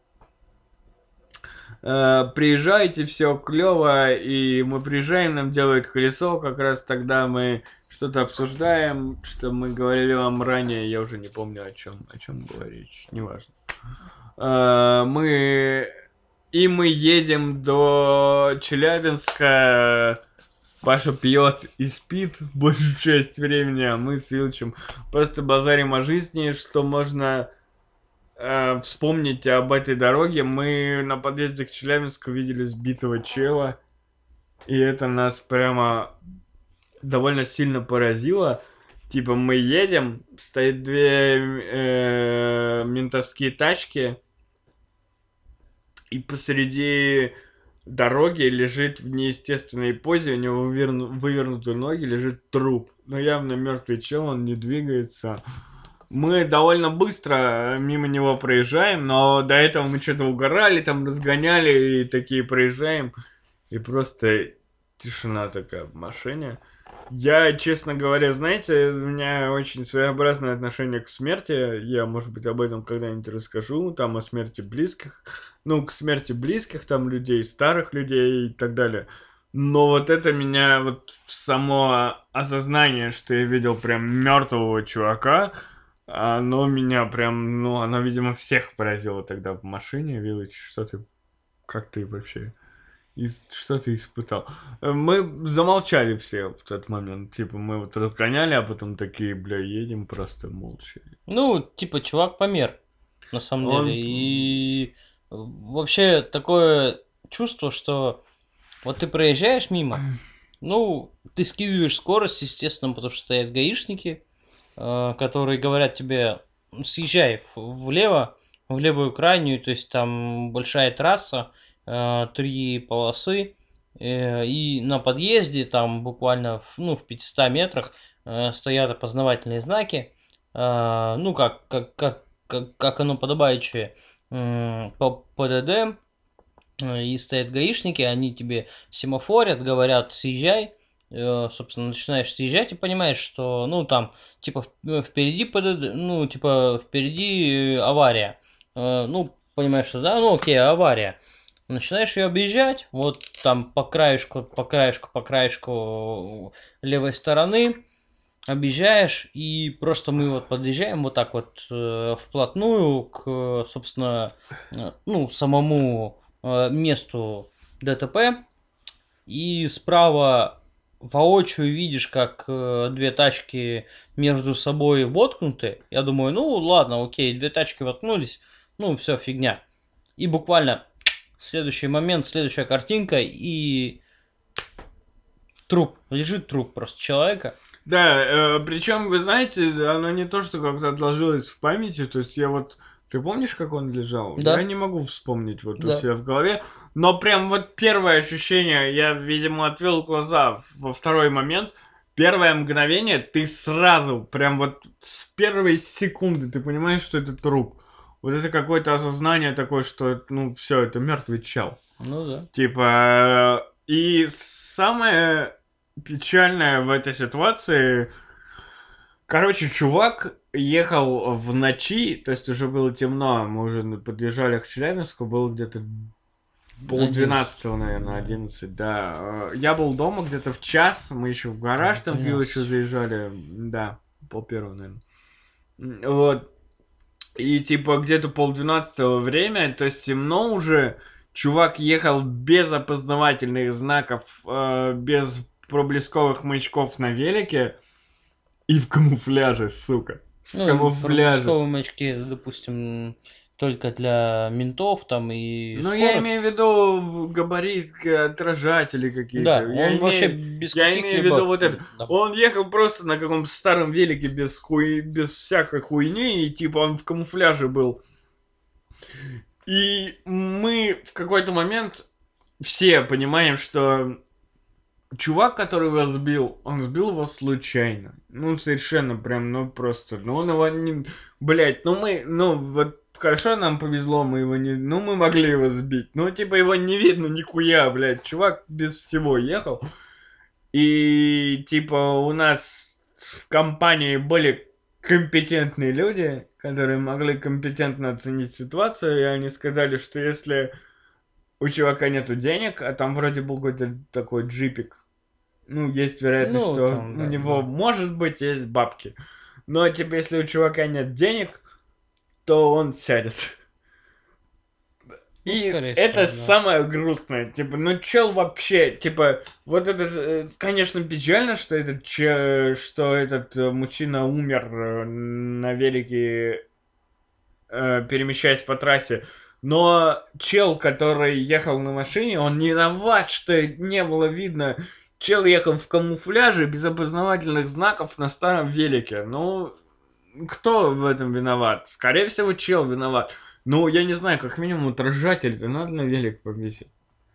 Э, приезжайте, все клево, и мы приезжаем, нам делают колесо, как раз тогда мы что-то обсуждаем, что мы говорили вам ранее, я уже не помню о чем, о чем была речь, неважно. Э, мы и мы едем до Челябинска, Паша пьет и спит большую часть времени, а мы с Вилчем просто базарим о жизни, что можно э, вспомнить об этой дороге. Мы на подъезде к Челябинску видели сбитого чела, и это нас прямо довольно сильно поразило. Типа мы едем, стоят две э, ментовские тачки, и посреди дороги лежит в неестественной позе, у него выверну, вывернуты ноги, лежит труп. Но явно мертвый чел, он не двигается. Мы довольно быстро мимо него проезжаем, но до этого мы что-то угорали, там разгоняли и такие проезжаем. И просто тишина такая в машине. Я, честно говоря, знаете, у меня очень своеобразное отношение к смерти. Я, может быть, об этом когда-нибудь расскажу. Там о смерти близких. Ну, к смерти близких, там людей, старых людей и так далее. Но вот это меня, вот само осознание, что я видел прям мертвого чувака, оно меня прям, ну, оно, видимо, всех поразило тогда в машине. Виллыч, что ты, как ты вообще... И что ты испытал? Мы замолчали все в тот момент. Типа, мы вот разгоняли, а потом такие, бля, едем просто молча. Ну, типа, чувак помер, на самом Он- деле. И вообще такое чувство, что вот ты проезжаешь мимо, ну, ты скидываешь скорость, естественно, потому что стоят гаишники, э, которые говорят тебе, съезжай в- влево, в левую крайнюю, то есть там большая трасса, э, три полосы, э, и на подъезде там буквально в, ну, в пятистах метрах э, стоят опознавательные знаки, э, ну, как, как, как, как, как оно подобающее м, по ПДД, э, и стоят гаишники, они тебе семафорят, говорят, съезжай, э, собственно, начинаешь съезжать и понимаешь, что, ну, там, типа, в- э, впереди ПДД, ну, типа, впереди э, авария. Э, ну, понимаешь, что, да, ну, окей, авария. Начинаешь ее объезжать, вот там по краешку, по краешку, по краешку левой стороны, объезжаешь, и просто мы вот подъезжаем вот так вот э, вплотную к, собственно, э, ну, самому э, месту ДТП, и справа воочию видишь, как э, две тачки между собой воткнуты. Я думаю, ну ладно, окей, две тачки воткнулись, ну все, фигня. И буквально следующий момент, следующая картинка, и труп, лежит труп просто человека. Да, причем, вы знаете, оно не то, что как-то отложилось в памяти, то есть я вот... Ты помнишь, как он лежал? Да. Я не могу вспомнить вот у Да. себя в голове, но прям вот первое ощущение, я, видимо, отвел глаза во второй момент, первое мгновение, ты сразу, прям вот с первой секунды, ты понимаешь, что это труп. вот это какое-то осознание такое, что, ну, все, это мертвый чел. Ну да. Типа, и самое печальное в этой ситуации, короче, чувак ехал в ночи, то есть уже было темно, мы уже подъезжали к Челябинску, было где-то полдвенадцатого, наверное, одиннадцать, да. Я был дома где-то в час, мы еще в гараж там пил, еще заезжали, да, пол первого, наверное. Вот. И типа где-то полдвенадцатого время, то есть темно уже, чувак ехал без опознавательных знаков, э, без проблесковых маячков на велике и в камуфляже, сука. В Ну, камуфляже. проблесковые маячки, допустим, только для ментов там и Ну, скорых. я имею в виду габарит, отражатели какие-то. Да, я он имею, вообще без Я каких-либо... имею в виду вот это. Да. Он ехал просто на каком-то старом велике без хуй, без всякой хуйни, и типа он в камуфляже был. И мы в какой-то момент все понимаем, что чувак, который его сбил, он сбил его случайно. Ну, совершенно прям, ну, просто. Ну, он его не... Блять, ну мы, ну, вот хорошо нам повезло, мы его не... Ну, мы могли его сбить. Ну, типа, его не видно нихуя, блядь. Чувак без всего ехал. И, типа, у нас в компании были компетентные люди, которые могли компетентно оценить ситуацию, и они сказали, что если у чувака нету денег, а там вроде был какой-то такой джипик, ну, есть вероятность, Ну, что там, у да, него, да. может быть, есть бабки. Но, типа, если у чувака нет денег, то он сядет. Ну, И скорее это всего, да. самое грустное. Типа, ну чел вообще, типа, вот это, э, конечно, печально, что этот, че, что этот э, мужчина умер э, на велике, э, перемещаясь по трассе. Но чел, который ехал на машине, он не виноват, что не было видно. Чел ехал в камуфляже без опознавательных знаков на старом велике. Ну, кто в этом виноват? Скорее всего, чел виноват. Ну, я не знаю, как минимум отражатель-то надо на велик повесить.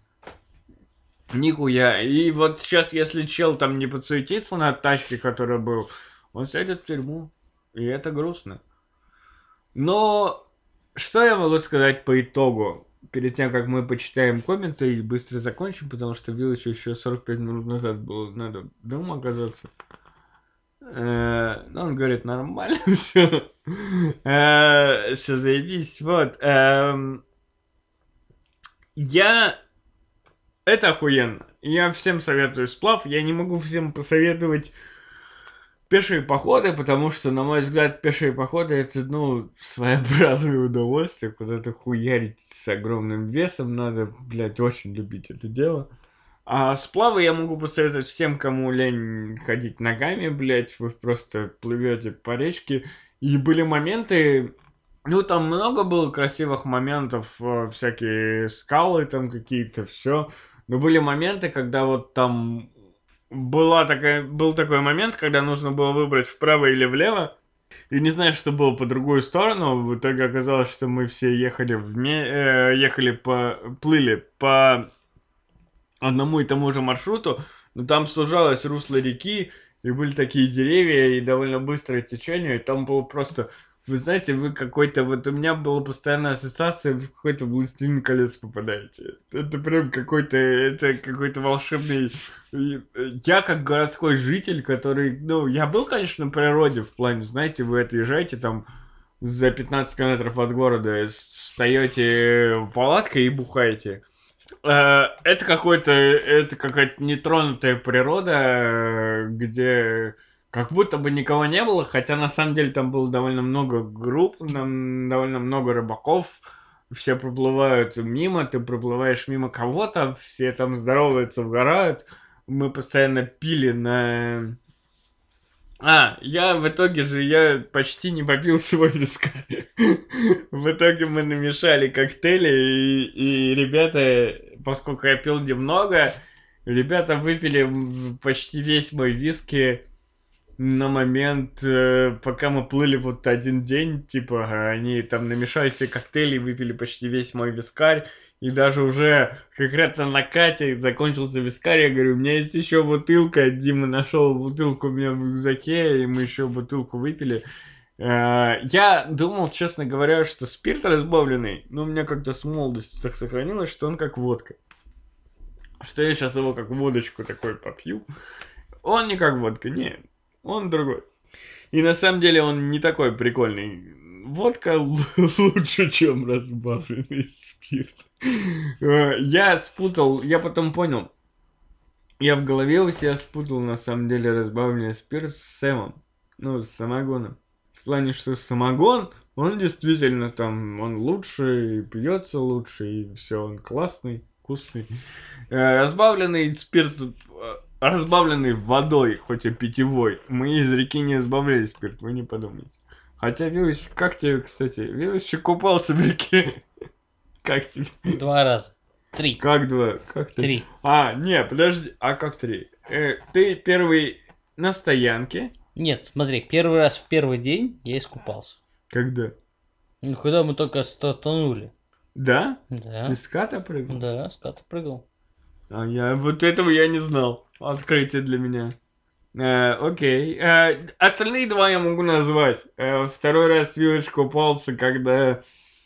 Нихуя. И вот сейчас, если чел там не подсуетится на тачке, которая был, он сядет в тюрьму. И это грустно. Но что я могу сказать по итогу? Перед тем, как мы почитаем комменты и быстро закончим, потому что Виллачу еще сорок пять минут назад было надо дома оказаться. Э, ну, он говорит, нормально все. Все заебись. Вот. эм, Я... Это охуенно. Я всем советую сплав. Я не могу всем посоветовать пешие походы, потому что, на мой взгляд, пешие походы это, ну, своеобразное удовольствие. Куда-то хуярить с огромным весом надо, блядь, очень любить это дело. А сплавы я могу посоветовать всем, кому лень ходить ногами, блядь. Вы просто плывете по речке. И были моменты... Ну, там много было красивых моментов, э, всякие скалы там какие-то, все. Но были моменты, когда вот там была такая, был такой момент, когда нужно было выбрать вправо или влево. И не знаю, что было по другую сторону. В итоге оказалось, что мы все ехали вме... э, ехали по... плыли по одному и тому же маршруту, но там сужалось русло реки, и были такие деревья, и довольно быстрое течение, и там было просто... Вы знаете, вы какой-то... Вот у меня была постоянная ассоциация, вы в какой-то «Властелин колец» попадаете. Это прям какой-то... Это какой-то волшебный... Я как городской житель, который... Ну, я был, конечно, на природе в плане, знаете, вы отъезжаете там за пятнадцать километров от города, встаете палаткой и бухаете. Это какой-то... Это какая-то нетронутая природа, где... Как будто бы никого не было, хотя на самом деле там было довольно много групп, там довольно много рыбаков, все проплывают мимо, ты проплываешь мимо кого-то, все там здороваются, вгорают. Мы постоянно пили на... А, я в итоге же, я почти не попил свой вискарь. В итоге мы намешали коктейли, и, и ребята, поскольку я пил немного, ребята выпили почти весь мой виски на момент, э, пока мы плыли вот один день, типа, они там намешали все коктейли, выпили почти весь мой вискарь, и даже уже конкретно на кате закончился вискарь, я говорю, у меня есть еще бутылка, Дима нашел бутылку у меня в рюкзаке, и мы еще бутылку выпили. Я думал, честно говоря, что спирт разбавленный, но у меня как-то с молодости так сохранилось, что он как водка. Что я сейчас его как водочку такой попью. Он не как водка, не, он другой. И на самом деле он не такой прикольный. Водка лучше, чем разбавленный спирт. Я спутал, я потом понял. Я в голове у себя спутал, на самом деле, разбавленный спирт с Сэмом. Ну, с самогоном. В плане, что самогон, он действительно там, он лучше, и пьется лучше, и все, он классный, вкусный. Разбавленный спирт, разбавленный водой, хоть и питьевой. Мы из реки не разбавляли спирт, вы не подумайте. Хотя, Вилыч, как тебе, кстати, Вилыч купался в реке? Как тебе? Два раза. Три. Как два? Как три? Три. А, не, подожди, а как три? Э, ты первый на стоянке? Нет, смотри, первый раз в первый день я искупался. Когда? Ну, когда мы только стартанули. Да? Да. Ты с ката прыгал? Да, с ката прыгал. А я вот этого я не знал. Открытие для меня. Э, окей. Э, остальные два я могу назвать. Э, второй раз Вилыч купался, когда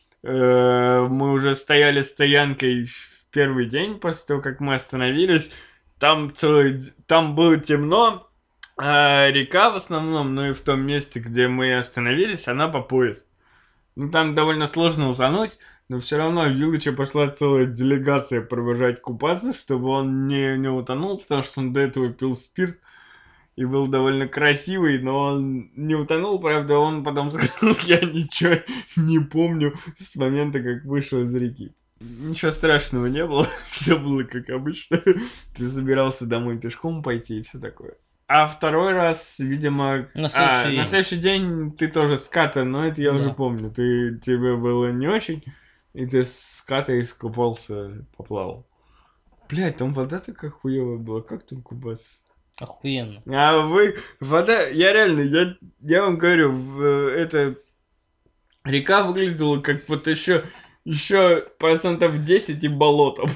э, мы уже стояли стоянкой в первый день, после того, как мы остановились. Там целый... Там было темно. А река в основном, ну и в том месте, где мы остановились, она по пояс. Ну там довольно сложно утонуть, но все равно Вилыча пошла целая делегация провожать купаться, чтобы он не, не утонул, потому что он до этого пил спирт и был довольно красивый, но он не утонул, правда, он потом сказал, я ничего не помню с момента, как вышел из реки. Ничего страшного не было, все было как обычно. Ты собирался домой пешком пойти и все такое. А второй раз, видимо... На следующий, а, день. на следующий день ты тоже с ката, но это я Да. уже помню. Ты, тебе было не очень, и ты с ката искупался, поплавал. Блядь, там вода такая хуёвая была, как там купаться? Охуенно. А вы... Вода... Я реально, я, я вам говорю, в- это... Река выглядела как вот еще... Еще процентов десять и болото.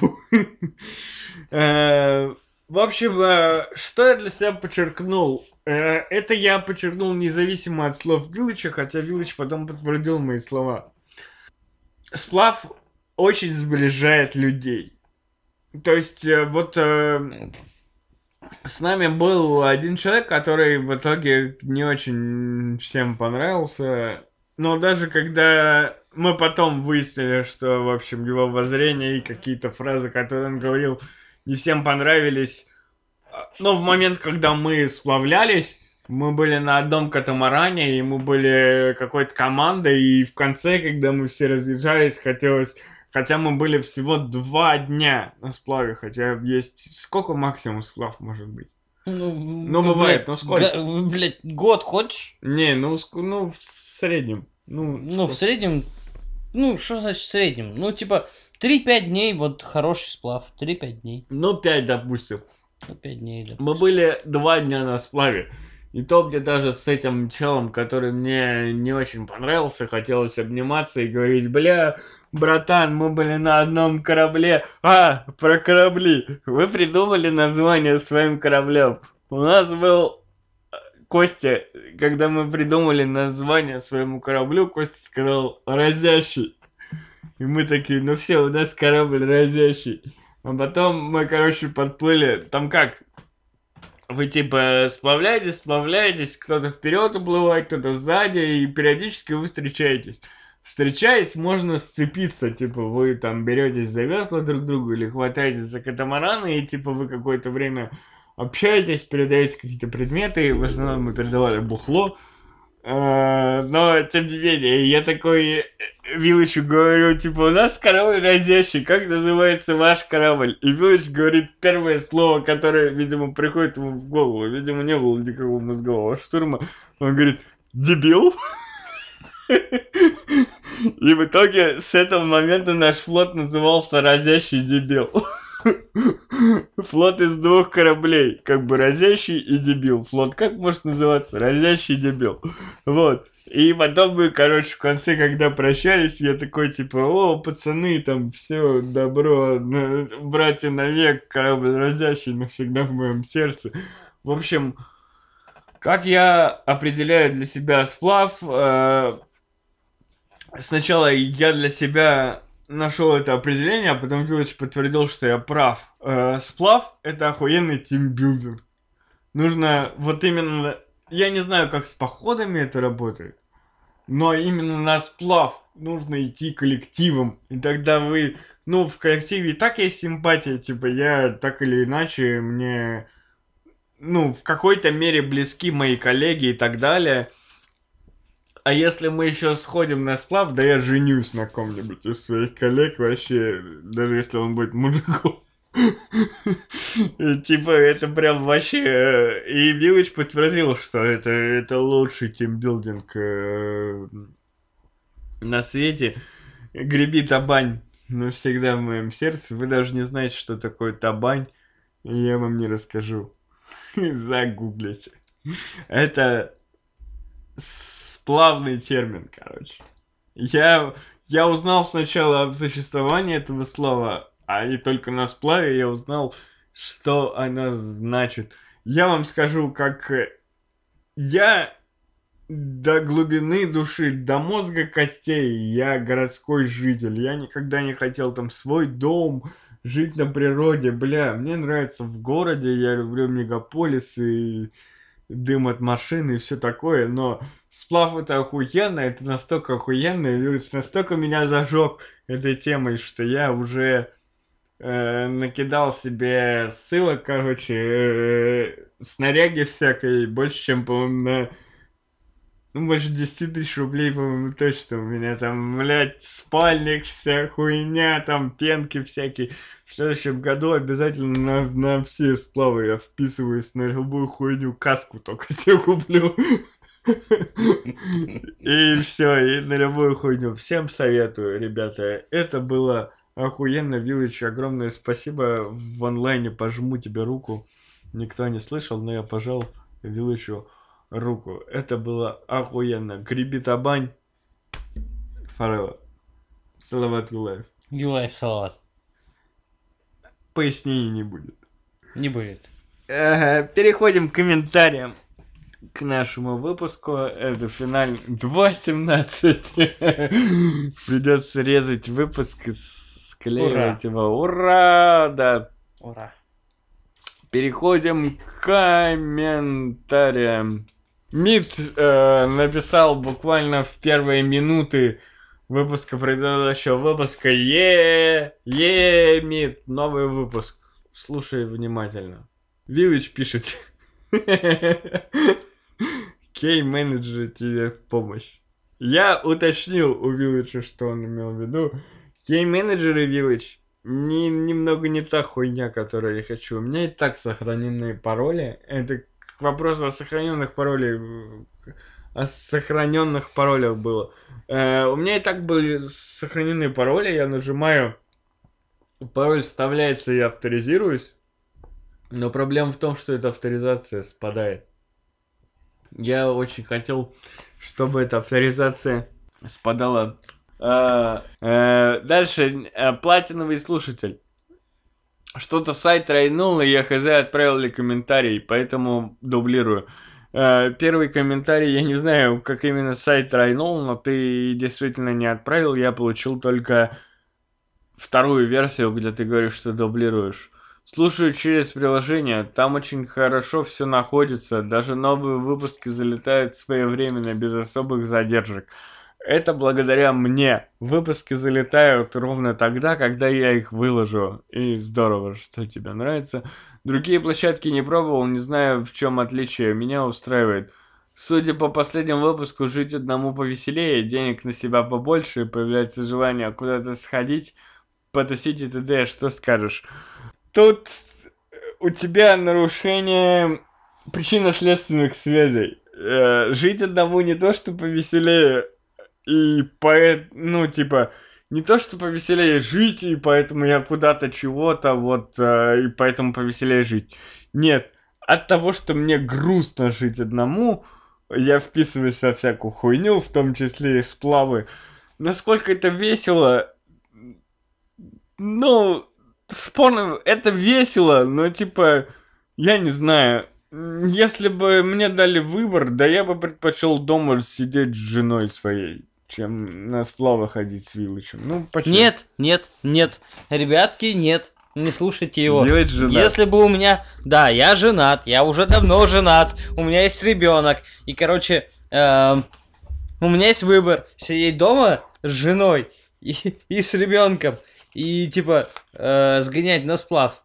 Э, В общем, э, что я для себя подчеркнул? Э, Это я подчеркнул независимо от слов Вилыча, хотя Вилыч потом подтвердил мои слова. Сплав очень сближает людей. То есть, э, вот э, с нами был один человек, который в итоге не очень всем понравился. Но даже когда мы потом выяснили, что, в общем, его воззрения и какие-то фразы, которые он говорил, не всем понравились. Но в момент, когда мы сплавлялись, мы были на одном катамаране, и мы были какой-то командой, и в конце, когда мы все разъезжались, хотелось... Хотя мы были всего два дня на сплаве, хотя есть... Сколько максимум сплав может быть? Ну, Ну, бывает, ну сколько? га- Блядь, год хочешь? Не, ну, ск- ну в в среднем. Ну, Ну, в сколько? среднем... Ну, что значит в среднем? Ну, типа, три-пять дней, вот хороший сплав. три-пять дней. Ну, пять, допустим. Ну, пять дней, да. Мы были два дня на сплаве. И то мне даже с этим челом, который мне не очень понравился, хотелось обниматься и говорить, бля, братан, мы были на одном корабле. А, про корабли. Вы придумали название своим кораблям. У нас был э, Костя, когда мы придумали название своему кораблю, Костя сказал «разящий». И мы такие, ну все, у нас корабль разящий. А потом мы, короче, подплыли. Там как? Вы типа сплавляетесь, сплавляетесь, кто-то вперед уплывает, кто-то сзади, и периодически вы встречаетесь. Встречаясь, можно сцепиться, типа вы там беретесь за весла друг другу или хватаетесь за катамараны, и типа вы какое-то время общаетесь, передаете какие-то предметы, в основном мы передавали бухло. Э, Но, тем не менее, я такой Вилычу говорю, типа, у нас корабль разящий, как называется ваш корабль? И Вилыч говорит первое слово, которое, видимо, приходит ему в голову. Видимо, не было никакого мозгового штурма. Он говорит, дебил? И в итоге с этого момента наш флот назывался «Разящий дебил». Флот из двух кораблей, как бы разящий и дебил. Флот как может называться? Разящий дебил. Вот. И потом мы, короче, в конце, когда прощались, я такой, типа, о, пацаны, там, все, добро, на- братья навек, корабль разящий навсегда в моем сердце. В общем, Как я определяю для себя сплав? Э, Сначала я для себя нашел это определение, а потом Вилыч подтвердил, что я прав. Э, Сплав — это охуенный тимбилдинг. Нужно вот именно... Я не знаю, как с походами это работает, но именно на сплав нужно идти коллективом. И тогда вы... Ну, в коллективе и так есть симпатия, типа, я так или иначе, мне... Ну, в какой-то мере близки мои коллеги и так далее. А если мы еще сходим на сплав, да я женюсь на ком-нибудь из своих коллег вообще, даже если он будет мужиком. И, типа, это прям вообще... э, И Вилыч подтвердил, что это, это лучший тимбилдинг э, на свете. Греби табань навсегда в моем сердце. Вы даже не знаете, что такое табань. И я вам не расскажу. Загуглите. Это сплавный термин, короче. Я, я узнал сначала об существовании этого слова, а и только на сплаве я узнал, что оно значит. Я вам скажу, как э, я до глубины души, до мозга костей, я городской житель. Я никогда не хотел там свой дом, жить на природе. Бля, мне нравится в городе, я люблю мегаполисы, дым от машины и все такое, но сплав это охуенно, это настолько охуенно, и Вилыч настолько меня зажег этой темой, что я уже э, накидал себе ссылок, короче, э, снаряги всякой, больше, чем, по-моему, на... Ну, больше десять тысяч рублей, по-моему, точно у меня там, блядь, спальник, вся хуйня, там, пенки всякие. В следующем году обязательно на, на все сплавы я вписываюсь, на любую хуйню, каску только себе куплю. И все, и на любую хуйню. Всем советую, ребята. Это было охуенно, Вилыч, огромное спасибо. В онлайне пожму тебе руку. Никто не слышал, но я пожал Вилычу руку. Это было охуенно. Греби табань. Forever. Салават Юлаев. Юлаев салават. Пояснений не будет. Не будет. Ага, переходим к комментариям к нашему выпуску. Это финальный два семнадцать. Придется резать выпуск и склеивать Ура. его. Ура! Да. Ура. Переходим к комментариям. Мид э, написал буквально в первые минуты выпуска предыдущего выпуска. Е, е, Мид, новый выпуск. Слушай внимательно. Вилыч пишет. Кей-менеджер тебе в помощь. Я уточнил у Вилыча, что он имел в виду. Кей-менеджеры, Вилыч, не, немного не та хуйня, которую я хочу. У меня и так сохраненные пароли. Это к вопросу о сохраненных паролях. О сохраненных паролях было. Э, у меня и так были сохраненные пароли. Я нажимаю. Пароль вставляется, я авторизируюсь. Но проблема в том, что эта авторизация спадает. Я очень хотел, чтобы эта авторизация спадала. А, а, дальше, а, платиновый слушатель. Что-то сайт тройнул, и я хз отправил ли комментарий, поэтому дублирую. А, первый комментарий, я не знаю, как именно сайт тройнул, но ты действительно не отправил. Я получил только вторую версию, где ты говоришь, что дублируешь. Слушаю через приложение, там очень хорошо все находится, даже новые выпуски залетают своевременно, без особых задержек. Это благодаря мне. Выпуски залетают ровно тогда, когда я их выложу. И здорово, что тебе нравится. Другие площадки не пробовал, не знаю, в чем отличие. Меня устраивает. Судя по последнему выпуску, жить одному повеселее, денег на себя побольше, появляется желание куда-то сходить, потусить и т.д. Что скажешь? Тут у тебя нарушение причинно-следственных связей. Э, жить одному не то, что повеселее, и поэтому, ну, типа, не то, что повеселее жить, и поэтому я куда-то чего-то, вот, э, и поэтому повеселее жить. Нет, от того, что мне грустно жить одному, я вписываюсь во всякую хуйню, в том числе и сплавы. Насколько это весело, ну... Спорно, это весело, но типа, я не знаю, Если бы мне дали выбор, да я бы предпочел дома сидеть с женой своей, чем на сплавы ходить с Вилычем. Ну, почему? Нет, нет, нет. Ребятки, нет. Не слушайте его. Делать женат. Если бы у меня... Да, я женат. Я уже давно женат. У меня есть ребенок. И, короче, эм, у меня есть выбор. Сидеть дома с женой и, и с ребенком. И, типа, э, сгонять на сплав.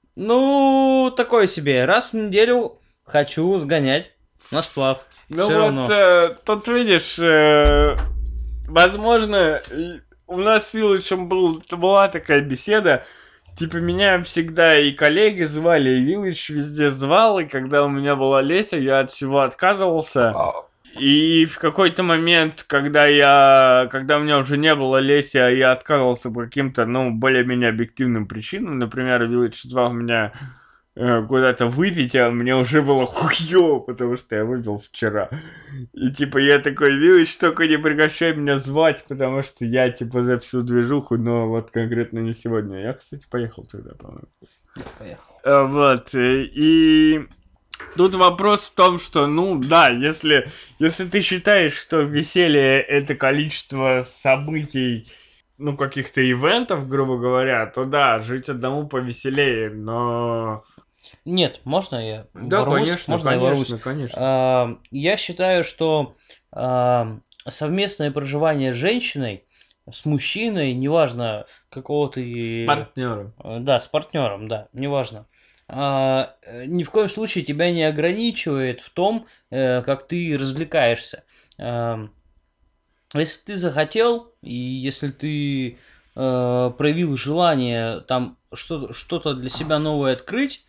Ну, такое себе. Раз в неделю хочу сгонять на сплав. Ну Всё вот, равно. э, тут видишь, э, возможно, и у нас с Вилычем был, была такая беседа, типа меня всегда и коллеги звали, и Вилыч везде звал, и когда у меня была Леся, я от всего отказывался. И в какой-то момент, когда я, когда у меня уже не было Леси, а я отказывался по каким-то, ну, более-менее объективным причинам, например, Вилыч звал меня э, куда-то выпить, а мне уже было хуёво, потому что я выпил вчера. И типа я такой, Вилыч, только не прекращай меня звать, потому что я типа за всю движуху, но вот конкретно не сегодня. Я, кстати, поехал тогда, по-моему. Поехал. Э, Вот, э, и тут вопрос в том, что, ну, да, если, если ты считаешь, что веселье — это количество событий, ну, каких-то ивентов, грубо говоря, то да, жить одному повеселее, но... Нет, можно я Да, ворвусь? конечно, Можно я ворвусь? конечно, конечно. А, Я считаю, что а, совместное проживание с женщиной, с мужчиной, неважно какого С ты... партнером. э, Да, с партнером, да, неважно. а, э, Ни в коем случае тебя не ограничивает в том, э, как ты развлекаешься. А, Если ты захотел, и если ты э, проявил желание там что- что-то для себя новое открыть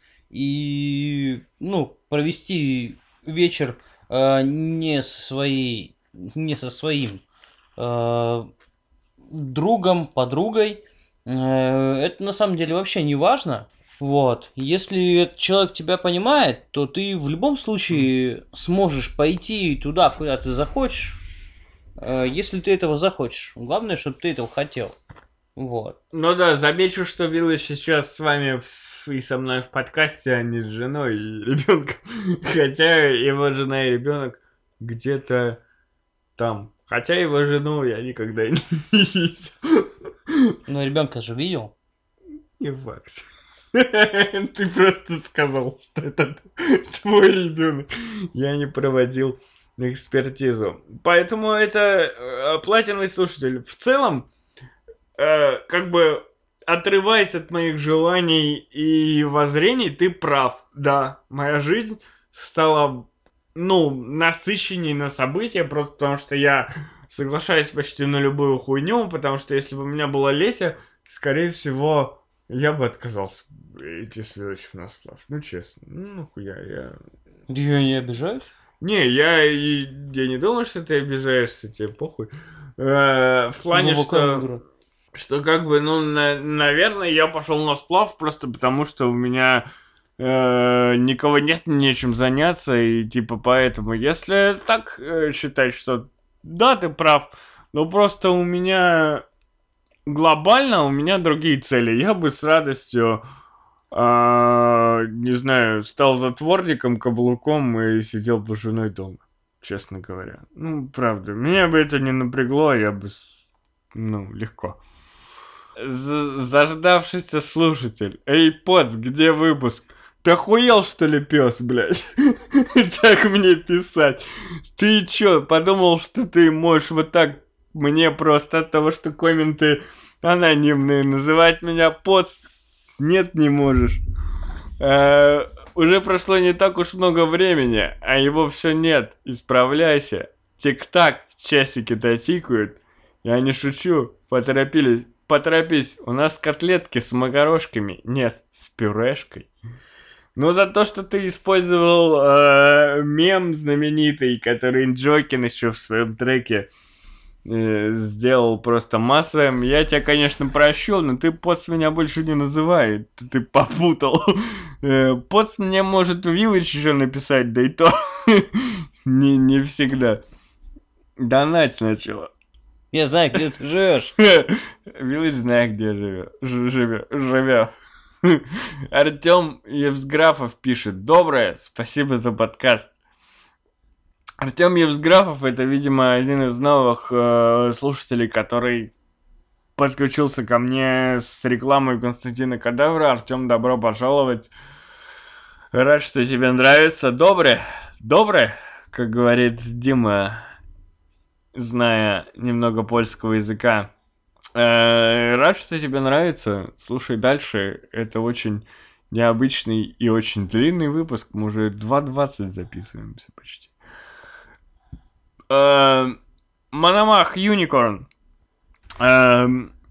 и, ну, провести вечер э, не со своей, не со своим э, другом, подругой, э, это на самом деле вообще не важно. Вот. Если этот человек тебя понимает, то ты в любом случае сможешь пойти туда, куда ты захочешь, э, если ты этого захочешь. Главное, чтобы ты этого хотел. Вот. Ну да, замечу, что Вилла сейчас с вами в- и со мной в подкасте, а не с женой и ребенком. Хотя его жена и ребенок где-то там. Хотя его жену я никогда не видел. Но ребенка же видел. Не факт. Ты просто сказал, что это твой ребенок. Я не проводил экспертизу. Поэтому это э, платиновый слушатель. В целом, э, как бы отрываясь от моих желаний и воззрений, ты прав. Да, моя жизнь стала, ну, насыщенней на события, просто потому что я соглашаюсь почти на любую хуйню, потому что если бы у меня была Леся, скорее всего, я бы отказался идти следующих на сплав. Ну, честно. Ну, нахуя, я... Я не обижаюсь. Не, я, и- я не думаю, что ты обижаешься, тебе похуй. Э, в плане, Глубоко что... мудро. Что как бы, ну, на- наверное, я пошел на сплав просто потому, что у меня э, никого нет, нечем заняться, и типа поэтому, если так э, считать, что да, ты прав, но просто у меня глобально, у меня другие цели. Я бы с радостью, а, не знаю, стал затворником, каблуком и сидел бы с женой дома, честно говоря. Ну, правда, меня бы это не напрягло, я бы, с- ну, легко. З- Заждавшийся слушатель. Эй, поц, где выпуск? Ты охуел, что ли, пес, блядь? Так мне писать. Ты чё, подумал, что ты можешь вот так мне просто от того, что комменты анонимные, называть меня поц? Нет, не можешь. Э, Уже прошло не так уж много времени, а его все нет. Исправляйся. Тик-так, часики-то тикают. Я не шучу. Поторопились. Поторопись, у нас котлетки с макарошками. Нет, с пюрешкой. Ну, за то, что ты использовал э, мем знаменитый, который Джокин еще в своем треке э, сделал просто массовым, я тебя, конечно, прощу, но ты поц меня больше не называй. Ты, ты попутал. Э, поц мне может Виллидж еще написать, да и то не, не всегда. Донать сначала. Я знаю, где ты живешь. Виллидж знает, где живет. Живет. Артем Евсграфов пишет: доброе, спасибо за подкаст. Артем Евсграфов — это, видимо, один из новых э, слушателей, который подключился ко мне с рекламой Константина Кадавра. Артем, добро пожаловать. Рад, что тебе нравится. Доброе, доброе, как говорит Дима, зная немного польского языка. Э, рад, что тебе нравится. Слушай дальше. Это очень необычный и очень длинный выпуск. Мы уже два двадцать записываемся почти. Э, Мономах Юникорн. Э,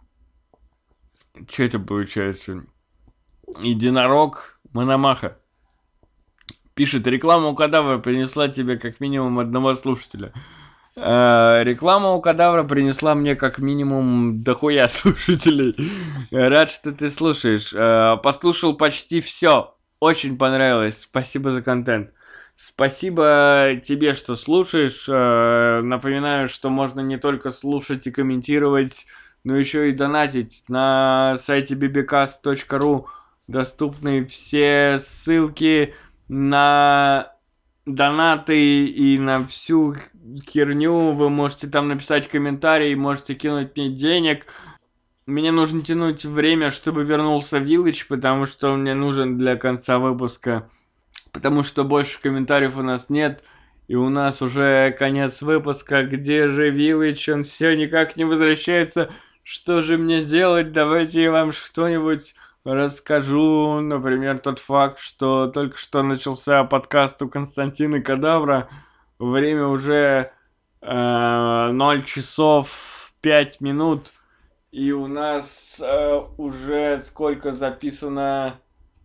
что это получается? Единорог Мономаха. Пишет: реклама у Кадавра принесла тебе как минимум одного слушателя. Э, реклама у Кадавра принесла мне как минимум дохуя слушателей. Рад, что ты слушаешь. Э, послушал почти все. Очень понравилось. Спасибо за контент. Спасибо тебе, что слушаешь. Э, напоминаю, что можно не только слушать и комментировать, но еще и донатить. На сайте би би каст точка ру доступны все ссылки на донаты и на всю херню. Вы можете там написать комментарий, можете кинуть мне денег. Мне нужно тянуть время, чтобы вернулся Виллидж, потому что он мне нужен для конца выпуска. Потому что больше комментариев у нас нет. И у нас уже конец выпуска. Где же Виллидж? Он все никак не возвращается. Что же мне делать? Давайте я вам что-нибудь расскажу. Например, тот факт, что только что начался подкаст у Константина Кадавра. Время уже э, ноль часов пять минут. И у нас э, уже сколько записано?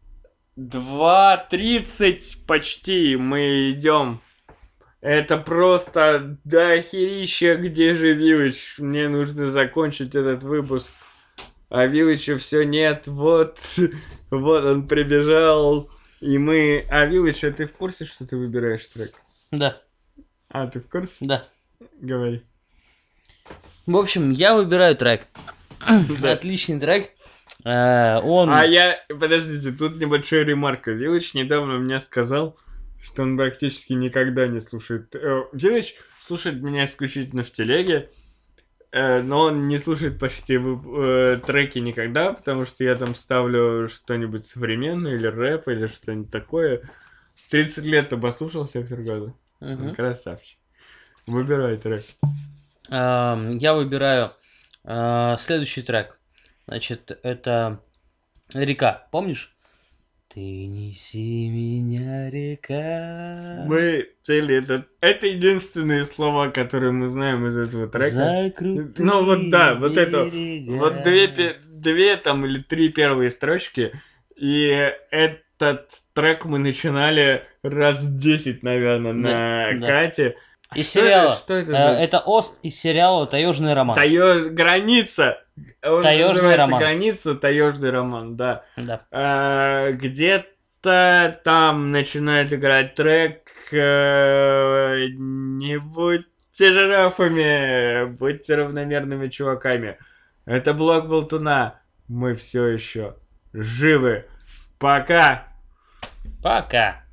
два тридцать почти. Мы идем. Это просто дохерища. Где же Виллидж? Мне нужно закончить этот выпуск. А Виллиджа все нет. Вот, вот он прибежал. И мы... А Виллидж, а ты в курсе, что ты выбираешь трек? Да. А, ты в курсе? Да. Говори. В общем, я выбираю трек. Отличный трек. Э, он... А я... Подождите, тут небольшая ремарка. Виллидж недавно мне сказал, что он практически никогда не слушает... Виллидж слушает меня исключительно в телеге, но он не слушает почти э, треки никогда, потому что я там ставлю что-нибудь современное, или рэп, или что-нибудь такое. тридцать лет обослушал «Сектор газа». Мгм. Красавчик. Выбирай трек. Э, я выбираю э, следующий трек. Значит, это «Река». Помнишь? Ты неси меня, река. Мы цели это... Это единственные слова, которые мы знаем из этого трека. За крутые Ну вот да, вот это... берега. Вот две, пе- две там или три первые строчки. И этот трек мы начинали раз десять, наверное, на Да, да. Кате. А Из что сериала. Это, что это Э, за... Это Ост из сериала «Таежный роман». Таё- Граница. Он Таежный называется роман. «Граница», таежный роман, да. Да. А, где-то там начинает играть трек э, «Не будьте жирафами, будьте равномерными чуваками». Это блок Болтуна. Мы все еще живы. Пока. Пока.